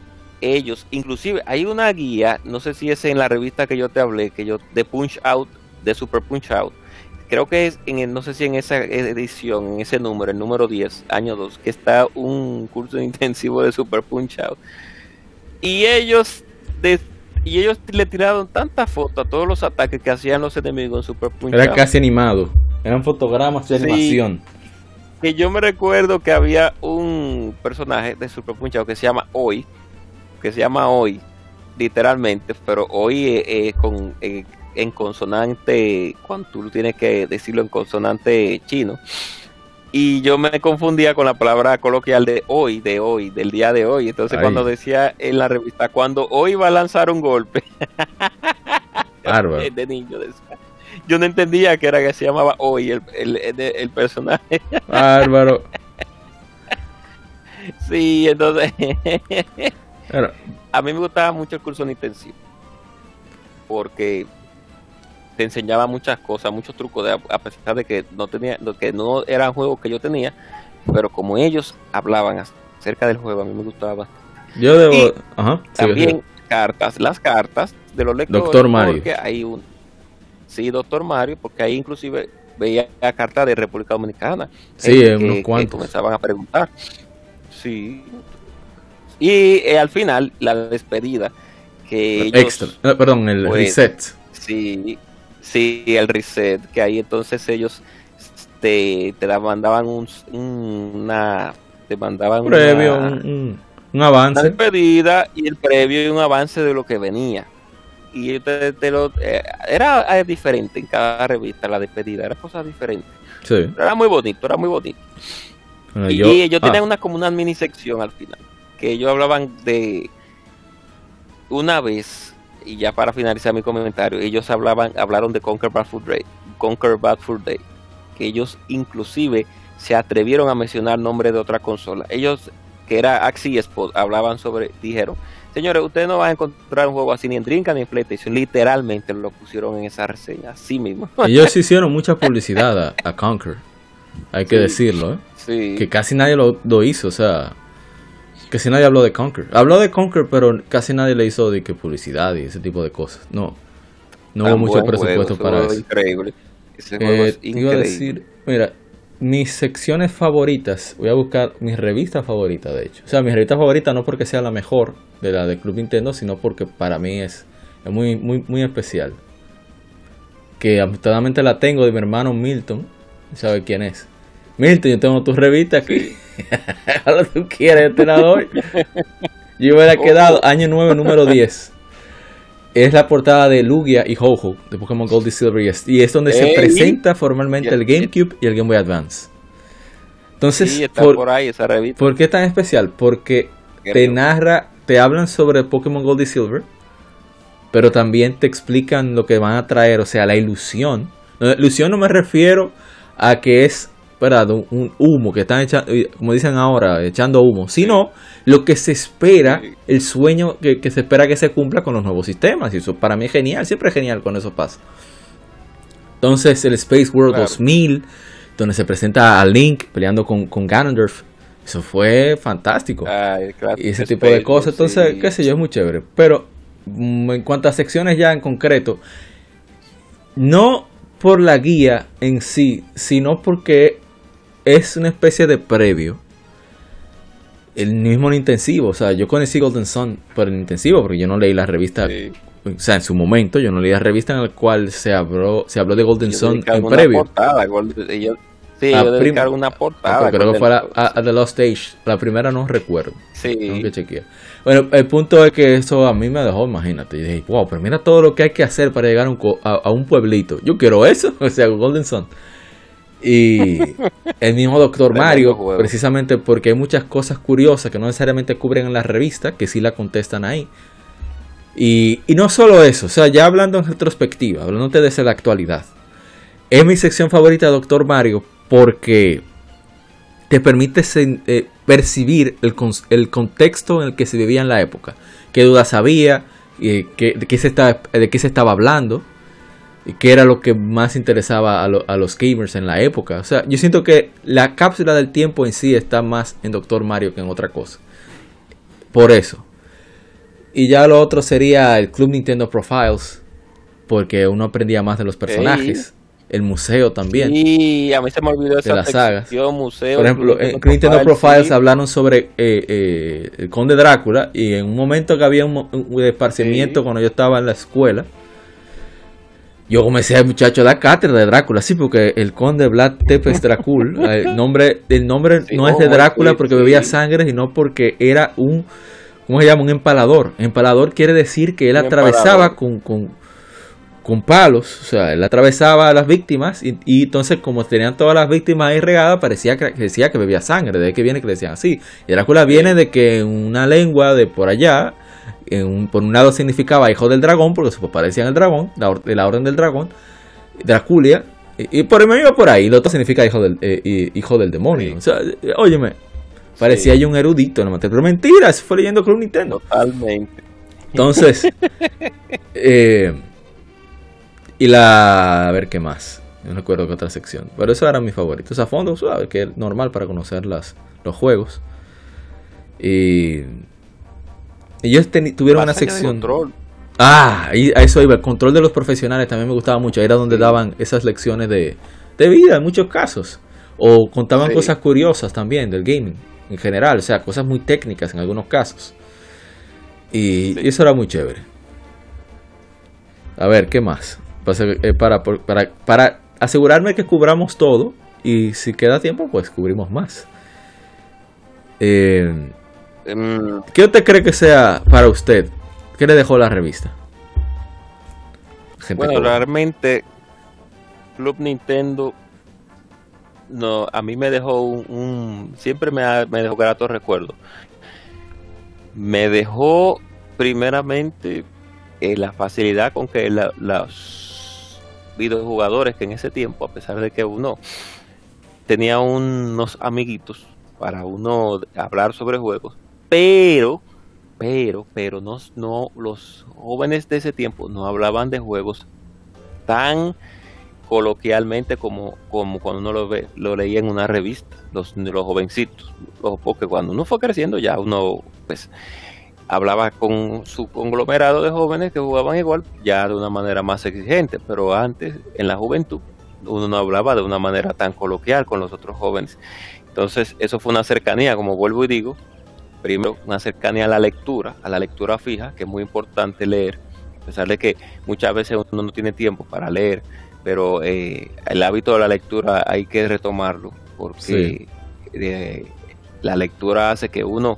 ellos, inclusive hay una guía, no sé si es en la revista que yo te hablé, que yo de Punch Out de Super Punch Out. Creo que es, en el, no sé si en esa edición, en ese número, el número diez, año dos, que está un curso intensivo de Super Punch Out. Y ellos, de, y ellos le tiraron tantas fotos a todos los ataques que hacían los enemigos en Super Punch Out. Era casi animado, eran fotogramas de sí, animación. Que yo me recuerdo que había un personaje de Super Punch Out que se llama Oi, que se llama Oi, literalmente, pero Oi eh, eh, con... Eh, en consonante, cuando tú tienes que decirlo en consonante chino, y yo me confundía con la palabra coloquial de hoy, de hoy, del día de hoy. Entonces, Ay. cuando decía en la revista, cuando hoy va a lanzar un golpe, Bárbaro. de niño, decía, yo no entendía que era que se llamaba hoy el, el, el, el personaje. Bárbaro. Sí, entonces, Pero... a mí me gustaba mucho el curso intensivo, porque te enseñaba muchas cosas, muchos trucos, de, a pesar de que no tenía, que no eran juegos que yo tenía, pero como ellos hablaban acerca del juego, a mí me gustaba bastante. Yo debo, y ajá, también sí, cartas, las cartas de los lectores. Doctor Mario. Porque hay un, sí, Doctor Mario, porque ahí inclusive veía cartas de República Dominicana. Sí, eh, unos que, cuantos. Que comenzaban a preguntar. Sí. Y eh, al final, la despedida. Que ellos, Extra, no, perdón, el pues, reset. Sí, sí, el reset, que ahí entonces ellos te, te la mandaban un, una, te mandaban un previo, una, un, un, un avance. Una despedida y el previo y un avance de lo que venía. Y te, te lo, eh, era eh, diferente en cada revista, la despedida, era cosa diferente. Sí. Pero era muy bonito, era muy bonito. Bueno, y, yo, y ellos ah. tenían una como una mini sección al final, que ellos hablaban de una vez, y ya para finalizar mi comentario, ellos hablaban, hablaron de Conquer Bad Fur Day, Conquer Bad Fur Day, que ellos inclusive se atrevieron a mencionar nombre de otra consola. Ellos, que era Axie Spot, hablaban sobre, dijeron, señores, ustedes no van a encontrar un juego así ni en Dreamcast ni en PlayStation. Literalmente lo pusieron en esa reseña, así mismo. Ellos hicieron mucha publicidad a, a Conquer, hay que sí, decirlo, ¿eh? Sí. Que casi nadie lo, lo hizo, o sea, casi nadie habló de Conquer. Habló de Conquer, pero casi nadie le hizo de que publicidad y ese tipo de cosas. No, no hubo mucho presupuesto juego, para eso. Increíble. Ese eh, juego es te increíble. Iba a decir, mira, mis secciones favoritas, voy a buscar mis revistas favoritas, de hecho. O sea, mi revista favorita no porque sea la mejor de la de Club Nintendo, sino porque para mí es, es muy, muy, muy especial. Que afortunadamente la tengo de mi hermano Milton, ¿sabe quién es? Milton, yo tengo tu revista aquí. Ahora tú quieres, te la doy. Yo hubiera quedado año nueve, número diez. Es la portada de Lugia y Ho-Ho de Pokémon Gold y Silver, y es donde se Ey. presenta formalmente el GameCube y el Game Boy Advance. Entonces, Sí, está por, por ahí esa revista. ¿por qué tan especial? Porque te narra, te hablan sobre Pokémon Gold y Silver, pero también te explican lo que van a traer, o sea, la ilusión. La ilusión no me refiero a que es, ¿verdad?, un, un humo que están echando, como dicen ahora, echando humo, sino lo que se espera, el sueño que, que se espera que se cumpla con los nuevos sistemas. Y eso para mí es genial, siempre es genial cuando eso pasa. Entonces el Space World claro. dos mil, donde se presenta a Link peleando con, con Ganondorf, eso fue fantástico. Ay, claro, y ese tipo de cosas, entonces, sí. qué sé yo, es muy chévere. Pero en cuanto a secciones ya en concreto, no por la guía en sí, sino porque es una especie de previo. El mismo intensivo, o sea, yo conocí Golden Sun por el intensivo, porque yo no leí la revista, sí. O sea, en su momento, yo no leí la revista en la cual se habló, se habló de Golden yo Sun en previo. Portada, Golden, yo, sí, la yo dedicar una portada. Okay, creo que fue a, a, a The Lost Age, la primera no recuerdo. Sí. Tengo que chequear. Bueno, el punto es que eso a mí me dejó, imagínate, y dije, wow, pero mira todo lo que hay que hacer para llegar a un, a, a un pueblito. Yo quiero eso, o sea, Golden Sun. Y el mismo Doctor Mario, precisamente porque hay muchas cosas curiosas que no necesariamente cubren en la revista, que sí la contestan ahí. Y, y no solo eso, o sea, ya hablando en retrospectiva, hablándote desde la actualidad, es mi sección favorita de Doctor Mario porque te permite eh, percibir el, el contexto en el que se vivía en la época. Qué dudas había, eh, qué, de, qué se estaba, de qué se estaba hablando, y qué era lo que más interesaba a, lo, a los gamers en la época. O sea, yo siento que la cápsula del tiempo en sí está más en Doctor Mario que en otra cosa. Por eso. Y ya lo otro sería el Club Nintendo Profiles, porque uno aprendía más de los personajes. Ey. El museo también. Y a mí se me olvidó esa de las sagas. Museo, por ejemplo, en Nintendo Profiles, Profiles sí. hablaron sobre eh, eh, el Conde Drácula, y en un momento que había un, un esparcimiento sí. cuando yo estaba en la escuela, yo comencé al muchacho a dar cátedra de Drácula, sí, porque el Conde Vlad Tepes Dracul, el nombre, el nombre sí, no es de Drácula sí, porque sí. bebía sangre, sino porque era un, ¿cómo se llama? Un empalador. Empalador quiere decir que él un atravesaba con, con con palos, o sea, él atravesaba a las víctimas y, y entonces como tenían todas las víctimas ahí regadas, parecía que, que decía que bebía sangre. ¿De ahí que viene que le decían así? Y Drácula viene de que una lengua de por allá, en un, por un lado significaba hijo del dragón, porque se parecían el dragón, la, de la orden del dragón, Draculia, y, y por el medio por ahí, lo otro significa hijo del, eh, hijo del demonio. O sea, óyeme, parecía sí. yo un erudito, no, pero mentira, se fue leyendo Club Nintendo. Totalmente. Entonces, eh... y la... a ver qué más. No recuerdo qué otra sección. Pero eso era mi favorito. O sea, fondo suave, que es normal para conocer las, los juegos. Y... y ellos ten, tuvieron una sección... Control. Ah, y a eso iba. El control de los profesionales también me gustaba mucho. Era donde sí. daban esas lecciones de, de vida en muchos casos. O contaban sí. cosas curiosas también del gaming en general. O sea, cosas muy técnicas en algunos casos. Y, sí. y eso era muy chévere. A ver, ¿qué más? Para, para, para asegurarme que cubramos todo, y si queda tiempo pues cubrimos más. eh, um, ¿Qué usted cree que sea para usted? ¿Qué le dejó la revista? Gente bueno, joven. Realmente Club Nintendo no, a mí me dejó un, un siempre me, ha, me dejó gratos recuerdos. Me dejó primeramente eh, la facilidad con que la, los videojugadores, que en ese tiempo, a pesar de que uno tenía unos amiguitos para uno hablar sobre juegos, pero pero pero no, no los jóvenes de ese tiempo no hablaban de juegos tan coloquialmente como, como cuando uno lo ve, lo leía en una revista, los, los jovencitos, porque cuando uno fue creciendo ya uno pues hablaba con su conglomerado de jóvenes que jugaban igual, ya de una manera más exigente, pero antes, en la juventud, uno no hablaba de una manera tan coloquial con los otros jóvenes. Entonces, eso fue una cercanía, como vuelvo y digo, primero, una cercanía a la lectura, a la lectura fija, que es muy importante leer, a pesar de que muchas veces uno no tiene tiempo para leer, pero eh, el hábito de la lectura hay que retomarlo, porque sí. eh, la lectura hace que uno...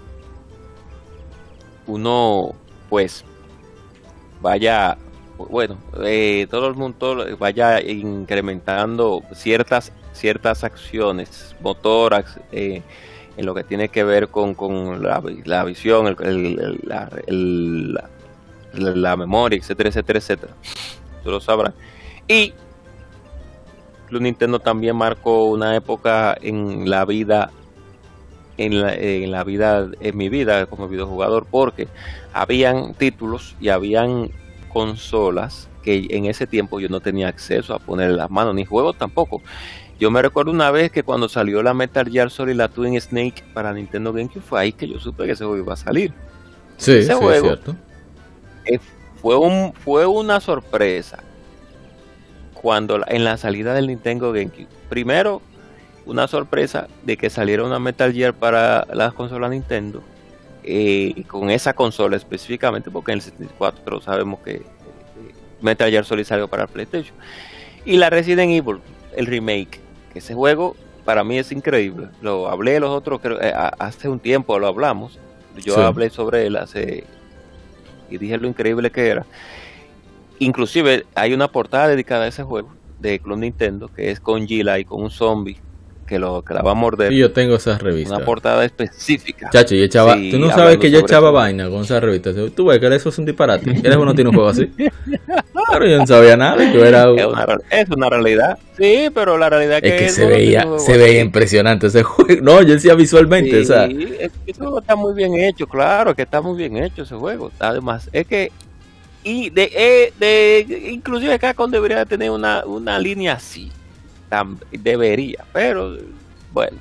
uno pues vaya bueno eh, todo el mundo vaya incrementando ciertas ciertas acciones motoras eh, en lo que tiene que ver con, con la, la visión el, el, la, el, la, la memoria, etcétera, etcétera, etcétera. Ustedes lo sabrán. Y Club Nintendo también marcó una época en la vida En la, en la vida, en mi vida como videojugador, porque habían títulos y habían consolas que en ese tiempo yo no tenía acceso a poner en las manos, ni juegos tampoco. Yo me recuerdo una vez que cuando salió la Metal Gear Solid, la Twin Snake para Nintendo GameCube, fue ahí que yo supe que ese juego iba a salir. Sí, ese sí, juego es cierto. Eh, fue, un, fue una sorpresa cuando en la salida del Nintendo GameCube. Primero, una sorpresa de que saliera una Metal Gear para las consolas Nintendo, eh, y con esa consola específicamente, porque en el setenta y cuatro sabemos que eh, Metal Gear Solid salió para PlayStation, y la Resident Evil, el remake, que ese juego para mí es increíble. Lo hablé los otros, creo, eh, hace un tiempo lo hablamos, yo sí. hablé sobre él hace y dije lo increíble que era. Inclusive hay una portada dedicada a ese juego de Club Nintendo, que es con Gila y con un zombie que lo que la va a morder. Y yo tengo esas revistas. Una portada específica. Chacho, yo echaba, sí, tú no sabes que yo echaba eso. Vaina con esas revistas. Tú ves que eso es un disparate. ¿Eres uno tiene un juego así? Pero yo no sabía nada. Yo era un... es, una, es una realidad. Sí, pero la realidad es que, que es se veía, se veía impresionante ese juego. No, yo decía visualmente, sí, o sea. Es que ese juego está muy bien hecho, claro, que está muy bien hecho ese juego. Además, es que y de, eh, de inclusive Capcom debería tener una, una línea así. Tan, debería, pero bueno.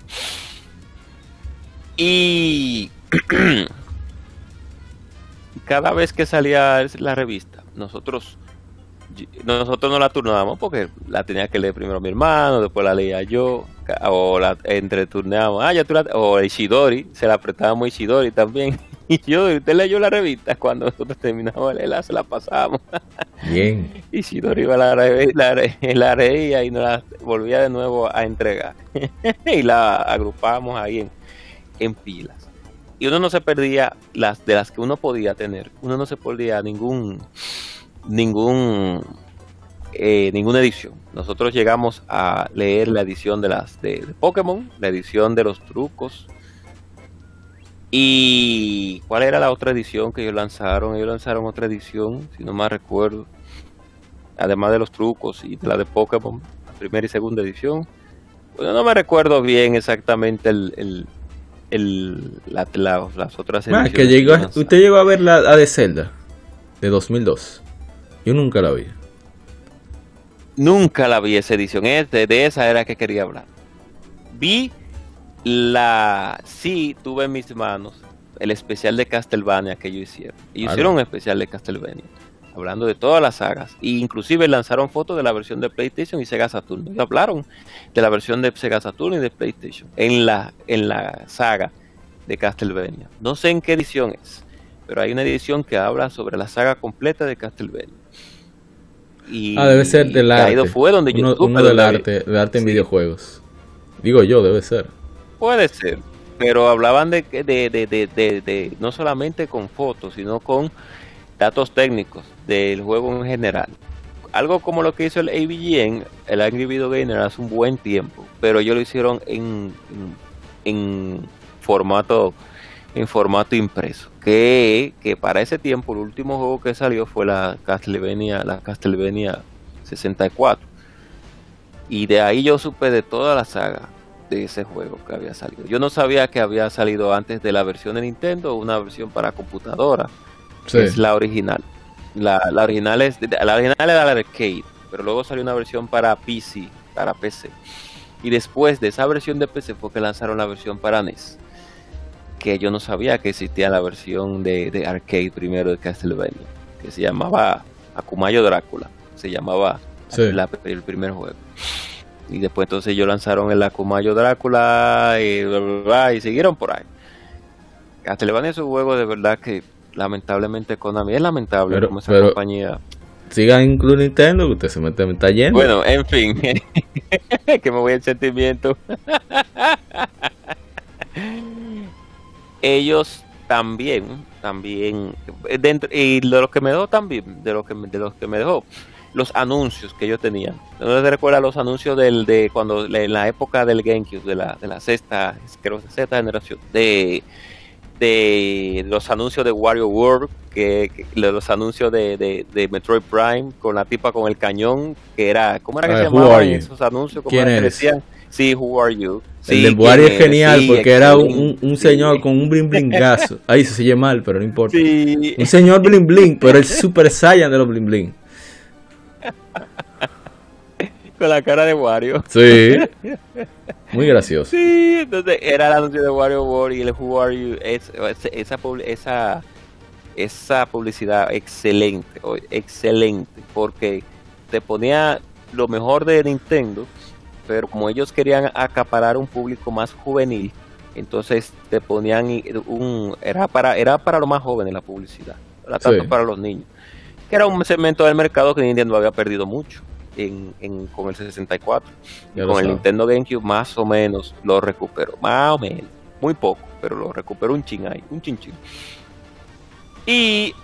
Y cada vez que salía la revista, nosotros nosotros no la turnábamos porque la tenía que leer primero mi hermano, después la leía yo, o la entreturneábamos, ah, ya tú la, o Ishidori, se la apretábamos Ishidori también, y yo, usted leyó la revista, cuando nosotros terminábamos de leerla, se la pasábamos. Bien. Ishidori iba a la, la, la leía y nos la volvía de nuevo a entregar, y la agrupábamos ahí en, en pilas. Y uno no se perdía las de las que uno podía tener, uno no se perdía ningún ningún eh, ninguna edición. Nosotros llegamos a leer la edición de las de, de Pokémon, la edición de los trucos. ¿Y cuál era la otra edición que ellos lanzaron? Ellos lanzaron otra edición, si no mal recuerdo, además de los trucos y de la de Pokémon, la primera y segunda edición. Bueno, no me recuerdo bien exactamente el, el El, la, la, las otras ah, que llegó, que usted llegó a ver la, la de Zelda de dos mil dos. Yo nunca la vi. Nunca la vi esa edición. Este, de esa era que quería hablar. Vi la... Sí, tuve en mis manos el especial de Castlevania que ellos hicieron. Ellos claro. hicieron un especial de Castlevania, hablando de todas las sagas. E inclusive lanzaron fotos de la versión de PlayStation y Sega Saturn. Ellos hablaron de la versión de Sega Saturn y de PlayStation en la, en la saga de Castlevania. No sé en qué edición es, pero hay una edición que habla sobre la saga completa de Castlevania. Y ah, debe ser del arte. Ahí fue donde uno, yo uno del arte, del arte en sí. videojuegos. Digo yo, debe ser. Puede ser, pero hablaban de, de, de, de, de, de, de no solamente con fotos, sino con datos técnicos del juego en general. Algo como lo que hizo el A V G N, el Angry Video Gamer, hace un buen tiempo, pero ellos lo hicieron en, en, en formato en formato impreso. Que, que para ese tiempo el último juego que salió fue la Castlevania, la Castlevania sesenta y cuatro. Y de ahí yo supe de toda la saga de ese juego que había salido. Yo no sabía que había salido antes de la versión de Nintendo, una versión para computadora. Sí. Es la original. La, la original es la original era la arcade, pero luego salió una versión para P C, para P C. Y después de esa versión de P C fue que lanzaron la versión para N E S. Que yo no sabía que existía la versión de, de arcade primero de Castlevania, que se llamaba Akumayo Drácula, se llamaba sí. la, el primer juego. Y después entonces ellos lanzaron el Akumayo Drácula y, bla, bla, bla, y siguieron por ahí. Castlevania es un juego de verdad que lamentablemente Konami es lamentable pero, como esa pero compañía. Sigan en Club Nintendo, que usted se mete, me está yendo. Bueno, en fin, que me voy el sentimiento. Ellos también, también, dentro, y de lo que me dejó también, de lo que de los que me dejó, los anuncios que yo tenía. ¿No se recuerda los anuncios del de cuando en la época del GameCube, de la de la sexta, creo que sexta generación, de de los anuncios de Wario World, que, que los anuncios de, de, de Metroid Prime con la tipa con el cañón, que era, ¿cómo era que uh, se llamaban esos anuncios? ¿Cómo era que decían? Sí, who are you? Sí, el de Wario es genial sí, porque era un, un señor sí. con un bling blingazo. Ahí se oye mal, pero no importa. Sí. Un señor bling bling, pero el Super Saiyan de los bling bling. Con la cara de Wario. Sí. Muy gracioso. Sí, entonces era el anuncio de Wario World y el Who Are You. Es, esa, esa, esa publicidad excelente, excelente, porque te ponía lo mejor de Nintendo, pero como ellos querían acaparar un público más juvenil, entonces te ponían un era para era para los más jóvenes la publicidad, era tanto sí. para los niños, que era un segmento del mercado que Nintendo había perdido mucho en, en con el sesenta y cuatro ya y con el sabe. Nintendo GameCube más o menos lo recuperó, más o menos, muy poco, pero lo recuperó un chin ahí, un chin chin. Y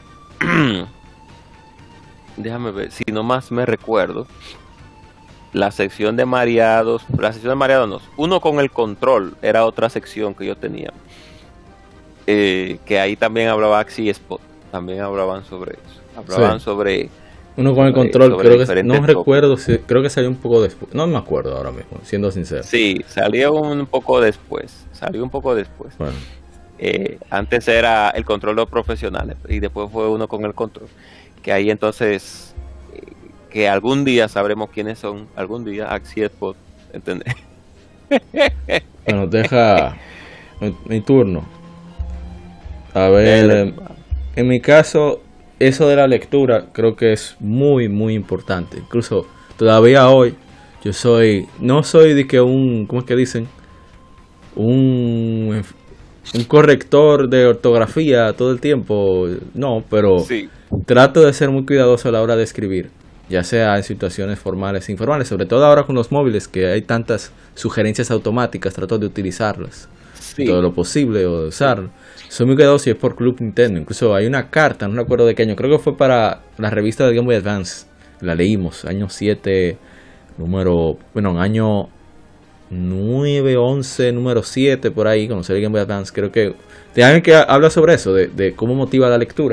déjame ver, si no más me recuerdo, la sección de mareados, la sección de mareados no, uno con el control era otra sección que yo tenía, eh, que ahí también hablaba Axie Spot, también hablaban sobre eso, hablaban sí. sobre uno con el control, sobre creo que no toques. recuerdo, si, creo que salió un poco después, no me acuerdo ahora mismo, siendo sincero. Sí, salió un poco después, salió un poco después. Bueno. Eh, antes era el control de los profesionales y después fue uno con el control, que ahí entonces eh, que algún día sabremos quiénes son, algún día Axie Spot, ¿entendés? Bueno, deja mi, mi turno. A ver, en, en mi caso eso de la lectura creo que es muy, muy importante. Incluso todavía hoy yo soy, no soy de que un, ¿cómo es que dicen? Un, un corrector de ortografía todo el tiempo, no, pero sí. Trato de ser muy cuidadoso a la hora de escribir, ya sea en situaciones formales e informales, sobre todo ahora con los móviles que hay tantas sugerencias automáticas, trato de utilizarlas sí. todo lo posible o de usarlo. Soy muy cuidadoso y es por Club Nintendo. Incluso hay una carta, no me acuerdo de qué año, creo que fue para la revista de Game Boy Advance. La leímos, año siete, número, bueno, año nueve, once, número siete, por ahí, conocer el Game Boy Advance. Creo que de alguien que habla sobre eso, de, de cómo motiva la lectura.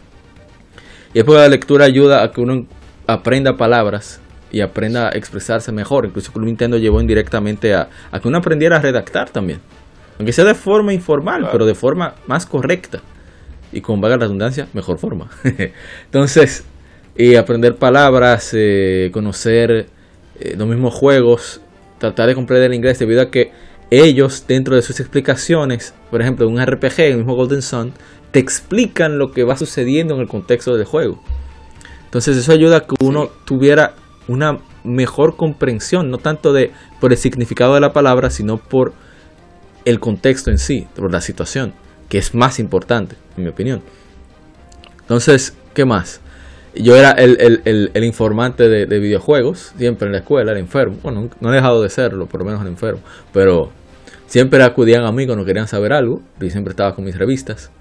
Y es porque la lectura ayuda a que uno aprenda palabras y aprenda a expresarse mejor. Incluso Club Nintendo llevó indirectamente a, a que uno aprendiera a redactar también. Aunque sea de forma informal, claro. pero de forma más correcta. Y con vaga redundancia, mejor forma. Entonces, y aprender palabras, eh, conocer eh, los mismos juegos, tratar de comprender el inglés, debido a que ellos, dentro de sus explicaciones, por ejemplo, en un R P G, el mismo Golden Sun, te explican lo que va sucediendo en el contexto del juego. Entonces eso ayuda a que uno sí. tuviera una mejor comprensión, no tanto de por el significado de la palabra, sino por el contexto en sí, por la situación, que es más importante, en mi opinión. Entonces, ¿qué más? Yo era el, el, el, el informante de, de videojuegos, siempre en la escuela, era enfermo. Bueno, no he dejado de serlo, por lo menos el enfermo, pero siempre acudían a mí cuando querían saber algo. Yo siempre estaba con mis revistas.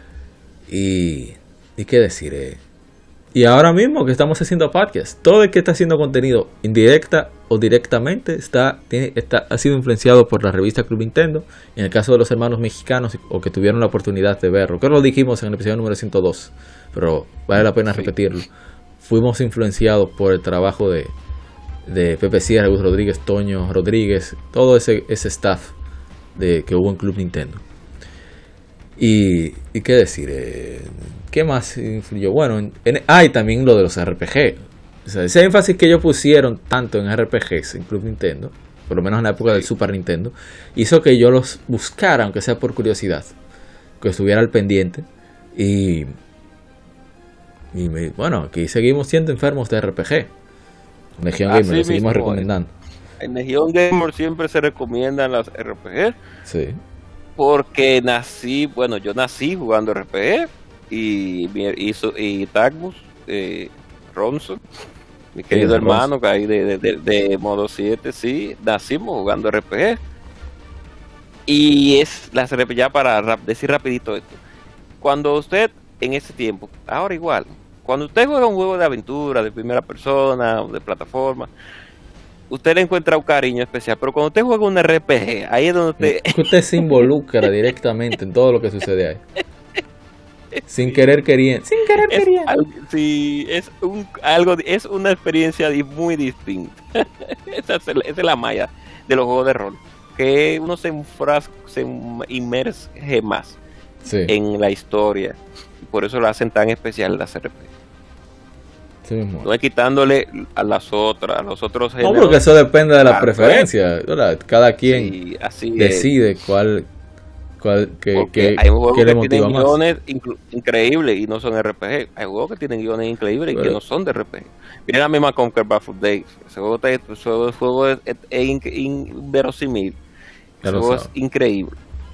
Y, y qué decir, eh? Y ahora mismo que estamos haciendo podcast, todo el que está haciendo contenido indirecta o directamente está, tiene, está, ha sido influenciado por la revista Club Nintendo. En el caso de los hermanos mexicanos o que tuvieron la oportunidad de verlo, creo que lo dijimos en el episodio número ciento dos, pero vale la pena sí. repetirlo. Fuimos influenciados por el trabajo de, de Pepe Sierra, Gus Rodríguez, Toño Rodríguez, todo ese, ese staff de, que hubo en Club Nintendo. Y, y qué decir, eh, ¿qué más influyó? Bueno, en, en, hay ah, también lo de los R P G. O sea, ese énfasis que ellos pusieron tanto en R P Gs en Club Nintendo, por lo menos en la época sí. del Super Nintendo, hizo que yo los buscara, aunque sea por curiosidad, que estuviera al pendiente. Y, y me, bueno, aquí seguimos siendo enfermos de R P G. En Legion Gamer lo seguimos recomendando. En Legion Gamer siempre se recomiendan las R P G. Sí. Porque nací, bueno, yo nací jugando R P G y y, y Tagmus, eh, Ronson, mi querido sí, hermano, Ronson. Que ahí de, de, de, de modo siete, sí, nacimos jugando R P G. Y es las R P G, ya para rap, decir rapidito esto. Cuando usted, en ese tiempo, ahora igual, cuando usted juega un juego de aventura, de primera persona, de plataforma, usted le encuentra un cariño especial, pero cuando usted juega un R P G, ahí es donde usted... Es que usted se involucra directamente en todo lo que sucede ahí. Sin querer queriendo. Sin querer es queriendo. Algo, sí, es un, algo, es una experiencia muy distinta. Esa es, el, esa es la malla de los juegos de rol. Que uno se, enfrasca, se inmerge más sí. en la historia. Y por eso lo hacen tan especial las R P G. Sí, no es quitándole a las otras, a los otros géneros. No, porque eso depende de la claro, preferencia. ¿Verdad? Cada quien sí, así decide es. cuál, cuál que, que, hay juegos que le le motiva más. Guiones inclu- increíbles y no son R P G. Hay juegos que tienen guiones increíbles Pero, y que no son de R P G. Miren la misma Conquer Bad Days. Ese juego, ese juego es, es, es inverosímil. Ese juego es increíble.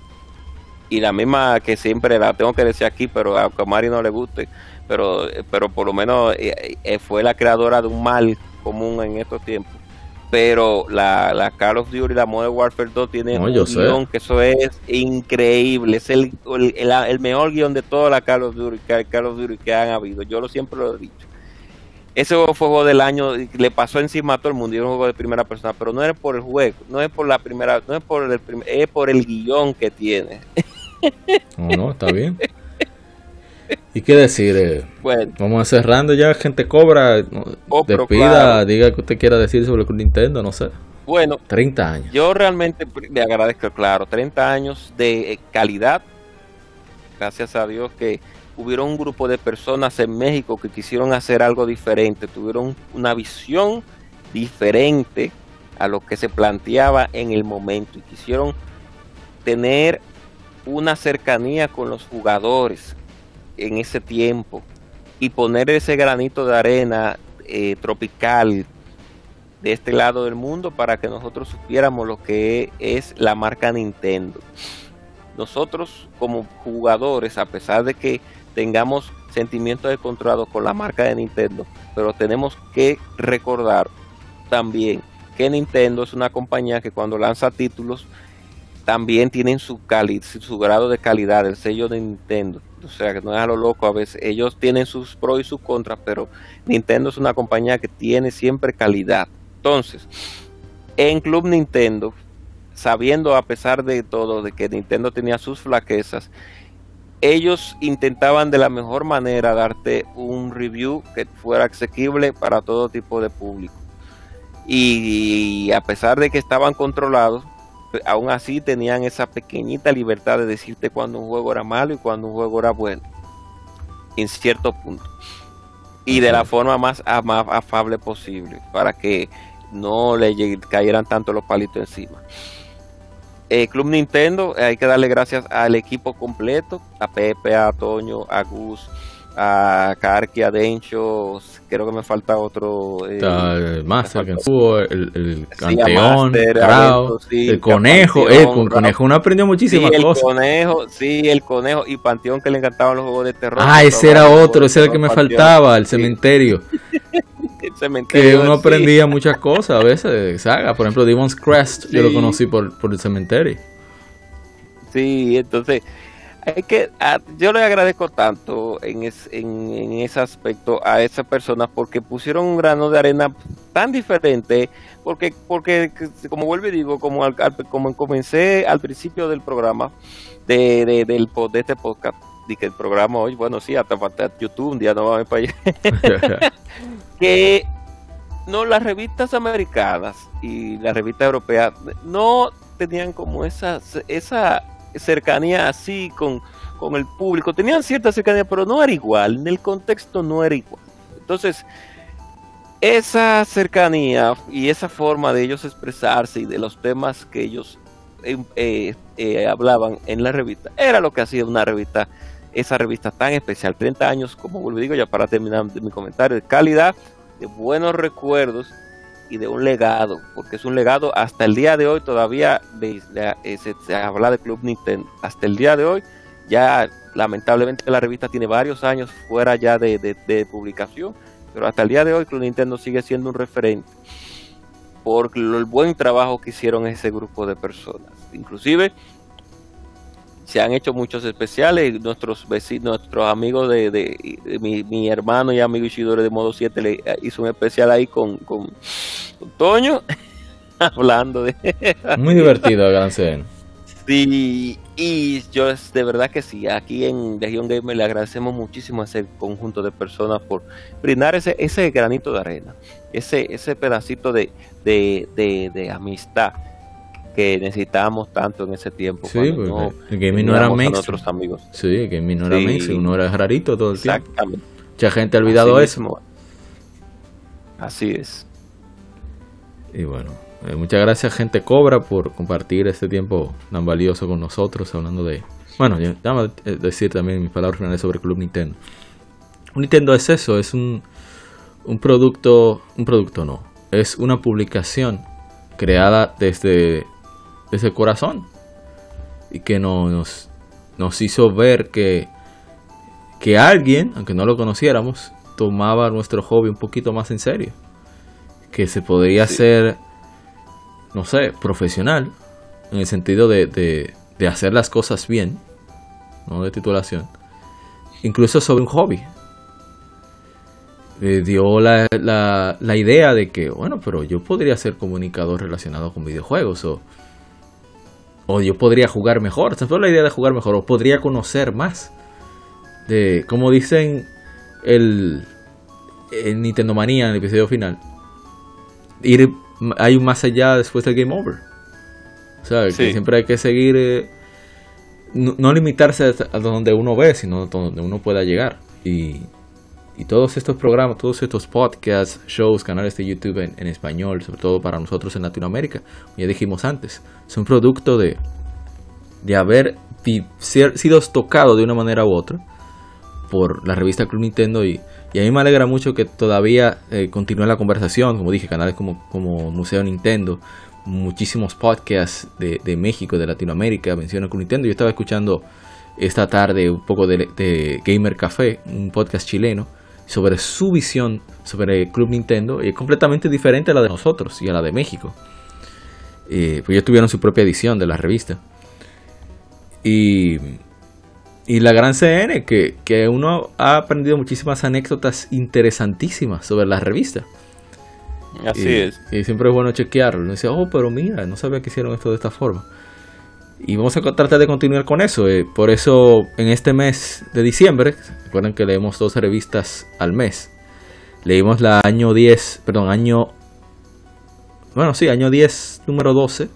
Y la misma que siempre la tengo que decir aquí, pero a Mari no le guste. Pero pero por lo menos eh, eh, fue la creadora de un mal común en estos tiempos. Pero la, la Call of Duty y la Modern Warfare dos tienen no, un guión sé. que eso es increíble. Es el, el, el, el mejor guión de toda la Call of Duty, Call of Duty que han habido. Yo lo siempre lo he dicho. Ese juego fue juego del año, le pasó encima a todo el mundo y era un juego de primera persona, pero no es por el juego, no es por la primera, no es por el primer, es por el guión que tiene. No, no, está bien. ¿Y qué decir? Eh, bueno, vamos cerrando ya, gente cobra, oh, despida, claro. Diga que usted quiera decir sobre el Nintendo, no sé. Bueno, treinta años. Yo realmente le agradezco, claro, treinta años de calidad, gracias a Dios que hubieron un grupo de personas en México que quisieron hacer algo diferente, tuvieron una visión diferente a lo que se planteaba en el momento y quisieron tener una cercanía con los jugadores en ese tiempo y poner ese granito de arena eh, tropical de este lado del mundo para que nosotros supiéramos lo que es la marca Nintendo. Nosotros como jugadores, a pesar de que tengamos sentimientos encontrados con la marca de Nintendo, pero tenemos que recordar también que Nintendo es una compañía que cuando lanza títulos también tienen su cali- su grado de calidad, el sello de Nintendo. O sea, que no es a lo loco, a veces ellos tienen sus pros y sus contras, pero Nintendo es una compañía que tiene siempre calidad. Entonces, en Club Nintendo, sabiendo a pesar de todo de que Nintendo tenía sus flaquezas, ellos intentaban de la mejor manera darte un review que fuera asequible para todo tipo de público. Y, y a pesar de que estaban controlados, aún así tenían esa pequeñita libertad de decirte cuando un juego era malo y cuando un juego era bueno, en cierto punto. Y de la forma más, más afable posible, para que no le cayeran tanto los palitos encima. Eh, Club Nintendo, hay que darle gracias al equipo completo, a Pepe, a Toño, a Gus, a Karki, a Dencho, creo que me falta otro. Eh, el Master, falta el, el sí, campeón, Master, Krau, Avento, sí, el conejo, Panteón, eh, con conejo uno aprendió muchísimas sí, el cosas. Conejo, sí, el conejo y Panteón, que le encantaban los juegos de terror. Ah, ese era otro, ese era el que me Panteón, faltaba, el sí. cementerio. El cementerio, Que uno sí. aprendía muchas cosas a veces de saga. Por ejemplo, Demon's Crest, yo Sí. lo conocí por, por el cementerio. Sí, entonces hay que, a, yo le agradezco tanto en, es, en, en ese aspecto a esas personas porque pusieron un grano de arena tan diferente, porque porque como vuelvo y digo, como al, al, como comencé al principio del programa de, de, del, de este podcast, y que el programa hoy, bueno, sí, hasta falta YouTube, un día no vamos para allá, que no, las revistas americanas y las revistas europeas no tenían como esa esa cercanía así con, con el público, tenían cierta cercanía, pero no era igual, en el contexto no era igual. Entonces, esa cercanía y esa forma de ellos expresarse y de los temas que ellos eh, eh, eh, hablaban en la revista, era lo que hacía una revista, esa revista tan especial. Treinta años, como vuelvo digo, ya para terminar mi comentario, de calidad, de buenos recuerdos y de un legado, porque es un legado hasta el día de hoy. Todavía de, de, de, se, se habla de Club Nintendo hasta el día de hoy. Ya lamentablemente la revista tiene varios años fuera ya de, de, de publicación, pero hasta el día de hoy Club Nintendo sigue siendo un referente por el buen trabajo que hicieron ese grupo de personas. Inclusive se han hecho muchos especiales. Nuestros vecinos, nuestros amigos de, de, de mi, mi hermano y amigo Ishidori de Modo siete le hizo un especial ahí con, con, con Toño hablando de muy divertido, Gansén. Sí, y yo es de verdad que sí, aquí en Legion Gamer le agradecemos muchísimo a ese conjunto de personas por brindar ese, ese granito de arena, ese, ese pedacito de, de, de, de amistad que necesitábamos tanto en ese tiempo. Sí, porque no, el gaming no era mainstream. Amigos. Sí, el gaming no era sí. mainstream, uno era rarito todo el tiempo. Exactamente. Mucha gente ha olvidado Así eso. Mismo. Así es. Y bueno, eh, muchas gracias gente Cobra por compartir este tiempo tan valioso con nosotros, hablando de... Bueno, ya vamos a decir también mis palabras finales sobre Club Nintendo. Un Nintendo es eso, es un, un producto, un producto no, es una publicación creada desde... desde el corazón y que nos, nos hizo ver que, que alguien, aunque no lo conociéramos, tomaba nuestro hobby un poquito más en serio, que se podría sí. hacer, no sé, profesional, en el sentido de, de, de hacer las cosas bien, no de titulación, incluso sobre un hobby. Eh, dio la, la, la idea de que, bueno, pero yo podría ser comunicador relacionado con videojuegos, o O yo podría jugar mejor. Esa fue la idea de jugar mejor. O podría conocer más. De, como dicen el, el Nintendo Manía en el episodio final. Ir, hay un más allá después del Game Over. O sea, sí. que siempre hay que seguir. Eh, no, no limitarse a donde uno ve, sino a donde uno pueda llegar. Y, y todos estos programas, todos estos podcasts, shows, canales de YouTube en, en español, sobre todo para nosotros en Latinoamérica, ya dijimos antes, son producto de, de haber sido tocado de una manera u otra por la revista Club Nintendo y, y a mí me alegra mucho que todavía eh, continúe la conversación, como dije, canales como, como Museo Nintendo, muchísimos podcasts de, de México, de Latinoamérica mencionan Club Nintendo. Yo estaba escuchando esta tarde un poco de, de Gamer Café, un podcast chileno, sobre su visión sobre Club Nintendo, y es completamente diferente a la de nosotros y a la de México. Eh, pues ellos tuvieron su propia edición de la revista. Y, y la gran C N, que, que uno ha aprendido muchísimas anécdotas interesantísimas sobre la revista. Así y, es. Y siempre es bueno chequearlo. Uno dice, oh, pero mira, no sabía que hicieron esto de esta forma. Y vamos a tratar de continuar con eso. Eh, por eso, en este mes de diciembre, recuerden que leemos dos revistas al mes. Leímos la año diez, perdón, año... Bueno, sí, año diez, número doce.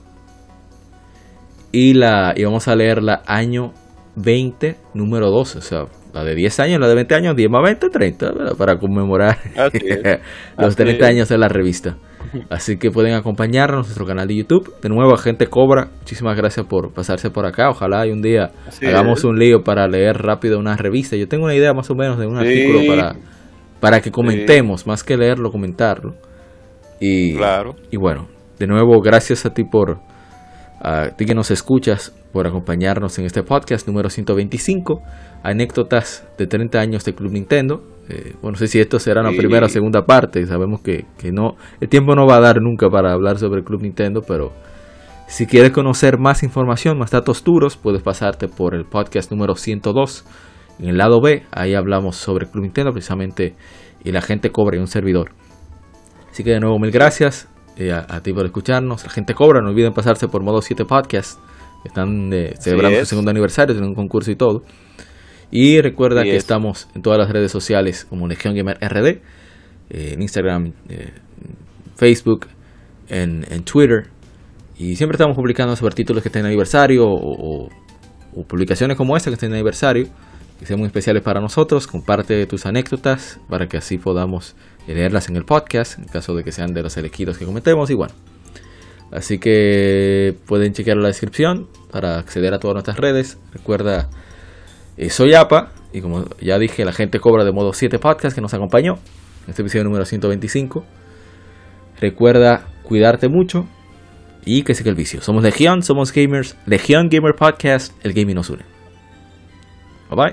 Y, la, y vamos a leer la año veinte, número doce. O sea, la de diez años, la de veinte años, diez más veinte, treinta, ¿verdad? Para conmemorar los treinta años de la revista. Así que pueden acompañarnos en nuestro canal de YouTube. De nuevo, Agente Cobra, muchísimas gracias por pasarse por acá. Ojalá y un día Así hagamos es. un lío para leer rápido una revista. Yo tengo una idea más o menos de un sí. artículo para, para que comentemos, sí. más que leerlo, comentarlo. Y, claro. y bueno, de nuevo, gracias a ti por a ti que nos escuchas, por acompañarnos en este podcast número ciento veinticinco, anécdotas de treinta años de Club Nintendo. Eh, bueno, no sé si esto será una sí. primera o segunda parte. Sabemos que, que no, el tiempo no va a dar nunca para hablar sobre Club Nintendo, pero si quieres conocer más información, más datos duros, puedes pasarte por el podcast número ciento dos. En el lado B, ahí hablamos sobre Club Nintendo, precisamente, y la gente cobra y un servidor. Así que de nuevo, mil gracias eh, a, a ti por escucharnos. La gente cobra, no olviden pasarse por Modo siete Podcast. Están eh, celebrando sí su segundo aniversario, tienen un concurso y todo. Y recuerda sí que es. estamos en todas las redes sociales como Legión Gamer R D, eh, en Instagram, eh, Facebook, en, en Twitter. Y siempre estamos publicando sobre títulos que estén en aniversario o, o, o publicaciones como esta que estén en aniversario, que sean muy especiales para nosotros. Comparte tus anécdotas para que así podamos leerlas en el podcast, en caso de que sean de los elegidos que comentemos. Y bueno, así que pueden chequear la descripción para acceder a todas nuestras redes. Recuerda, eh, soy Apa, y como ya dije, la gente cobra de Modo siete Podcast que nos acompañó en este episodio número ciento veinticinco. Recuerda cuidarte mucho y que siga el vicio. Somos Legión, somos gamers. Legión Gamer Podcast, el gaming nos une. Bye bye.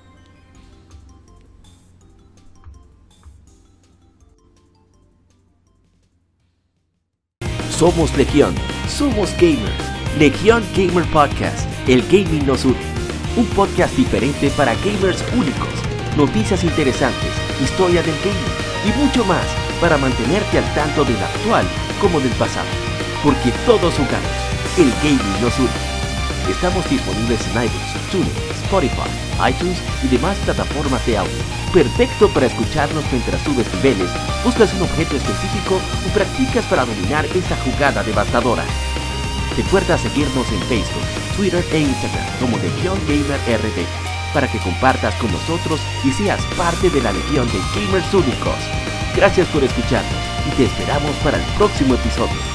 Somos Legión, somos gamers. Legión Gamer Podcast, el gaming nos une. Un podcast diferente para gamers únicos, noticias interesantes, historia del gaming y mucho más para mantenerte al tanto del actual como del pasado. Porque todos jugamos, el gaming nos une. Estamos disponibles en iBooks, TuneIn, Spotify, iTunes y demás plataformas de audio. Perfecto para escucharnos mientras subes niveles, buscas un objeto específico o practicas para dominar esta jugada devastadora. Recuerda seguirnos en Facebook, Twitter e Instagram como Legión Gamer R D para que compartas con nosotros y seas parte de la legión de gamers únicos. Gracias por escucharnos y te esperamos para el próximo episodio.